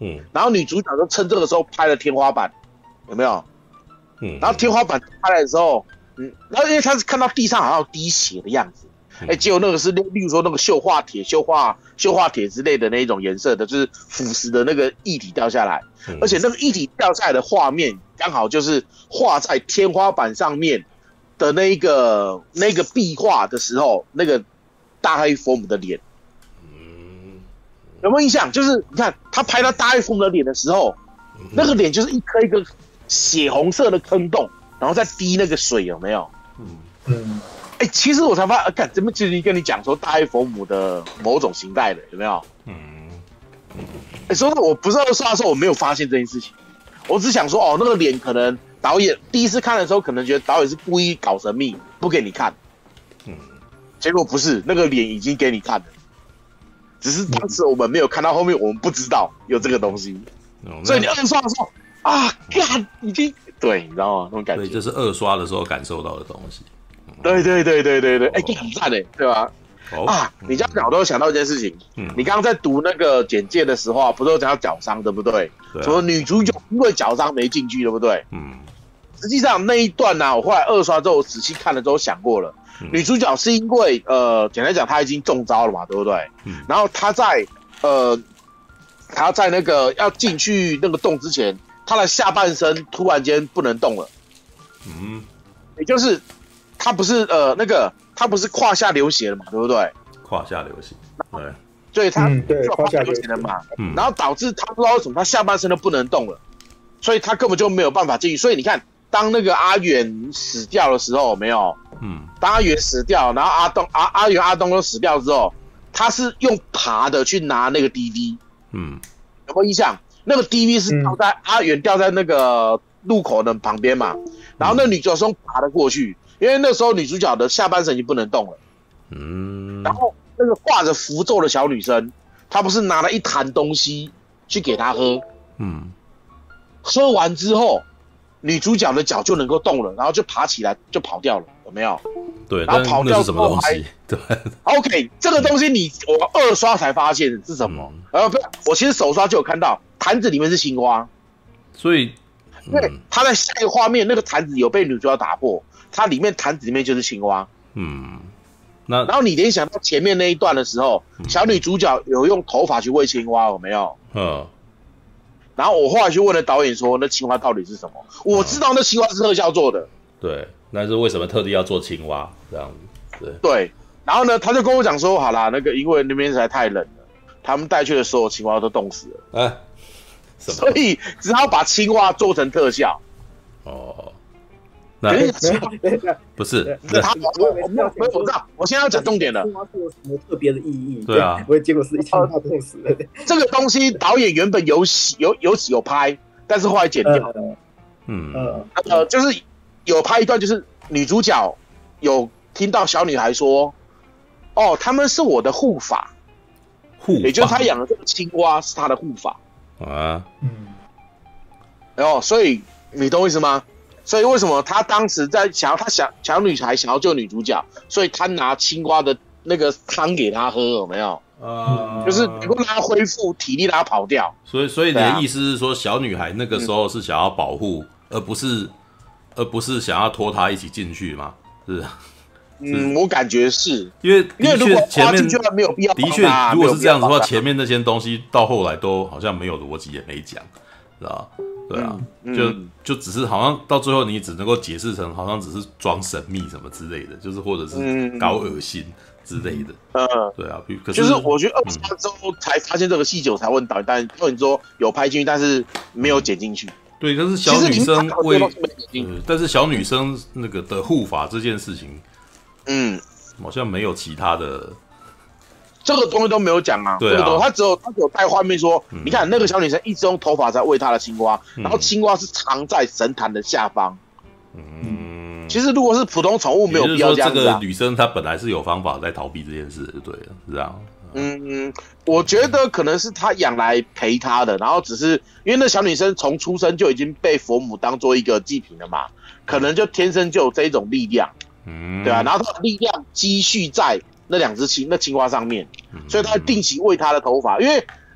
Speaker 4: 嗯，然后女主角就趁这个时候拍了天花板，有没有？嗯，然后天花板拍来的时候，嗯，然后因为他是看到地上好像有滴血的样子，哎、嗯，结果那个是例如说那个溴化铁、溴化溴化铁之类的那一种颜色的，就是腐蚀的那个液体掉下来，嗯、而且那个液体掉下来的画面刚好就是画在天花板上面的那一个那个壁画的时候，那个大黑佛母的脸，嗯，有没有印象？就是你看他拍到大黑佛母的脸的时候，嗯、那个脸就是一颗一个血红色的坑洞，然后再滴那个水，有没有？嗯嗯。哎、欸，其实我才发现，干怎么其实跟你讲说大黑佛母的某种形态的，有没有？嗯。哎、欸，说我不是二刷的时候，我没有发现这件事情，我只想说，哦，那个脸可能导演第一次看的时候，可能觉得导演是故意搞神秘，不给你看。嗯。结果不是，那个脸已经给你看了，只是当时我们没有看到后面，我们不知道有这个东西，嗯、所以你二刷的时候啊，干已经对，你知道吗？那种感觉。
Speaker 1: 对，这是二刷的时候感受到的东西。
Speaker 4: 对对对对对对，哎、欸，很赞哎，对吧？哦、啊，你这样讲，我都想到一件事情。嗯，你刚刚在读那个简介的时候啊，不是有讲到脚伤，对不对？对、啊。说女主角因为脚伤没进去，对不对？嗯。实际上那一段呢、啊，我后来二刷之后仔细看了之后想过了，嗯、女主角是因为呃，简单讲，她已经中招了嘛，对不对？嗯。然后她在呃，她在那个要进去那个洞之前，她的下半身突然间不能动了。嗯。也就是。他不是呃那个，他不是胯下流血了嘛，对不对？
Speaker 1: 胯下流血，对，
Speaker 4: 所以他对胯下流血了嘛，嗯、然后导致他不知道为什么他下半身都不能动了，所以他根本就没有办法进去。所以你看，当那个阿远死掉的时候，有没有？嗯，当阿远死掉，然后阿东阿阿远阿东都死掉之后，他是用爬的去拿那个 D V， 嗯，有没有印象？那个 D V 是掉在、嗯、阿远掉在那个路口的旁边嘛，然后那女主角是用爬的过去。因为那时候女主角的下半身已经不能动了，嗯，然后那个挂着符咒的小女生，她不是拿了一坛东西去给她喝，嗯，喝完之后，女主角的脚就能够动了，然后就爬起来就跑掉了，有没有？
Speaker 1: 对，
Speaker 4: 然后跑掉
Speaker 1: 是什么东西？对
Speaker 4: ，OK， 这个东西你我二刷才发现是什么，然后、嗯、不是，我其实首刷就有看到，坛子里面是青蛙，
Speaker 1: 所以，
Speaker 4: 对、嗯，他在下一个画面，那个坛子有被女主角打破。它里面坛子里面就是青蛙，嗯，那然后你联想到前面那一段的时候，嗯、小女主角有用头发去喂青蛙，有没有？嗯。然后我后来去问了导演说，那青蛙到底是什么？我知道那青蛙是特效做的，
Speaker 1: 对，那是为什么特地要做青蛙这样子？对
Speaker 4: 对。然后呢，他就跟我讲说，好啦，那个因为那边实在太冷了，他们带去的所有青蛙都冻死了，哎、所以只好把青蛙做成特效。哦。
Speaker 1: 那不是，
Speaker 4: 他我我没有没有我知道，我现在要讲重点了。
Speaker 3: 青蛙是有什么特别的意义？
Speaker 1: 对啊，
Speaker 3: 不会结果是一青蛙冻死了。
Speaker 4: 这个东西导演原本有有有有拍，但是后来剪掉。嗯呃，就是有拍一段，就是女主角有听到小女孩说：“哦，他们是我的护法。”护，也就是她养的这个青蛙是她的护法啊。嗯，然后所以你懂我意思吗？所以为什么他当时在想要他想小女孩想要救女主角，所以他拿青蛙的那个汤给她喝，有没有？啊、嗯，就是能够让她恢复体力，让她跑掉。
Speaker 1: 所以，所以你的意思是说，小女孩那个时候是想要保护，嗯、而不是，而不是想要拖她一起进去吗？是。
Speaker 4: 嗯，我感觉是，
Speaker 1: 因为
Speaker 4: 因为如果前面就没有必要，
Speaker 1: 的确，如果是这样子的话，前面那些东西到后来都好像没有逻辑，也没讲，知道吧？对啊，嗯、就就只是好像到最后你只能够解释成好像只是装神秘什么之类的，就是或者是搞恶心之类的。嗯，对啊，可是
Speaker 4: 就是我觉得二十分之后才发现这个细节，我才问导演，但导演说有拍进去，但是没有剪进去。
Speaker 1: 对，但是小女生为呃，但是小女生那个的护法这件事情，嗯，好像没有其他的。
Speaker 4: 这个东西都没有讲啊，
Speaker 1: 对啊，
Speaker 4: 这个他只有他只有带画面说，嗯、你看那个小女生一直用头发在喂她的青蛙，嗯、然后青蛙是藏在神坛的下方。嗯，其实如果是普通宠物，没有必要这样子啊。
Speaker 1: 这个女生她本来是有方法在逃避这件事，就对了，是这样。
Speaker 4: 嗯嗯，我觉得可能是她养来陪她的，然后只是因为那小女生从出生就已经被佛母当做一个祭品了嘛，可能就天生就有这种力量，嗯，对啊，然后她的力量积蓄在那两只青那青蛙上面，所以他定期喂他的头发，因为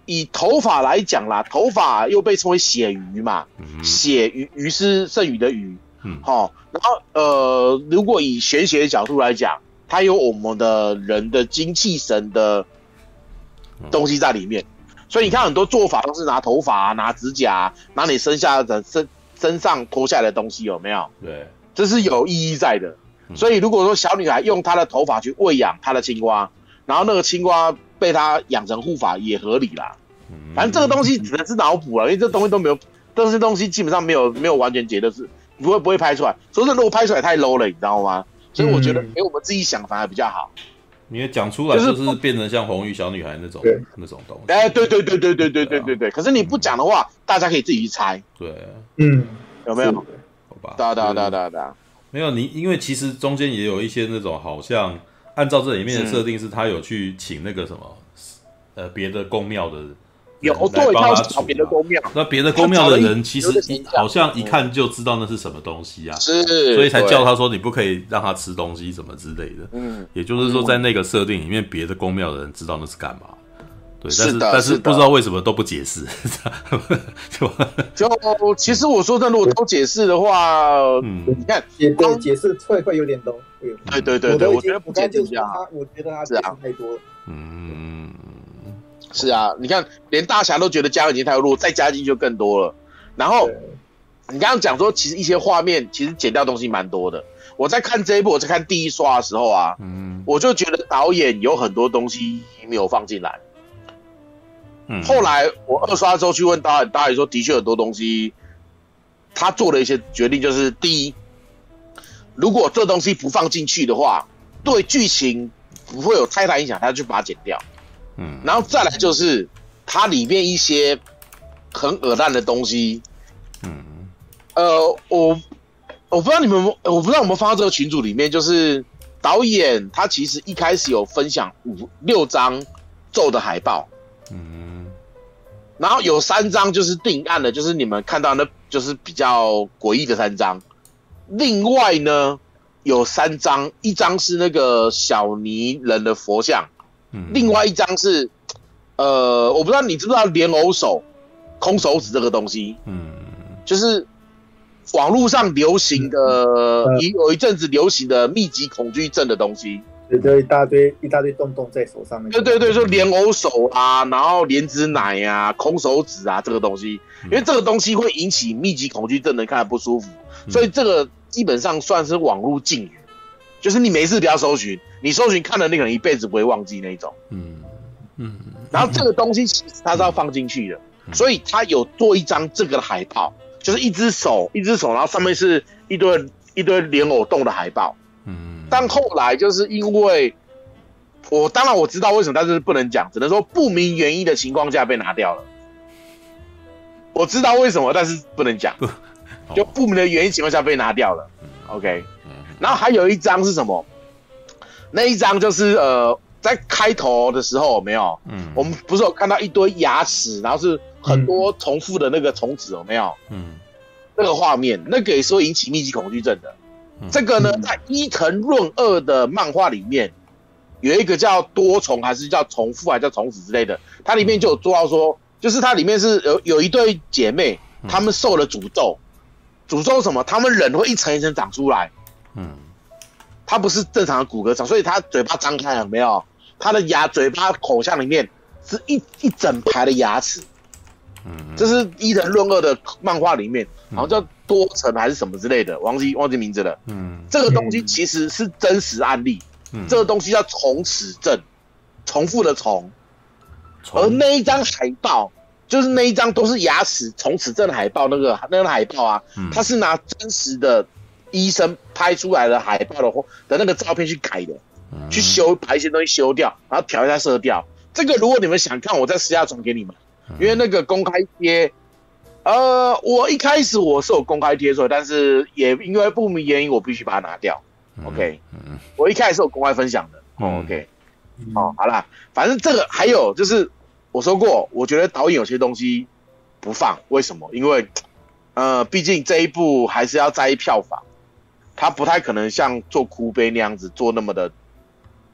Speaker 4: 以头发来讲啦，头发又被称为血鱼嘛，嗯、血鱼鱼是剩余的鱼，嗯，好，然后呃，如果以玄学的角度来讲，它有我们的人的精气神的东西在里面，嗯、所以你看很多做法都是拿头发、啊、拿指甲、啊、拿你身下的身身上脱下来的东西，有没有？
Speaker 1: 对，
Speaker 4: 这是有意义在的。嗯、所以如果说小女孩用她的头发去喂养她的青蛙，然后那个青蛙被她养成护法也合理啦。反正这个东西只能是脑补了，因为这东西都没有，这些东西基本上没有没有完全解的是不会不会拍出来，所以如果拍出来太 low 了，你知道吗？所以我觉得给我们自己想反而比较好。
Speaker 1: 因为讲出来就是变成像红衣小女孩那种那种东西。
Speaker 4: 哎，对对对对对对对对对。可是你不讲的话，大家可以自己去猜。
Speaker 1: 对，
Speaker 3: 嗯，
Speaker 4: 有没有？
Speaker 1: 好吧。
Speaker 4: 对对对对对。
Speaker 1: 没有你，因为其实中间也有一些那种好像按照这里面的设定是，他有去请那个什么呃别的宫庙的。
Speaker 4: 有对，他找别的宫庙，
Speaker 1: 那别的宫庙的人其实好像一看就知道那是什么东西啊，
Speaker 4: 是，
Speaker 1: 所以才叫他说你不可以让他吃东西什么之类的。嗯，也就是说在那个设定里面，别的宫庙的人知道那是干嘛。对，但是但是不知道为什么都不解释。
Speaker 4: 就就其实我说真的，如果都解释的话，嗯，你看
Speaker 3: 解对解释会会有点多。
Speaker 4: 对对对对，我觉得不解释
Speaker 3: 他，我觉得他解释太多了。
Speaker 1: 嗯。
Speaker 4: 是啊，你看，连大侠都觉得加二已经太弱，再加进就更多了。然后你刚刚讲说，其实一些画面其实剪掉东西蛮多的。我在看这一部，我在看第一刷的时候啊，嗯，我就觉得导演有很多东西没有放进来。嗯，后来我二刷之后去问导演，导演说的确很多东西，他做了一些决定，就是第一，如果这东西不放进去的话，对剧情不会有太大影响，他就把它剪掉。嗯，然后再来就是它里面一些很恶烂的东西，嗯，呃，我我不知道你们，我不知道我们放到这个群组里面，就是导演他其实一开始有分享五六张咒的海报，嗯，然后有三张就是定案的，就是你们看到那就是比较诡异的三张，另外呢有三张，一张是那个小泥人的佛像。另外一张是，呃，我不知道你知不知道莲藕手、空手指这个东西，嗯，就是网络上流行的，嗯、有一阵子流行的密集恐惧症的东西，
Speaker 3: 对，就一大堆一大堆洞洞在手上面。
Speaker 4: 对对对，说莲藕手啊，然后莲子奶啊、空手指啊这个东西，因为这个东西会引起密集恐惧症的人看得不舒服，嗯、所以这个基本上算是网络禁语。就是你没事不要搜寻，你搜寻看了那个人一辈子不会忘记那种。嗯嗯。然后这个东西其实它是要放进去的，嗯、所以他有做一张这个的海报，就是一只手一只手，然后上面是一堆一堆莲藕洞的海报。嗯。但后来就是因为我当然我知道为什么，但是不能讲，只能说不明原因的情况下被拿掉了。我知道为什么，但是不能讲，就不明的原因情况下被拿掉了。OK。然后还有一张是什么？那一张就是呃，在开头的时候有没有？嗯，我们不是有看到一堆牙齿，然后是很多重复的那个虫子有没有？嗯，那个画面，那个也是会引起密集恐惧症的。嗯、这个呢，在伊藤润二的漫画里面有一个叫多重，还是叫重复，还是叫重子之类的，它里面就有做到说，就是它里面是有有一对姐妹，她们受了诅咒，诅咒什么？她们人会一层一层长出来。嗯，它不是正常的骨骼长，所以它嘴巴张开有没有？它的牙、嘴巴、口腔里面是一一整排的牙齿。嗯，这是伊藤润二的漫画里面，好像叫多层还是什么之类的，忘记忘记名字了。嗯，这个东西其实是真实案例。嗯，这个东西叫重齿症，重复的重。而那一张海报，就是那一张都是牙齿重齿症的海报，那个那个海报啊，嗯、它是拿真实的。医生拍出来的海报的的那个照片去改的，嗯、去修把一些东西修掉，然后调一下色调。这个如果你们想看，我再私下传给你们，嗯、因为那个公开贴，呃，我一开始我是有公开贴出来，但是也因为不明原因，我必须把它拿掉。嗯、OK，、嗯、我一开始是有公开分享的。嗯、OK，、嗯、哦，好啦，反正这个还有就是我说过，我觉得导演有些东西不放，为什么？因为呃，毕竟这一部还是要在意票房。他不太可能像做哭悲那样子做那么的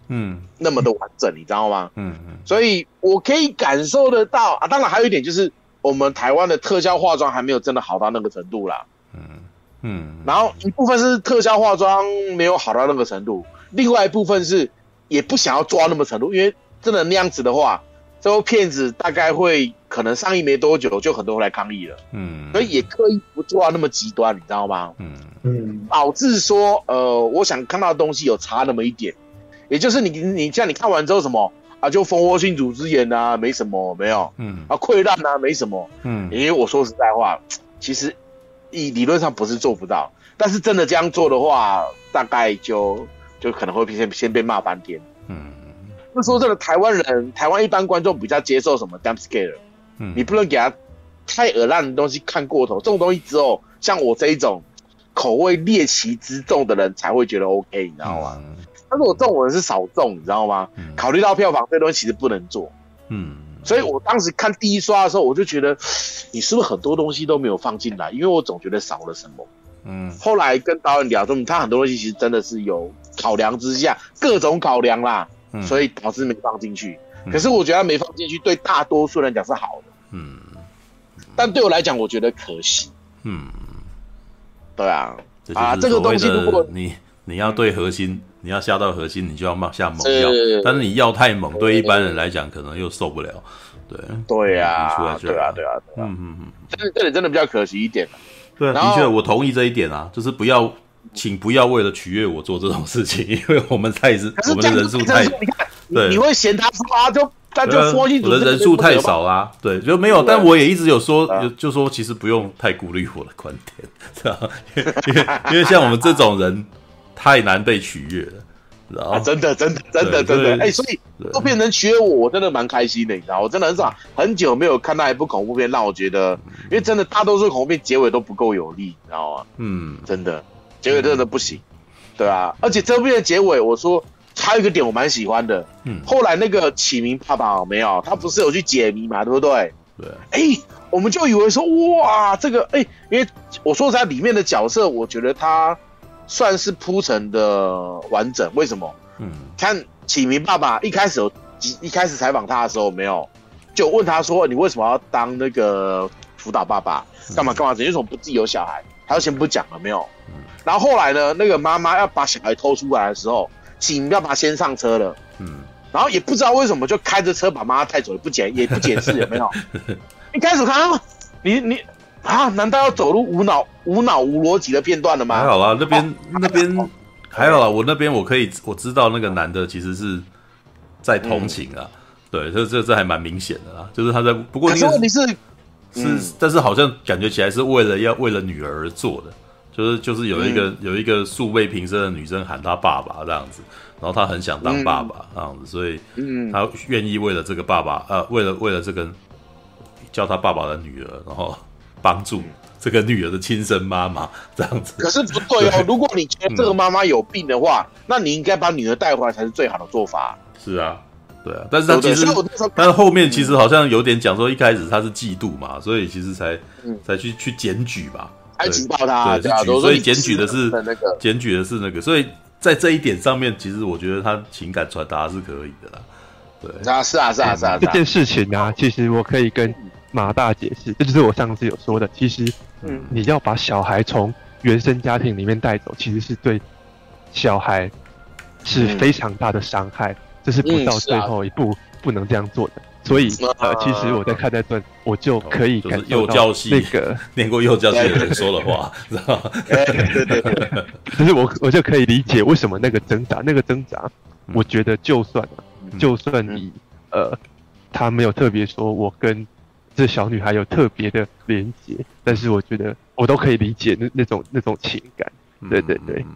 Speaker 4: 嗯，那么的完整，你知道吗？嗯嗯，所以我可以感受得到啊。当然还有一点就是，我们台湾的特效化妆还没有真的好到那个程度啦。嗯嗯，然后一部分是特效化妆没有好到那个程度，另外一部分是也不想要抓那么程度，因为真的那样子的话，这部片子大概会可能上映没多久就很多人来抗议了。嗯，所以也刻意不做到那么极端，你知道吗？嗯嗯，导致说呃，我想看到的东西有差那么一点。也就是你你像你看完之后什么啊，就蜂窝性组织炎啊，没什么，没有，嗯，啊溃烂啊，没什么，嗯，因为我说实在话，其实以理论上不是做不到，但是真的这样做的话，大概就就可能会先先被骂翻天，嗯，就说真的，台湾人，台湾一般观众比较接受什么 jump scare，嗯，你不能给他太恶烂的东西看过头，这种东西之后，像我这一种口味猎奇之重的人才会觉得 OK， 你知道吗？嗯，但是我这种人是少众，你知道吗？嗯、考虑到票房，这东西其实不能做。嗯，所以我当时看第一刷的时候，我就觉得你是不是很多东西都没有放进来？因为我总觉得少了什么。嗯，后来跟导演聊，说他很多东西其实真的是有考量之下，各种考量啦，嗯、所以导致没放进去。嗯、可是我觉得他没放进去，对大多数人讲是好的。嗯，但对我来讲，我觉得可惜。嗯，对啊，啊，这个东西如果
Speaker 1: 你你要对核心。你要下到核心，你就要下猛药，但是你药太猛，对一般人来讲可能又受不了。对，
Speaker 4: 对啊，对啊，对啊，嗯嗯嗯，这这里真的比较可惜一点。
Speaker 1: 对啊，的确，我同意这一点啊，就是不要，请不要为了取悦我做这种事情，因为我们太是我们的人数太，
Speaker 4: 对，你会嫌他刷就他就说
Speaker 1: 我的人数太少啦，对，就没有，但我也一直有说，就就说其实不用太顾虑我的观点，是吧？因为因为像我们这种人。太难被取悦了，知道吗？
Speaker 4: 啊、真的，真的，真的，真的，哎、欸，所以都变成取悦我，我真的蛮开心的，你知道，我真的很少很久没有看到一部恐怖片，让我觉得，因为真的大多数恐怖片结尾都不够有力，你知道吗？嗯，真的，结尾真的不行，对啊，而且这部片的结尾，我说还有一个点我蛮喜欢的，嗯，后来那个启明爸爸有没有，他不是有去解谜嘛，对不对？对，哎、欸，我们就以为说，哇，这个，哎、欸，因为我说实在，里面的角色，我觉得他。算是铺陈的完整，为什么？嗯，看启明爸爸一开始有一开始采访他的时候，没有就问他说：“你为什么要当那个辅导爸爸？干嘛干嘛？你为什么不自己有小孩？”他就先不讲了，没有。嗯，然后后来呢，那个妈妈要把小孩偷出来的时候，启明爸爸先上车了。嗯，然后也不知道为什么就开着车把妈妈带走，也不解也不解释，有没有？一开始看你你。啊！难道要走入无脑、无脑、无逻辑的片段了吗？
Speaker 1: 还好啦，那边、哦、那边还好啦。我那边我可以我知道那个男的其实是在同情啊，嗯、对，这这这还蛮明显的啦。就是他在不过、那個，
Speaker 4: 可是问题是，是、
Speaker 1: 嗯，但是好像感觉起来是为了要为了女儿而做的，就是就是有一个、嗯、有一个素未平生的女生喊他爸爸这样子，然后他很想当爸爸这样子，所以他愿意为了这个爸爸呃，为了为了这个叫他爸爸的女儿，然后。帮助这个女儿的亲生妈妈这样子，
Speaker 4: 可是不对哦。对，如果你觉得这个妈妈有病的话，嗯、那你应该把女儿带回来才是最好的做法。
Speaker 1: 是啊，对啊，但是他其实，但是后面其实好像有点讲说，一开始他是嫉妒嘛，所以其实才、嗯、才去去检举嘛，
Speaker 4: 才举报他，
Speaker 1: 对，对，所以检举的是那个，检举的是那个，所以在这一点上面，其实我觉得他情感传达是可以的啦。对
Speaker 4: 啊，是啊，是啊，是啊，
Speaker 2: 这件事情啊，其实我可以跟。马大解释，这就是我上次有说的。其实，嗯，你要把小孩从原生家庭里面带走，其实是对小孩是非常大的伤害，嗯、这是不到最后一步、嗯啊、不能这样做的。所以，呃，其实我在看那段，我就可以感受到那个
Speaker 1: 念过幼教系的人说的话，知道吗？
Speaker 4: 对对对对，
Speaker 2: 就是我我就可以理解为什么那个挣扎，那个挣扎，嗯、我觉得就算嗯、就算你、嗯、呃，他没有特别说我跟。这小女孩有特别的连结，但是我觉得我都可以理解那那种那种情感，对对对。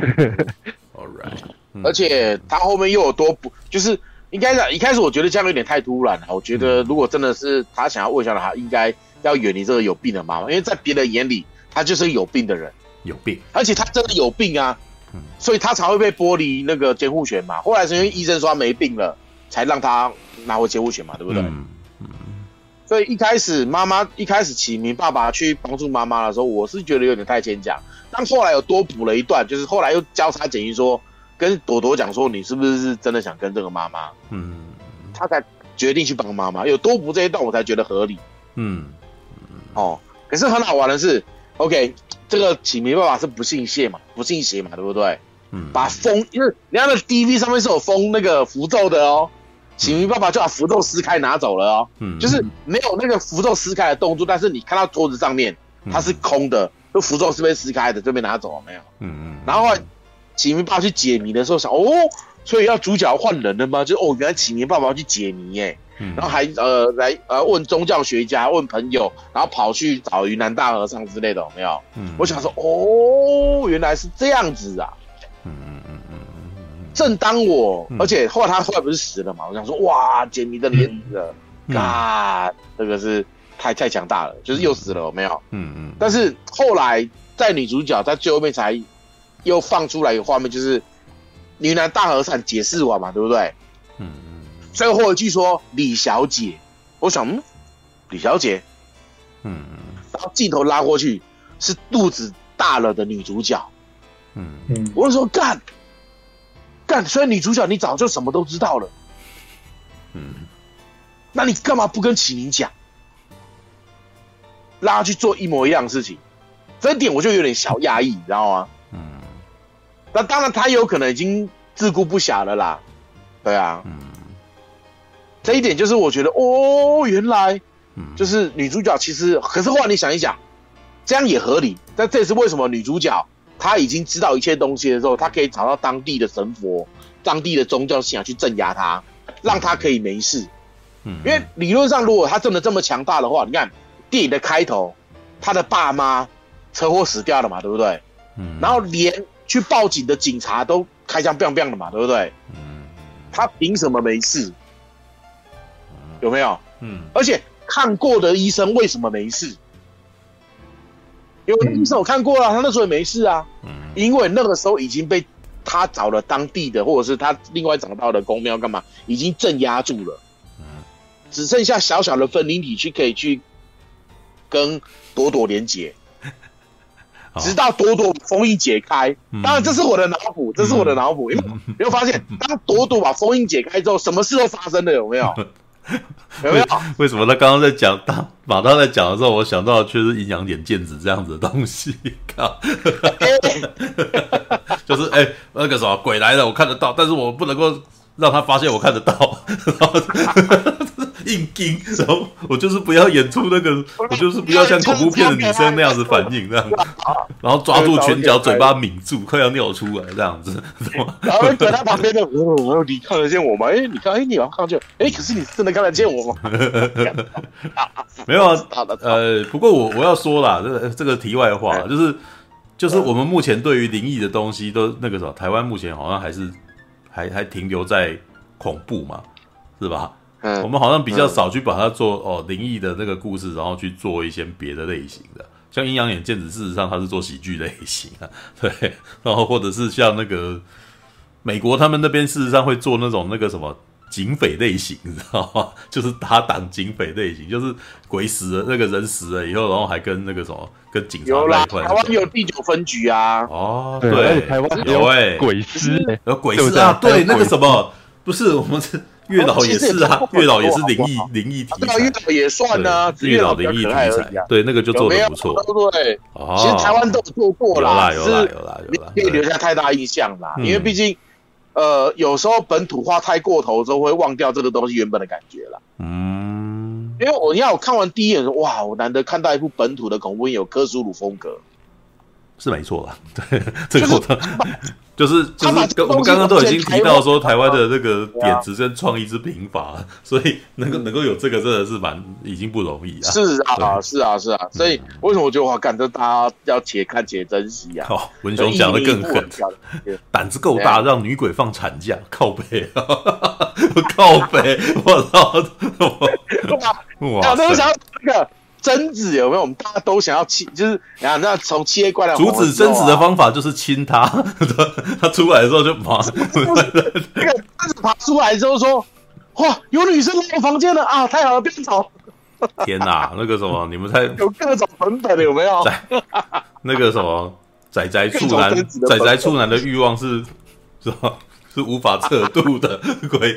Speaker 1: All right，
Speaker 4: 而且他后面又有多补，就是应该讲一开始我觉得这样有点太突然了。我觉得如果真的是他想要喂小孩，应该要远离这个有病的妈妈，因为在别人眼里他就是有病的人，
Speaker 1: 有病，
Speaker 4: 而且他真的有病啊，所以他才会被剥离那个监护权嘛。后来是因为医生说他没病了，才让他拿回监护权嘛，对不对？嗯所以一开始妈妈一开始启明爸爸去帮助妈妈的时候，我是觉得有点太牵强。但后来有多补了一段，就是后来又交叉检验说， 跟朵朵讲说，你是不是真的想跟这个妈妈？嗯，他才决定去帮妈妈。有多补这一段，我才觉得合理。嗯，哦，可是很好玩的是 ，OK， 这个启明爸爸是不信邪嘛，不信邪嘛，对不对？嗯，把封，因为人家的 D V 上面是有封那个符咒的哦。启明爸爸就把符咒撕开拿走了哦，嗯，就是没有那个符咒撕开的动作，但是你看到桌子上面它是空的，那符咒是被撕开的，就被拿走了没有？嗯嗯。然后启明爸爸去解谜的时候想，哦，所以要主角换人了吗？就哦，原来启明爸爸要去解谜耶，嗯、然后还呃来呃问宗教学家，问朋友，然后跑去找云南大和尚之类的，有没有？嗯，我想说，哦，原来是这样子啊。嗯嗯嗯嗯。正当我，而且后来他后来不是死了嘛？我想说，哇，解谜的脸死了，啊、嗯，这个是太太强大了，就是又死了，有没有？嗯嗯。但是后来在女主角在最后面才又放出来一个画面，就是云南大和尚解释完嘛，对不对？嗯嗯。最后一句说李小姐，我想，嗯，李小姐，嗯嗯。然后镜头拉过去是肚子大了的女主角，嗯嗯。我就说干。干，所以女主角你早就什么都知道了，嗯，那你干嘛不跟启明讲，让他去做一模一样的事情？这一点我就有点小压抑，你知道吗？嗯，那当然他有可能已经自顾不暇了啦，对啊，嗯，这一点就是我觉得哦，原来，就是女主角其实，可是后来你想一想，这样也合理，但这也是为什么女主角。他已经知道一切东西的时候，他可以找到当地的神佛、当地的宗教信仰去镇压他，让他可以没事。嗯，因为理论上，如果他真的这么强大的话，你看电影的开头，他的爸妈车祸死掉了嘛，对不对？嗯，然后连去报警的警察都开枪 biang biang 了嘛，对不对？嗯，他凭什么没事？有没有？嗯，而且看过的医生为什么没事？有的医生我看过了，他那时候也没事啊，嗯，因为那个时候已经被他找了当地的，或者是他另外找到的公庙干嘛，已经镇压住了，嗯，只剩下小小的分灵体去可以去跟朵朵连结，直到朵朵封印解开。嗯、当然这是我的脑补，这是我的脑补，因为你会发现，当朵朵把封印解开之后，什么事都发生了，有没有？有没有？
Speaker 1: 为什么他刚刚在讲，当马大在讲的时候，我想到的却是阴阳眼剑子这样子的东西。靠，就是哎、欸，那个什么鬼来了，我看得到，但是我不能够让他发现我看得到，然后硬盯，然后我就是不要演出那个，我就是不要像恐怖片的女生那样子反应这样子，然后抓住拳脚，嘴巴抿住，快要尿出来这样子。
Speaker 4: 然后在他旁边的，我你看得见我吗？哎、欸，你看，哎、欸，你好像看得见，哎、欸，可是你真的看得见我吗？
Speaker 1: 没有啊，呃，不过我我要说啦，这个这个题外话，就是就是我们目前对于灵异的东西都那个什么，台湾目前好像还是还还停留在恐怖嘛，是吧？嗯、我们好像比较少去把它做哦灵异的那个故事，然后去做一些别的类型的，像阴阳眼剑子，事实上它是做喜剧类型啊，对，然后或者是像那个美国他们那边事实上会做那种那个什么警匪类型，你知道吗？就是打挡警匪类型，就是鬼死了，那个人死了以后，然后还跟那个什么跟警察
Speaker 4: 有啦，台湾有第九分局啊，
Speaker 1: 哦，对，
Speaker 2: 台湾
Speaker 1: 有哎、欸，
Speaker 2: 鬼师，
Speaker 1: 有鬼师啊，对，对那个什么，不是我们是。月老也是啊，月老也是灵异灵异题材，
Speaker 4: 月老也算啊，
Speaker 1: 月老灵异题材，对那个就做得不错，
Speaker 4: 对不对？哦，其实台湾都有做过啦，
Speaker 1: 有啦有啦有啦，
Speaker 4: 可以留下太大印象啦，因为毕竟呃有时候本土化太过头之后会忘掉这个东西原本的感觉啦。嗯，因为我你看我看完第一眼说哇，我难得看到一部本土的恐怖片有科苏鲁风格。
Speaker 1: 是没错啦，对，这个我的就是就是我们刚刚都已经提到说台湾的那个点子跟创意之贫乏，所以能够能够有这个真的是蛮已经不容易啊。
Speaker 4: 是啊，是啊，是啊，所以为什么我觉得哇，干这大家要且看且珍惜啊！
Speaker 1: 哦，文雄讲的更狠，胆子够大，让女鬼放产假，靠北啊，靠北，我操！
Speaker 4: 哇，那我想要那个。贞子有没有？我们大家都想要亲，就是啊，那从七夜怪来
Speaker 1: 阻止贞子的方法就是亲他，他出来的时候就爬，
Speaker 4: 那个贞子爬出来之后说：“哇，有女生来我房间了啊！太好了，别走！”
Speaker 1: 天哪，那个什么，你们才
Speaker 4: 有各种版本有没有？
Speaker 1: 那个什么，宅宅处男，宅宅处男的欲望是是吧？是无法测度的鬼。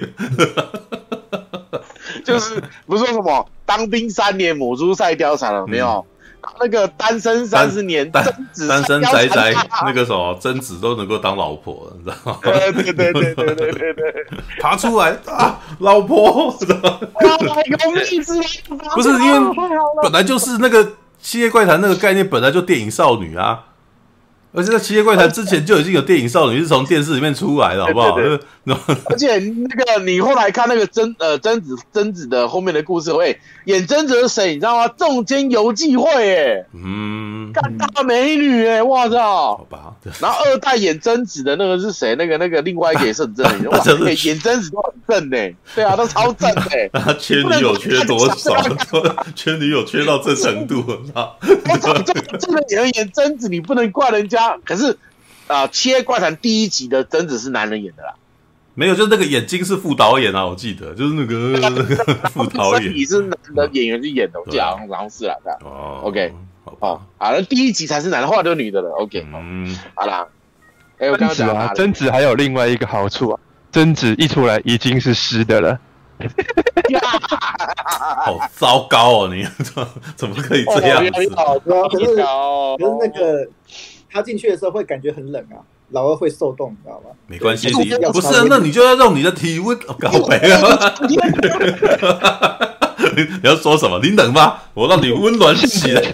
Speaker 4: 就是不是说什么当兵三年母猪赛貂蝉了没有？嗯那个单身三十年，
Speaker 1: 单单身宅宅，那个什么贞子都能够当老婆了，你知道吗？
Speaker 4: 对对对对对对对对，
Speaker 1: 爬出来啊，老婆，知道吗？不是因为本来就是那个《七夜怪谈》那个概念，本来就电影少女啊。而且在《七夜怪谈》之前就已经有电影少女是从电视里面出来的，好不好？
Speaker 4: 对对对而且那个你后来看那个贞呃贞子贞子的后面的故事，喂，演贞子是谁？你知道吗？仲间由纪惠，哎，嗯，干大美女，哎，哇操！
Speaker 1: 好吧。
Speaker 4: 然后二代演贞子的那个是谁？那个那个另外一个也是很正的，哇，欸、演贞子都很正哎，对啊，都超正哎。
Speaker 1: 他缺女友缺多少？缺女友缺到这程度，操！
Speaker 4: 我操，这这个演演贞子，你不能怪人家。可是啊，《七夜怪谈》第一集的贞子是男人演的啦。
Speaker 1: 没有，就是那个眼睛是副导演啊，我记得就是那个那个副导演，
Speaker 4: 你是男的演员去演的，我记得好像好像是啦，这样。哦 ，OK， 好，好了，第一集才是男的，后来就是女的了。OK， 嗯，好啦。哎，我刚刚讲啊，
Speaker 2: 贞子还有另外一个好处啊，贞子一出来已经是湿的了。
Speaker 1: 好糟糕哦！你怎么可以这样子？
Speaker 3: 可是可是那个他进去的时候会感觉很冷啊。老二会受冻，你知道吗？
Speaker 1: 没关系，你不是、啊，那你就要用你的体温搞白啊！你要说什么？你冷吗？我让你温暖起来。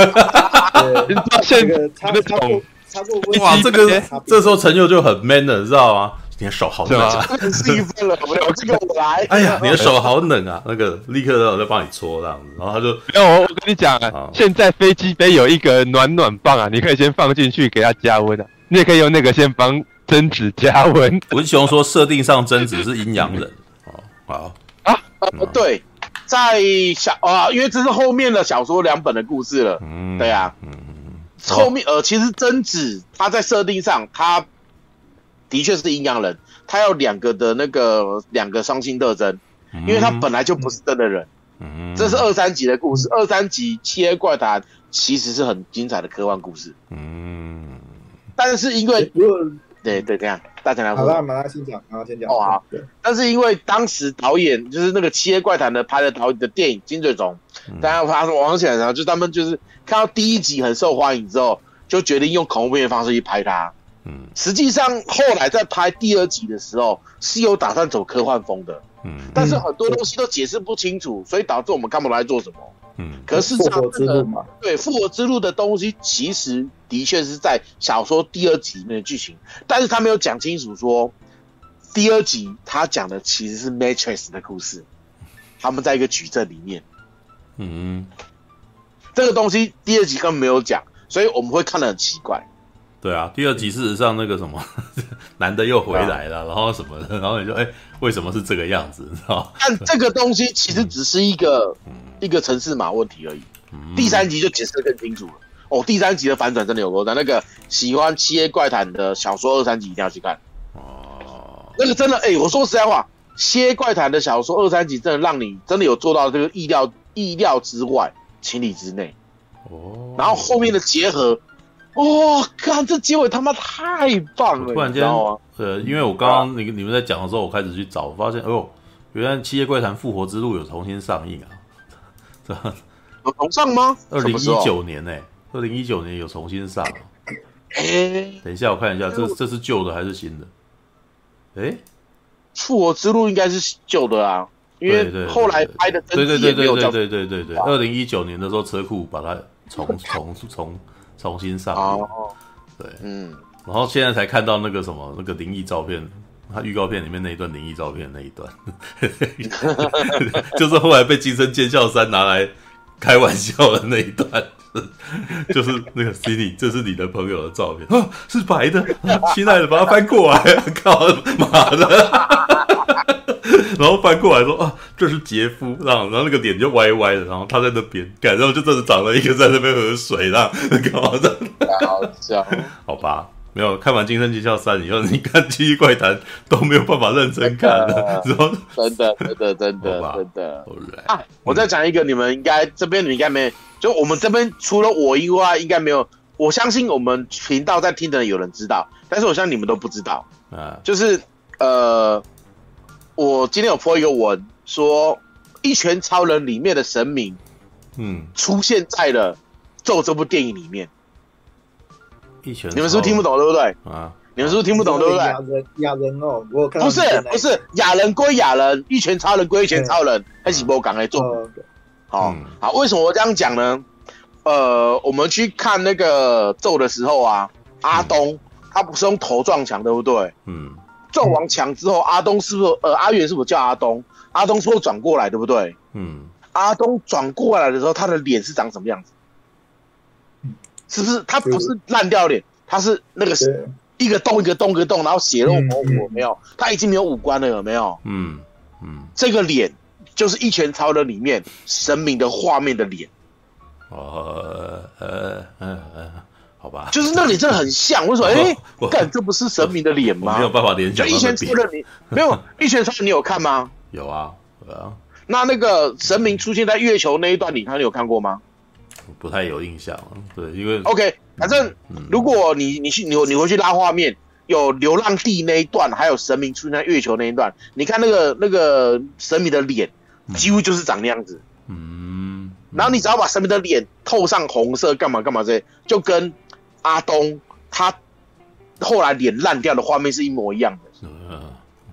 Speaker 3: 这个擦擦过擦过温，
Speaker 1: 哇，这个这时候陈佑就很 man 了，知道吗？你的手好冷啊！
Speaker 4: 很兴奋了，没有这个我来。
Speaker 1: 哎呀，你的手好冷啊！那个立刻让我再帮你搓这样子，然后他就
Speaker 2: 没有我我跟你讲啊，现在飞机杯有一个暖暖棒啊，你可以先放进去给它加温啊。你也可以用那个先帮贞子加温。
Speaker 1: 文雄说设定上贞子是阴阳人。哦，好
Speaker 4: 啊，呃，对，在小啊，因为这是后面的小说两本的故事了。嗯，对啊，嗯，后面呃，其实贞子她在设定上，她的确是阴阳人，她有两个的那个两个双性特征，因为她本来就不是真的人。嗯，这是二三集的故事，二三集《七夜怪谈》其实是很精彩的科幻故事。嗯。但是因为对对这样，大家来
Speaker 3: 好了，马上先讲，马上先讲。
Speaker 4: 哦好，但是因为当时导演就是那个《七夜怪谈》的拍的导演的电影《金嘴虫》，大家发网上起来，然后就他们就是看到第一集很受欢迎之后，就决定用恐怖片的方式去拍它。嗯，实际上后来在拍第二集的时候是有打算走科幻风的，嗯，但是很多东西都解释不清楚，所以导致我们看不出来做什么。嗯，可是
Speaker 3: 复活之路嘛，
Speaker 4: 对复活之路的东西，其实的确是在小说第二集里面的剧情，但是他没有讲清楚说，第二集他讲的其实是 Matrix 的故事，他们在一个矩阵里面，嗯，这个东西第二集根本没有讲，所以我们会看得很奇怪。
Speaker 1: 对啊，第二集事实上那个什么男的又回来了，然后什么的，然后你就哎、欸，为什么是这个样子？你知道？
Speaker 4: 但这个东西其实只是一个、嗯、一个程式码问题而已。嗯、第三集就解释得更清楚了。哦，第三集的反转真的有够大，那个喜欢《七夜怪谈》的小说二三集一定要去看。哦，那个真的哎、欸，我说实在话，《七夜怪谈》的小说二三集真的让你真的有做到这个意料意料之外、情理之内。哦，然后后面的结合。哦，看这结尾他妈太棒了！
Speaker 1: 突然间，呃，因为我刚刚你你们在讲的时候，我开始去找，我发现，哎呦，原来《七夜怪谈：复活之路》有重新上映啊！这
Speaker 4: 有重上吗？
Speaker 1: 二零一九年呢、欸？二零一九年有重新上、啊。哎、欸，等一下，我看一下，这这是旧的还是新的？哎、欸，
Speaker 4: 复活之路应该是旧的啊，因为后来拍的
Speaker 1: 对对对对对对对对对，二零一九年的时候，车库把它重重重。重新上映，哦、对，嗯，然后现在才看到那个什么那个灵异照片，他预告片里面那一段灵异照片那一段，就是后来被金声尖笑三拿来开玩笑的那一段，就是那个 Cindy， 这是你的朋友的照片，啊，是白的，亲爱的，把它翻过来，靠，妈的！然后翻过来说啊，这是杰夫，然后然后那个脸就歪歪的，然后他在那边，然后就真的长了一个在那边喝水，然后干嘛的？
Speaker 4: 好笑，
Speaker 1: 好吧，没有看完《惊声尖叫三》以后，你看《七夜怪谈》都没有办法认真看了，然后
Speaker 4: 真的真的真的真的啊！我再讲一个，你们应该这边你们应该没，就我们这边除了我以外，应该没有我相信我们频道在听的人有人知道，但是我相信你们都不知道。啊，就是呃，我今天有 po 一个文说，《一拳超人》里面的神明，嗯，出现在了《咒》这部电影里面。
Speaker 1: 一拳，
Speaker 4: 你们是不是听不懂，对不对？啊，你们是不是听不懂，对不对？
Speaker 3: 亚人，亚人哦，我有看到。
Speaker 4: 不是不是，亚人归亚人，一拳超人归一拳超人，还是不讲来做。好，好，为什么我这样讲呢？呃，我们去看那个咒的时候啊，阿东他不是用头撞墙，对不对？嗯。撞完墙之后，阿东是不是呃阿元是不是叫阿东？阿东是不是转过来，对不对？嗯。阿东转过来的时候，他的脸是长什么样子？是不是他不是烂掉脸，他是那个一个洞一个洞一个洞，然后血肉模糊，有没有？他已经没有五官了，有没有？嗯嗯。这个脸就是《一拳超人》里面神明的画面的脸。哦，呃呃呃，好吧，就是那脸真的很像。我说，哎，干，这不是神明的脸吗？
Speaker 1: 没有办法联想。
Speaker 4: 就《一拳超人》你没有《一拳超人》你有看吗？
Speaker 1: 有啊，有啊。
Speaker 4: 那那个神明出现在月球那一段，你看你有看过吗？
Speaker 1: 不太有印象，对，因为
Speaker 4: OK， 反正如果你你去你你回去拉画面，有流浪地那一段，还有神明出现在月球那一段，你看那个那个神明的脸，几乎就是长那样子。嗯，然后你只要把神明的脸透上红色，干嘛干嘛这些，就跟阿东他后来脸烂掉的画面是一模一样的。嗯，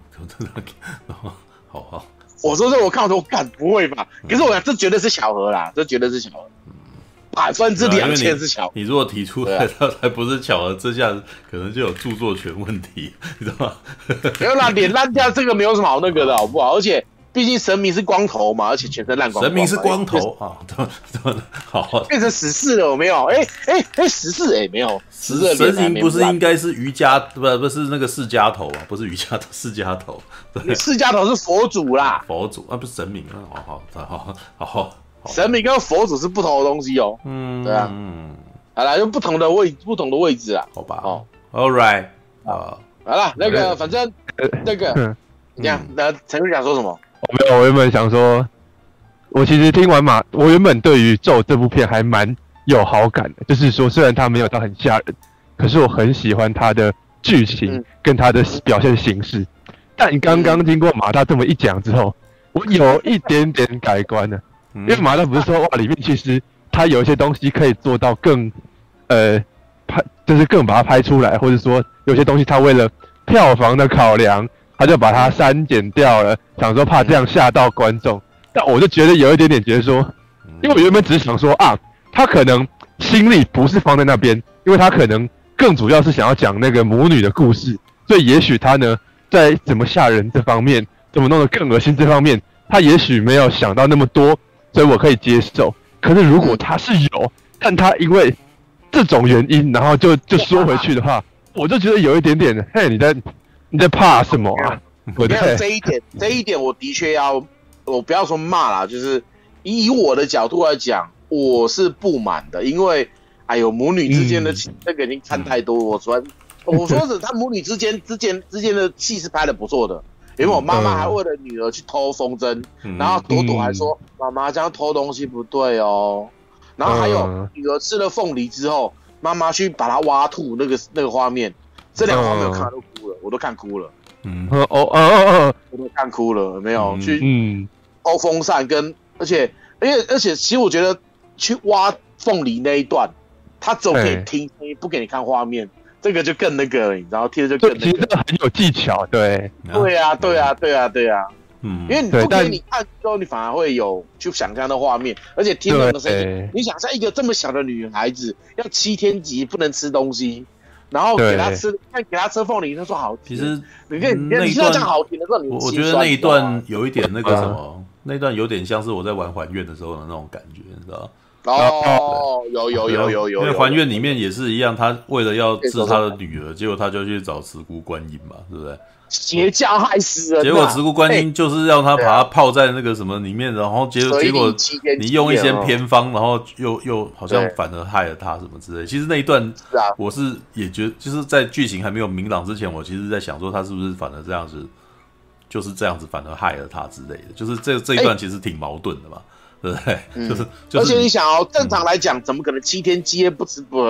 Speaker 4: 好好。我说这我看我说干不会吧？可是我想这绝对是巧合啦，这绝对是巧合。百分之两千是巧合。
Speaker 1: 你如果提出来，它还不是巧合，这下可能就有著作权问题，你知道吗？
Speaker 4: 没有啦，脸烂掉这个没有什么好那个的，好不好？而且毕竟神明是光头嘛，而且全身烂光光。
Speaker 1: 神明是光头啊，好，
Speaker 4: 变成死士了，有没有？哎哎哎，死士哎，没有。
Speaker 1: 神明不是应该是瑜伽不不是那个释迦头啊，不是瑜伽释迦头。
Speaker 4: 释迦头是佛祖啦，
Speaker 1: 佛祖啊，不是神明啊，好好好好。
Speaker 4: 神明跟佛祖是不同的东西哦，嗯，对啊，嗯，好啦，用不同的位不同的位置啊，
Speaker 1: 好吧，哦 ，All right，
Speaker 4: 啊，好了，那个反正那个，你讲，那陈宇想说什么？
Speaker 2: 我没有，我原本想说，我其实听完马，我原本对于《咒》这部片还蛮有好感的，就是说虽然它没有到很吓人，可是我很喜欢它的剧情跟它的表现形式。但刚刚经过马大这么一讲之后，我有一点点改观了。因为马大不是说哇，里面其实它有一些东西可以做到更，呃，拍就是更把它拍出来，或者说有些东西它为了票房的考量，他就把它删减掉了，想说怕这样吓到观众。但我就觉得有一点点觉得说，因为我原本只是想说啊，他可能心力不是放在那边，因为他可能更主要是想要讲那个母女的故事，所以也许他呢在怎么吓人这方面，怎么弄得更恶心这方面，他也许没有想到那么多。所以我可以接受，可是如果他是有，但他因为这种原因，然后就就缩回去的话，我就觉得有一点点，嘿，你在你在怕什么啊？
Speaker 4: 没有这一点，这一点我的确要，我不要说骂啦，就是以我的角度来讲，我是不满的，因为哎呦，母女之间的那、嗯、个已经看太多，我说我说是他母女之间之间之间的戏是拍的不错的。因为我妈妈还为了女儿去偷风筝，嗯、然后朵朵还说：“妈妈、嗯、这样偷东西不对哦。”然后还有女儿吃了凤梨之后，妈妈去把它挖吐那个那个画面，这两个画面我看都哭了，我都看哭了。嗯，哦哦哦哦，我都看哭了，有没有？嗯、去嗯偷风扇跟而且而且而且，其实我觉得去挖凤梨那一段，他只有可以听声音，不给你看画面。这个就更那个了，你知道，贴的就更那个。
Speaker 2: 其实这个很有技巧，对。
Speaker 4: 对啊，对啊，对啊，对啊。嗯，因为你不给你看之后，你反而会有去想象的画面，而且听人的声音。你想象一个这么小的女孩子，要七天级不能吃东西，然后给她吃，看给她吃凤梨，她说好
Speaker 1: 甜。其实
Speaker 4: 你看，你听到这样好甜的时候，你
Speaker 1: 我我觉得那一段有一点那个什么，那一段有点像是我在玩还愿的时候的那种感觉，你知道。
Speaker 4: 哦，有有有有有，
Speaker 1: 因为还愿里面也是一样，他为了要治他的女儿，结果他就去找慈姑观音嘛，对不对？
Speaker 4: 邪教害死人。
Speaker 1: 结果慈姑观音就是让他把他泡在那个什么里面，然后结结果你用一些偏方，然后又又好像反而害了他什么之类。其实那一段，我是也觉得，就是在剧情还没有明朗之前，我其实在想说他是不是反而这样子，就是这样子反而害了他之类的。就是这这一段其实挺矛盾的嘛。对不对？嗯、就是，就是，
Speaker 4: 而且你想哦，正常来讲，怎么可能七天七夜不吃不喝？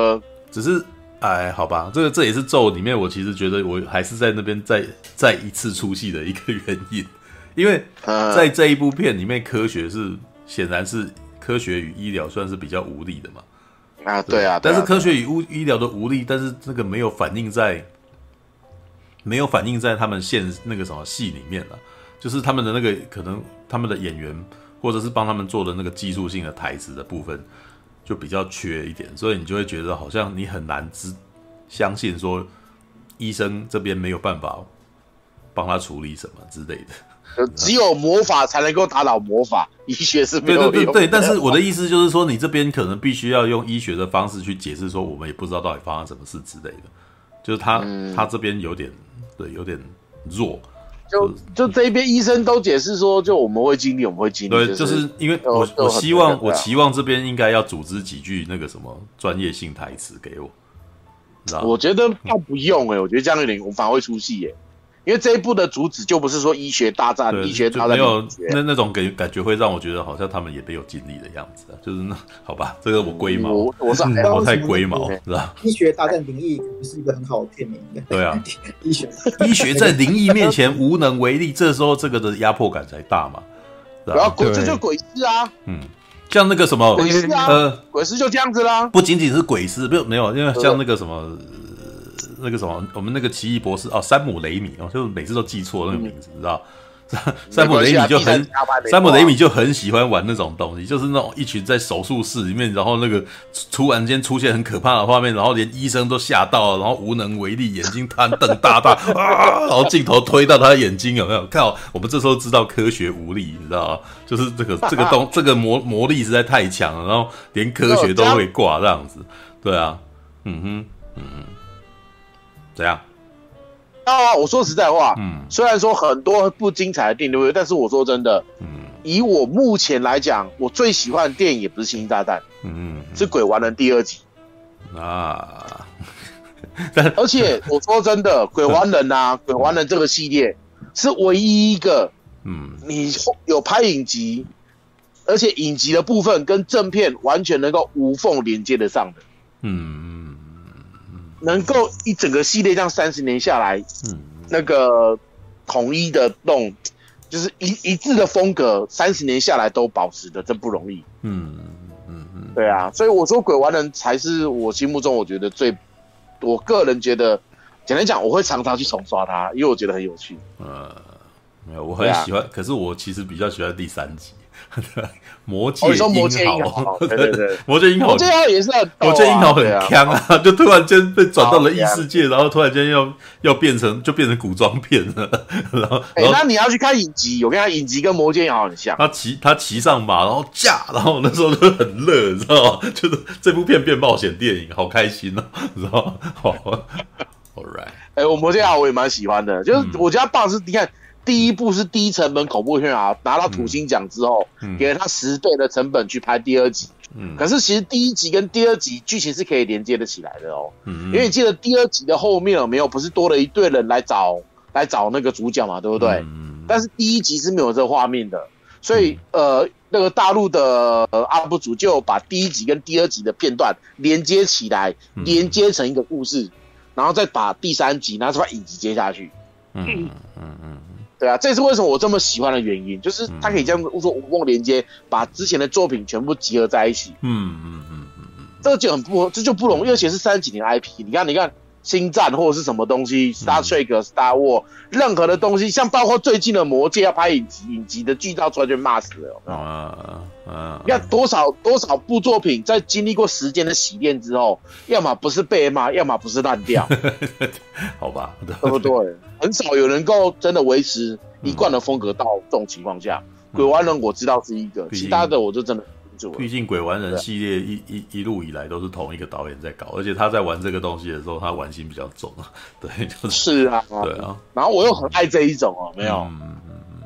Speaker 1: 只是哎，好吧，这个这也是咒里面我其实觉得我还是在那边再再一次出戏的一个原因，因为在这一部片里面，科学是显然是科学与医疗算是比较无力的嘛。
Speaker 4: 啊，对啊，
Speaker 1: 但是科学与医疗的无力，但是那个没有反映在没有反映在他们现那个什么戏里面了，就是他们的那个可能他们的演员或者是帮他们做的那个技术性的台词的部分就比较缺一点，所以你就会觉得好像你很难知相信说医生这边没有办法帮他处理什么之类的。
Speaker 4: 只有魔法才能够打倒魔法，医学是没有用的。
Speaker 1: 对对对，但是我的意思就是说，你这边可能必须要用医学的方式去解释，说我们也不知道到底发生什么事之类的。就是他、嗯、他这边有点对有点弱，
Speaker 4: 就就这一边医生都解释说，就我们会经历，我们会经历。
Speaker 1: 对，就是、就是因为我我希望我期望这边应该要组织几句那个什么专业性台词给我，你知道吗？
Speaker 4: 我觉得倒不用哎、欸，我觉得这样有点我反而会出戏耶、欸。因为这一部的主旨就不是说医学大战，医学大战
Speaker 1: 没有那那种感感觉会让我觉得好像他们也没有尽力的样子啊，就是那好吧，这个我龟毛，
Speaker 4: 我我是
Speaker 1: 我太龟毛，知道？
Speaker 3: 医学大战灵异不是一个很好的片名的。
Speaker 1: 对啊，
Speaker 3: 医学
Speaker 1: 医学在灵异面前无能为力，这时候这个的压迫感才大嘛。
Speaker 4: 然后鬼这就鬼师啊，
Speaker 1: 嗯，像那个什么
Speaker 4: 鬼师啊，呃，鬼师就这样子啦，
Speaker 1: 不仅仅是鬼师，没有没有，因为像那个什么。那个什么，我们那个奇异博士哦，山姆雷米哦，就每次都记错那个名字，你知道？山姆雷米就很，山姆雷米就很喜欢玩那种东西，就是那种一群在手术室里面，然后那个突然间出现很可怕的画面，然后连医生都吓到了，然后无能为力，眼睛摊瞪大大啊，然后镜头推到他的眼睛，有没有？靠，我们这时候知道科学无力，你知道吗？就是这个这个东这个魔魔力实在太强了，然后连科学都会挂这样子，对啊，嗯哼，嗯哼。怎样？
Speaker 4: 啊，我说实在话，嗯，虽然说很多不精彩的电影，对不对？但是我说真的，嗯，以我目前来讲，我最喜欢的电影也不是《星际大战》，嗯，是《鬼玩人》第二集
Speaker 1: 啊。
Speaker 4: 而且我说真的，《鬼玩人》啊，《鬼玩人》这个系列是唯一一个，嗯，你有拍影集，而且影集的部分跟正片完全能够无缝连接得上的，嗯。能够一整个系列这样三十年下来，嗯，那个统一的那种，就是一一致的风格，三十年下来都保持的，真不容易。嗯嗯嗯，对啊，所以我说《鬼玩人》才是我心目中我觉得最，我个人觉得，简单讲，我会常常去重刷它，因为我觉得很有趣。呃，
Speaker 1: 没有，我很喜欢，啊、可是我其实比较喜欢第三集。魔界
Speaker 4: 英
Speaker 1: 豪，
Speaker 4: 对对对，
Speaker 1: 魔界英豪，
Speaker 4: 魔界英豪也是很、啊，
Speaker 1: 魔界英豪很强啊，啊就突然间被转到了异世界，然后突然间要要变成就变成古装片了，然后，
Speaker 4: 哎、欸，那你要去看影集，我跟他影集跟魔界英豪很像，
Speaker 1: 他骑他骑上马，然后驾，然后那时候就很热，你知道吗？就是这部片变冒险电影，好开心哦，你知道吗？好 ，All right，
Speaker 4: 哎、欸，我魔界英豪我也蛮喜欢的，就是我觉得他棒是，你看。第一部是低成本恐怖片啊，拿到土星奖之后，嗯、给了他十倍的成本去拍第二集。嗯、可是其实第一集跟第二集剧情是可以连接的起来的哦。嗯、因为你记得第二集的后面有没有？不是多了一队人来找来找那个主角嘛，对不对？嗯、但是第一集是没有这个画面的，所以、嗯、呃，那个大陆的 U P 主就把第一集跟第二集的片段连接起来，嗯、连接成一个故事，然后再把第三集拿出来影集接下去。嗯嗯嗯嗯。对啊，这是为什么我这么喜欢的原因，就是它可以这样说无缝连接，把之前的作品全部集合在一起。嗯嗯嗯嗯嗯，这个就很不，这就不容易，而且是三十几年 I P。你看，你看，星战或者是什么东西 ，Star Trek、Star War， 任何的东西，像包括最近的魔戒要拍影集，影集的剧照出来就骂死了，有没有？啊啊！你看多少多少部作品在经历过时间的洗练之后，要么不是被骂，要么不是烂掉。
Speaker 1: 好吧，
Speaker 4: 对不对？很少有人够真的维持一贯的风格到这种情况下。嗯、鬼玩人我知道是一个，其他的我就真的不清楚了。
Speaker 1: 毕竟鬼玩人系列一一一路以来都是同一个导演在搞，而且他在玩这个东西的时候，他玩心比较重啊。对，就是、
Speaker 4: 是啊，
Speaker 1: 对啊。
Speaker 4: 然后我又很爱这一种哦，没有。嗯嗯
Speaker 1: 嗯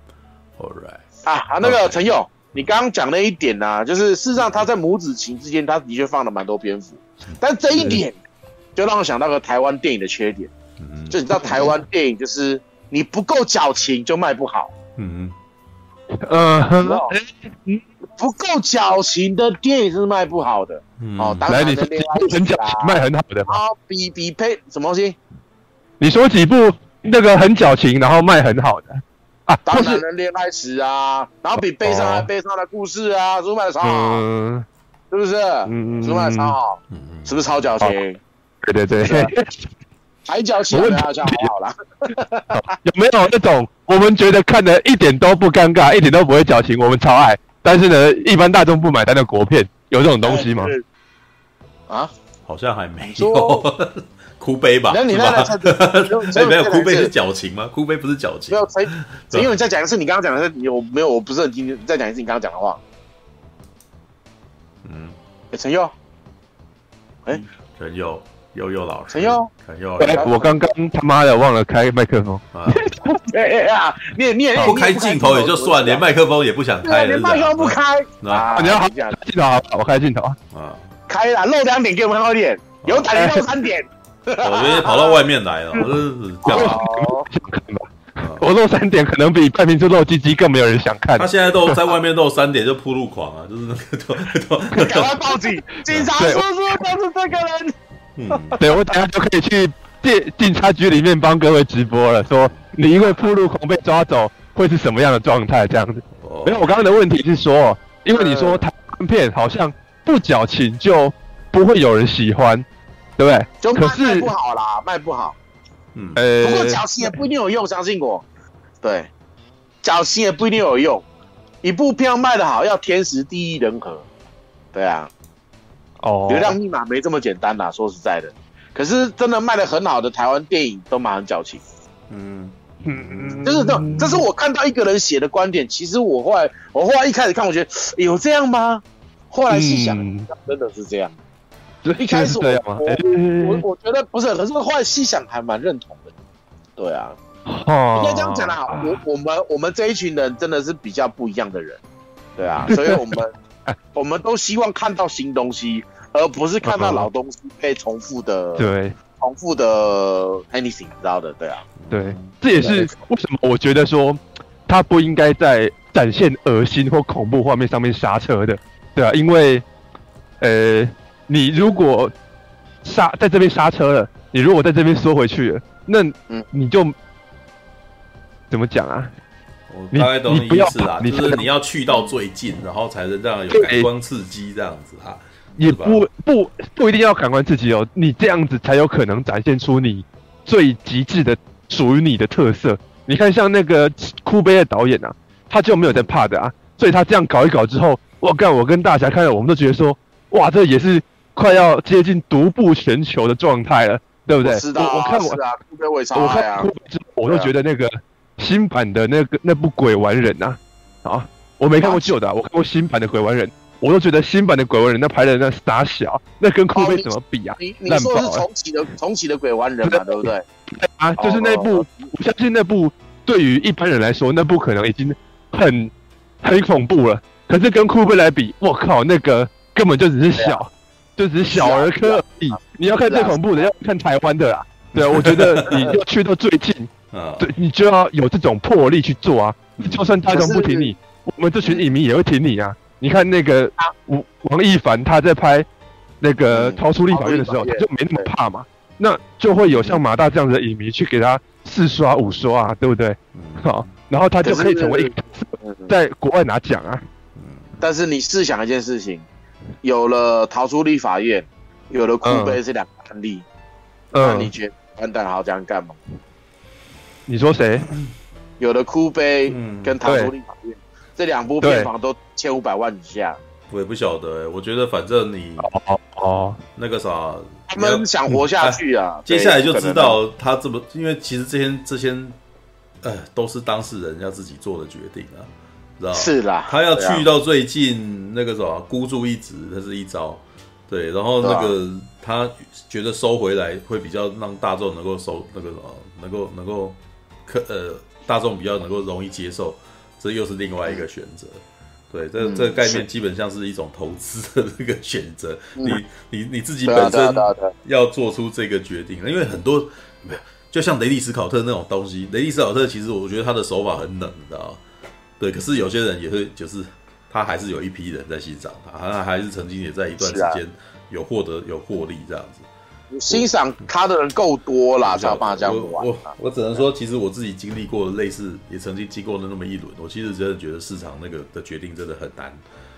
Speaker 1: All right
Speaker 4: 啊，那个陈勇，你刚刚讲那一点啊，就是事实上他在母子情之间，他的确放了蛮多篇幅，但这一点就让我想到个台湾电影的缺点。嗯、就你知道台湾电影就是你不够矫情就卖不好。嗯嗯，
Speaker 2: 呃，嗯，
Speaker 4: 不够矫情的电影是卖不好的。嗯、哦，当然的恋爱
Speaker 2: 很矫情卖很好的
Speaker 4: 啊，比比配什么东西？
Speaker 2: 你说几部那个很矫情然后卖很好的啊？
Speaker 4: 当然的恋爱史啊，然后比悲伤还悲伤的故事啊，是不是卖的超好？嗯、是不是？嗯，是不是卖的超好？嗯，是不是超矫情？
Speaker 2: 对对对。
Speaker 4: 还矫情的好像好啦。
Speaker 2: 有没有那种我们觉得看的一点都不尴尬，一点都不会矫情，我们超爱，但是呢，一般大众不买单的国片，有这种东西吗？
Speaker 1: 啊，好像还没有。哭悲吧？
Speaker 4: 那你那
Speaker 1: 个没有哭悲是矫情吗？哭悲不是矫情。
Speaker 4: 没有陈，陈佑，你再讲一次你刚刚讲的是，你我没有，我不是很听，再讲一次你刚刚讲的话。嗯，陈佑，哎，
Speaker 1: 陈佑。悠悠老师，
Speaker 4: 陈佑，
Speaker 1: 陈佑，
Speaker 2: 我刚刚他妈的忘了开麦克风啊！
Speaker 4: 对呀，你你也
Speaker 1: 不开镜头也就算，连麦克风也不想开，
Speaker 4: 连麦克风不开
Speaker 2: 啊！你要好镜头啊，我开镜头啊！
Speaker 4: 开了，露两点给我们看一点，有胆你露三点。
Speaker 1: 我觉得跑到外面来了，我是这样。
Speaker 2: 我露三点可能比半瓶醋露鸡鸡更没有人想看。
Speaker 1: 他现在都在外面露三点就铺路狂啊，就是那个都
Speaker 4: 都赶快报警，警察叔叔就是这个人。
Speaker 2: 嗯，对，我等下就可以去警警察局里面帮各位直播了，说你因为铺路狂被抓走会是什么样的状态这样子。没有，我刚刚的问题是说，因为你说台湾片好像不矫情就不会有人喜欢，对不对？
Speaker 4: 就可是卖不好啦，卖不好。嗯，呃，不过矫情也不一定有用，相信我。对，矫情也不一定有用。一部片要卖得好，要天时地利人和。对啊。哦，流量密码没这么简单啦，说实在的。可是真的卖得很好的台湾电影都蛮矫情。嗯嗯，就是这，这是我看到一个人写的观点。其实我后来，我后来一开始看，我觉得有这样吗？后来细想，嗯、真的是这样。一开始我我我我觉得不是，可是后来细想还蛮认同的。对啊，哦、应该这样讲啦。我我们我们这一群人真的是比较不一样的人。对啊，所以我们我们都希望看到新东西。而不是看到老东西被重复的，对，重复的 anything， 知道的，对啊，
Speaker 2: 对，这也是为什么我觉得说他不应该在展现恶心或恐怖画面上面刹车的，对啊，因为，呃，你如果刹在这边刹车了，你如果在这边缩回去了，那你就、嗯、怎么讲啊？
Speaker 1: 我大概懂你意思啦，就是你要去到最近，然后才能让有感官刺激这样子啊。
Speaker 2: 也不不不一定要感官刺激哦，你这样子才有可能展现出你最极致的属于你的特色。你看，像那个哭悲的导演啊，他就没有在怕的啊，所以他这样搞一搞之后，我干，我跟大侠看了，我们都觉得说，哇，这也是快要接近独步全球的状态了，对不对？
Speaker 4: 我知道、啊，
Speaker 2: 我, 我看我
Speaker 4: 啊，哭悲我也超爱啊，
Speaker 2: 我看哭悲之后，我都觉得那个新版的那个那部《鬼玩人》啊，啊，我没看过旧的、啊，我看过新版的《鬼玩人》。我都觉得新版的鬼玩人那拍的那傻小，那跟酷飞怎么比啊？
Speaker 4: 你你说的是重启的重启的鬼玩人嘛，对不对？
Speaker 2: 啊，就是那部，哦、我相信那部对于一般人来说，那部可能已经很很恐怖了。可是跟酷飞来比，我靠，那个根本就只是小，啊、就只是小儿科而已。啊、你要看最恐怖的，啊、要看台湾的啦。对啊，我觉得你要去到最近，对，你就要有这种魄力去做啊。就算大众不挺你，我们这群影迷也会挺你啊。你看那个王王一凡他在拍那个逃出立法院的时候，他就没那么怕嘛，那就会有像马大这样子的影迷去给他四刷五刷啊，对不对？好，然后他就可以成为一个在国外拿奖啊。
Speaker 4: 但是你试想一件事情，有了逃出立法院，有了哭悲这两个案例，那你觉得完蛋好这样干吗？
Speaker 2: 你说谁？
Speaker 4: 有了哭悲跟逃出立法院。这两部片房都千五百万以下，
Speaker 1: 我也不晓得、欸。我觉得反正你哦哦那个啥，
Speaker 4: 他们想活下去啊。
Speaker 1: 接下来就知道他这么，因为其实这些这些呃都是当事人要自己做的决定啊，知道吗？
Speaker 4: 是啦，
Speaker 1: 他要去到最近那个什么孤注一掷，这是一招。对，然后那个、啊、他觉得收回来会比较让大众能够收那个什么，能够能够可呃大众比较能够容易接受。这又是另外一个选择，对，这这个概念基本上是一种投资的这个选择，嗯、你你你自己本身要做出这个决定，因为很多就像雷利斯考特那种东西，雷利斯考特其实我觉得他的手法很冷，你知道吗？对，可是有些人也会就是他还是有一批人在欣赏他，他还是曾经也在一段时间有获得有获利这样子。
Speaker 4: 欣赏他的人够多啦，才有办法这样玩。
Speaker 1: 我我我只能说，其实我自己经历过类似，也曾经经过了那么一轮。我其实真的觉得市场那个的决定真的很难，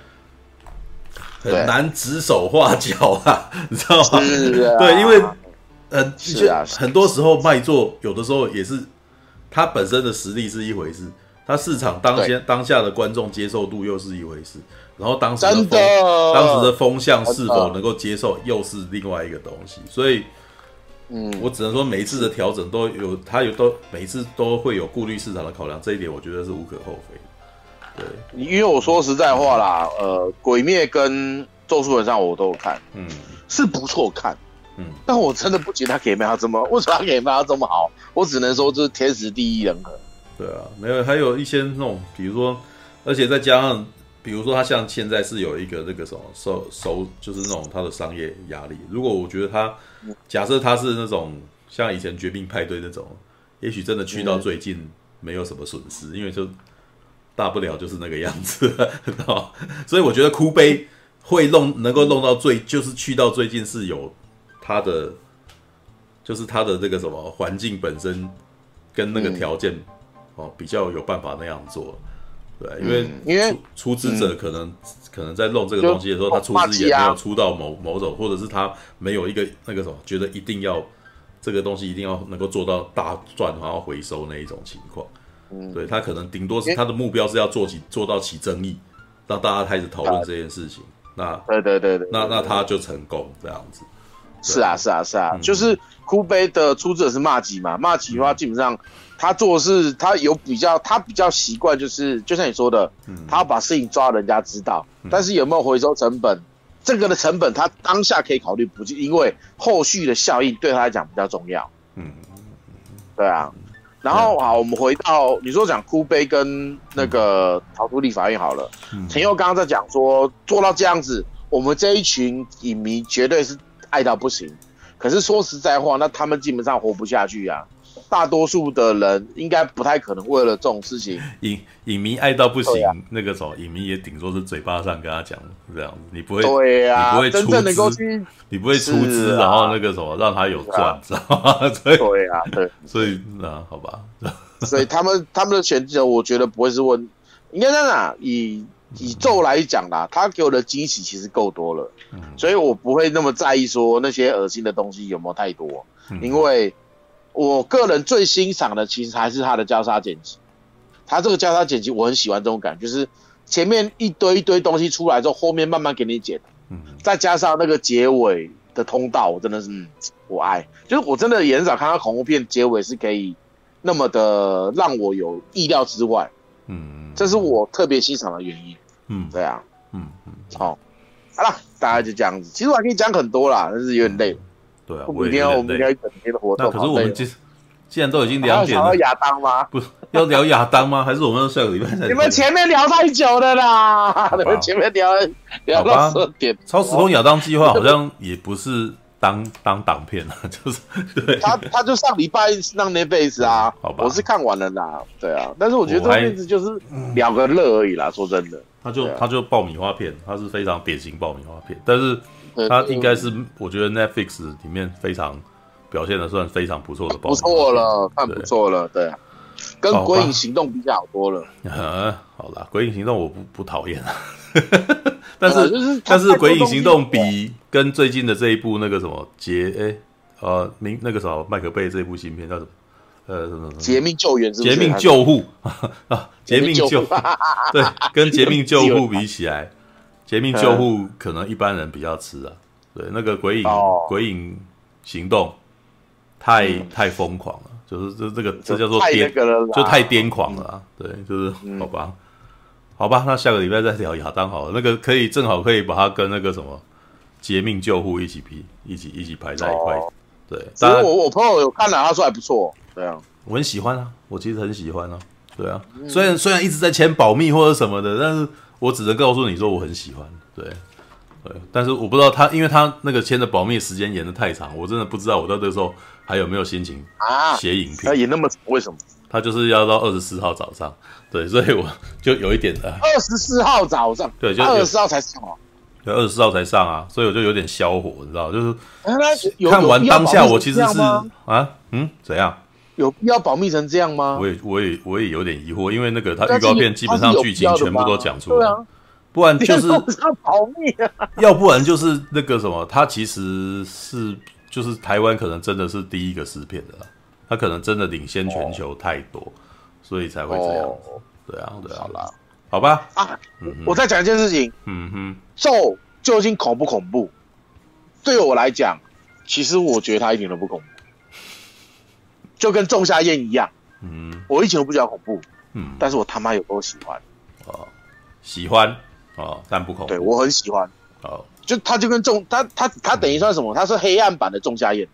Speaker 1: 很难指手画脚啊，你知道吗？
Speaker 4: 是啊，
Speaker 1: 对，因为呃，
Speaker 4: 是啊，
Speaker 1: 很多时候卖座有的时候也是他本身的实力是一回事，他市场当先当下的观众接受度又是一回事。然后当时的风
Speaker 4: 的
Speaker 1: 当时的风向是否能够接受，又是另外一个东西。所以，嗯，我只能说每一次的调整都有，它有都每一次都会有顾虑市场的考量，这一点我觉得是无可厚非的。对，
Speaker 4: 因为我说实在话啦，呃，鬼灭跟咒术回战我都有看，嗯，是不错看，嗯，但我真的不觉得他可以卖到这么，为什么他可以卖到这么好？我只能说这是天时地利人和。
Speaker 1: 对啊，没有，还有一些那种，比如说，而且再加上。比如说，他像现在是有一个那个什么收收，就是那种他的商业压力。如果我觉得他，假设他是那种像以前绝命派对那种，也许真的去到最近没有什么损失，因为就大不了就是那个样子，所以我觉得哭悲会弄能够弄到最，就是去到最近是有他的，就是他的这个什么环境本身跟那个条件、嗯、哦比较有办法那样做。对，因为、嗯、因为出资者可能、嗯、可能在弄这个东西的时候，他出资也没有出到某某种，或者是他没有一个那个什么，觉得一定要这个东西一定要能够做到大赚，然后回收那一种情况。嗯，对他可能顶多是他的目标是要做起做到起争议，让大家开始讨论这件事情。那
Speaker 4: 对对对对，
Speaker 1: 那那他就成功这样子。
Speaker 4: 是啊是啊是啊，嗯、就是哭悲的出资者是骂吉嘛，骂吉的话基本上。他做的是，他有比较，他比较习惯，就是就像你说的，嗯、他要把事情抓到人家知道，嗯、但是有没有回收成本，这个的成本他当下可以考虑不计，因为后续的效应对他来讲比较重要。嗯，对啊。然后好，我们回到你说讲哭悲跟那个逃出立法院好了，嗯、陈佑刚刚在讲说做到这样子，我们这一群影迷绝对是爱到不行，可是说实在话，那他们基本上活不下去啊。大多数的人应该不太可能为了这种事情，
Speaker 1: 影影迷爱到不行，啊、那个什么影迷也顶多是嘴巴上跟他讲这样子，你不会，
Speaker 4: 对啊，
Speaker 1: 你不会出
Speaker 4: 真正能够去，
Speaker 1: 你不会出资，啊、然后那个什么让他有赚，啊、知道吗？
Speaker 4: 对啊，对，
Speaker 1: 所以那好吧，
Speaker 4: 所以他们他们的选择，我觉得不会是问，应该在哪以以咒来讲啦，他给我的惊喜其实够多了，嗯、所以我不会那么在意说那些恶心的东西有没有太多，嗯、因为。我个人最欣赏的其实还是他的交叉剪辑，他这个交叉剪辑我很喜欢这种感觉，就是前面一堆一堆东西出来之后，后面慢慢给你剪，嗯，再加上那个结尾的通道，我真的是、嗯、我爱，就是我真的也很少看到恐怖片结尾是可以那么的让我有意料之外，嗯，这是我特别欣赏的原因，嗯，对啊，嗯嗯，好、哦，好啦，大概就这样子，其实我还可以讲很多啦，但是有点累了。
Speaker 1: 对啊，
Speaker 4: 明天我们应该一整天的活动。
Speaker 1: 那可是我们既既然都已经两点了，
Speaker 4: 要聊亚当吗？
Speaker 1: 不，要聊亚当吗？还是我们下个礼拜再聊？
Speaker 4: 你们前面聊太久了啦！你们前面聊聊到十二点。
Speaker 1: 超时空亚当计划好像也不是当当档片啊，就是对。
Speaker 4: 他他就上礼拜让 Netflix 啊，好吧，我是看完了啦，对啊，但是我觉得这个片子就是聊个乐而已啦，说真的。
Speaker 1: 他就他就爆米花片，他是非常典型爆米花片，但是。他应该是，我觉得 Netflix 里面非常表现的算非常不错的爆米花片，不
Speaker 4: 错了，算不错了，对啊，跟《鬼影行动》比较好多了。
Speaker 1: 啊，好啦，《鬼影行动》我不不讨厌啊，但是、呃就是、但是《鬼影行动》比跟最近的这一部那个什么劫诶呃明那个什么麦克贝这一部新片叫什么？呃，什么
Speaker 4: 劫命救援是不
Speaker 1: 是？劫命救护啊，劫命救护，对，跟劫命救护比起来。劫命救护可能一般人比较吃啊，对，那个鬼影、哦、鬼影行动太、嗯、太疯狂了，就是这这个这叫做癫，就太癫狂了、啊，对，就是、嗯、好吧，好吧，那下个礼拜再聊亚当好了，那个可以正好可以把它跟那个什么劫命救护一起比，一起一起排在一块，哦、对，
Speaker 4: 当然我我朋友有看了，他说还不错，对啊，
Speaker 1: 我很喜欢啊，我其实很喜欢啊，对啊，嗯、虽然虽然一直在签保密或者什么的，但是。我只能告诉你说我很喜欢，对，对，但是我不知道他，因为他那个签的保密时间延得太长，我真的不知道我到这时候还有没有心情写影片。
Speaker 4: 他、啊、演那么为什么？
Speaker 1: 他就是要到二十四号早上，对，所以我就有一点的。
Speaker 4: 二十四号早上，
Speaker 1: 对，就
Speaker 4: 二十四号才上哦。
Speaker 1: 对，二十四号才上啊，所以我就有点消火，你知道，就是、
Speaker 4: 啊、
Speaker 1: 看完当下我其实是啊，嗯，怎样？
Speaker 4: 有必要保密成这样吗？
Speaker 1: 我也我也我也有点疑惑，因为那个他预告片基本上剧情全部都讲出来，
Speaker 4: 对啊，
Speaker 1: 不然就是
Speaker 4: 要保密啊，
Speaker 1: 要不然就是那个什么，他其实是就是台湾可能真的是第一个试片的啦，他可能真的领先全球太多，哦、所以才会这样子。哦、对啊，对啊，
Speaker 4: 好啦。
Speaker 1: 好吧
Speaker 4: 啊、嗯，我再讲一件事情。嗯哼，咒究竟恐不恐怖？对我来讲，其实我觉得它一点都不恐怖，就跟仲夏夜一样。嗯，我以前都不觉得恐怖，嗯，但是我他妈有多喜欢。
Speaker 1: 哦，喜欢哦，但不恐怖。
Speaker 4: 对我很喜欢。哦，就它就跟仲它它它等于算什么？它是黑暗版的仲夏夜。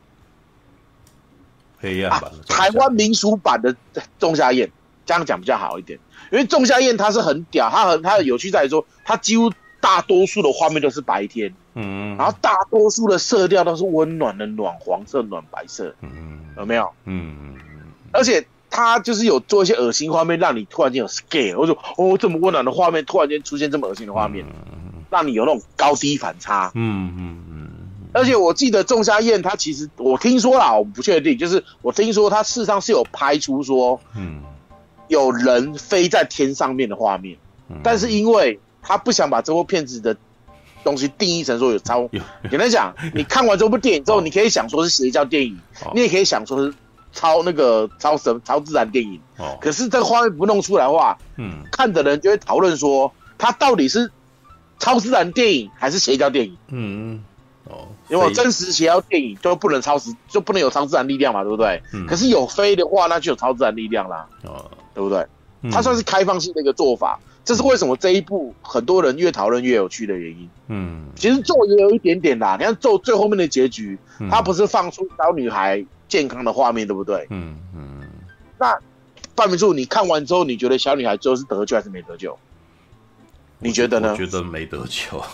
Speaker 1: 黑暗版的、啊、
Speaker 4: 台湾民俗版的仲夏夜，这样讲比较好一点。因为仲夏夜它是很屌，它很它的有趣在于说，它几乎大多数的画面都是白天，嗯，然后大多数的色调都是温暖的暖黄色、暖白色，嗯，有没有？嗯，而且它就是有做一些恶心画面，让你突然间有 scare， 或者哦这么温暖的画面，突然间出现这么恶心的画面，嗯、让你有那种高低反差，嗯嗯嗯。而且我记得仲夏夜它其实我听说啦，我不确定，就是我听说它事实上是有拍出说，嗯。有人飞在天上面的画面，嗯、但是因为他不想把这部片子的东西定义成说有超，简单讲，你看完这部电影之后，哦、你可以想说是邪教电影，哦、你也可以想说是超那个超神超自然电影。哦、可是这个画面不弄出来的话，嗯，看的人就会讨论说，它到底是超自然电影还是邪教电影？嗯。哦，因为真实邪教电影就不能超时，就不能有超自然力量嘛，对不对？嗯、可是有飞的话，那就有超自然力量啦，哦、对不对？嗯、它算是开放性的一个做法，这是为什么这一部很多人越讨论越有趣的原因。嗯，其实咒也有一点点啦，你看咒最后面的结局，嗯、它不是放出小女孩健康的画面，对不对？嗯嗯。那范明柱，你看完之后，你觉得小女孩最后是得救还是没得救？你觉得呢？
Speaker 1: 我觉得没得救。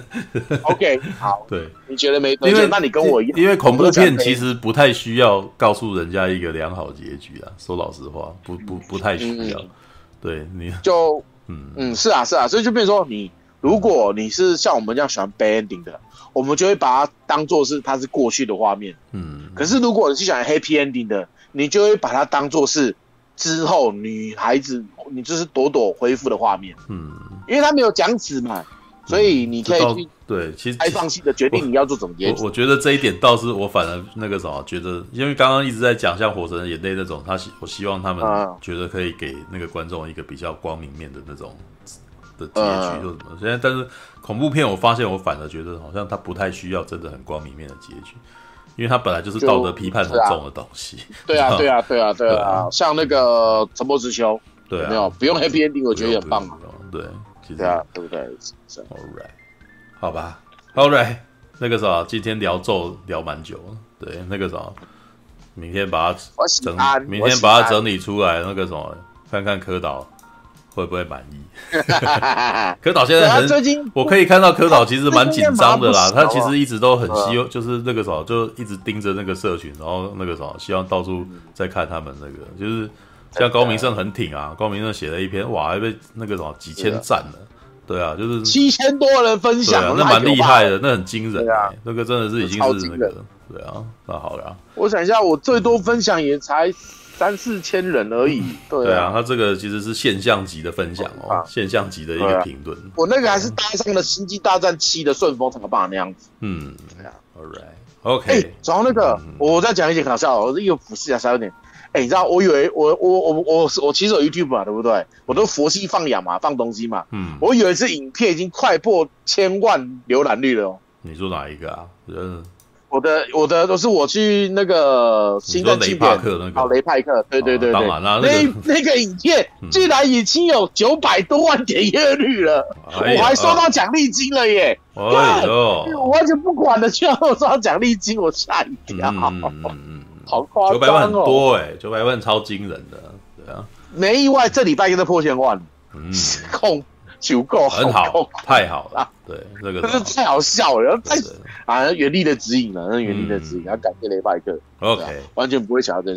Speaker 4: OK， 好，
Speaker 1: 对，
Speaker 4: 你觉得没得救，那你跟我一样。
Speaker 1: 因为恐怖片其实不太需要告诉人家一个良好结局啊。说老实话，不不不太需要。嗯、对你
Speaker 4: 就嗯嗯是啊是啊，所以就变成说你，如果你是像我们这样喜欢 bad ending 的，我们就会把它当做是它是过去的画面。嗯，可是如果你是喜欢 happy ending 的，你就会把它当做是之后女孩子你就是朵朵恢复的画面。嗯。因为他没有讲死嘛，所以你可以去
Speaker 1: 对，其实
Speaker 4: 开放性的决定你要做怎么结局。
Speaker 1: 我我觉得这一点倒是我反而那个什么，觉得因为刚刚一直在讲像《火神的眼泪》那种，他我希望他们觉得可以给那个观众一个比较光明面的那种的结局，或什么。现在但是恐怖片，我发现我反而觉得好像他不太需要真的很光明面的结局，因为他本来就是道德批判很重的东西。
Speaker 4: 对啊，对啊，对啊，对啊，像那个《沉默之丘》，
Speaker 1: 对啊，
Speaker 4: 没有不用 happy ending， 我觉得也很棒啊。
Speaker 1: 对。
Speaker 4: 对啊，对不对
Speaker 1: ？All right， 好吧 ，All right， 那个啥，今天聊咒聊蛮久了，对，那个啥，明天把它整，明天把它整理出来，那个什么，看看柯导会不会满意。柯导现在很，最近我可以看到柯导其实蛮紧张的啦，他其实一直都很希望，就是那个什么，就一直盯着那个社群，然后那个什么，希望到处在看他们那个，就是。像高明胜很挺啊，高明胜写了一篇，哇，还被那个什么几千赞了，对啊，就是
Speaker 4: 七千多人分享，
Speaker 1: 啊、那蛮厉害的，那很惊人、欸，啊，那个真的是已经是那个，对啊，那好了、啊，
Speaker 4: 我想一下，我最多分享也才三四千人而已，对啊，
Speaker 1: 对啊，他这个其实是现象级的分享哦，啊、现象级的一个评论、啊，
Speaker 4: 我那个还是搭上了《星际大战七》的顺风才办那样子，嗯，
Speaker 1: 对啊 ，All right，OK，、okay,
Speaker 4: 哎、欸，然后那个、嗯、我再讲一点搞笑，我又俯视一下稍微有点。哎、欸，你知道我以为我我我我我其实有 YouTube 嘛，对不对？我都佛系放养嘛，放东西嘛。嗯，我以为是影片已经快破千万浏览率了哦。
Speaker 1: 你说哪一个啊？嗯，
Speaker 4: 我的我的都是我去那个新政庆典，好雷派克，对对对对，
Speaker 1: 当然啦，
Speaker 4: 那那, 那个影片居然已经有九百多万点阅率了，哎、我还收到奖励金了耶！哎呦，我完全不管的，居然我收到奖励金，我吓一跳。嗯嗯嗯好夸张哦！
Speaker 1: 九百万很多哎、欸，九百万超惊人的，对啊，
Speaker 4: 没意外，这礼拜应该破千万，嗯，控足够
Speaker 1: 很好，太好了，对，这个
Speaker 4: 真是太好笑了，太啊原力的指引了，那原力的指引，要感谢雷拜克
Speaker 1: ，OK，
Speaker 4: 完全不会想到这件事情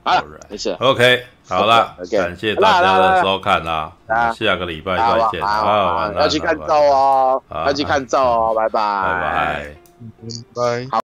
Speaker 4: 好了，没事
Speaker 1: ，OK， 好了，
Speaker 4: okay,
Speaker 1: 感谢大家的收看啦，下个礼拜再见，
Speaker 4: 好，要去看照哦，要去看照哦，拜拜，
Speaker 1: 拜拜，
Speaker 2: 拜。
Speaker 4: 好。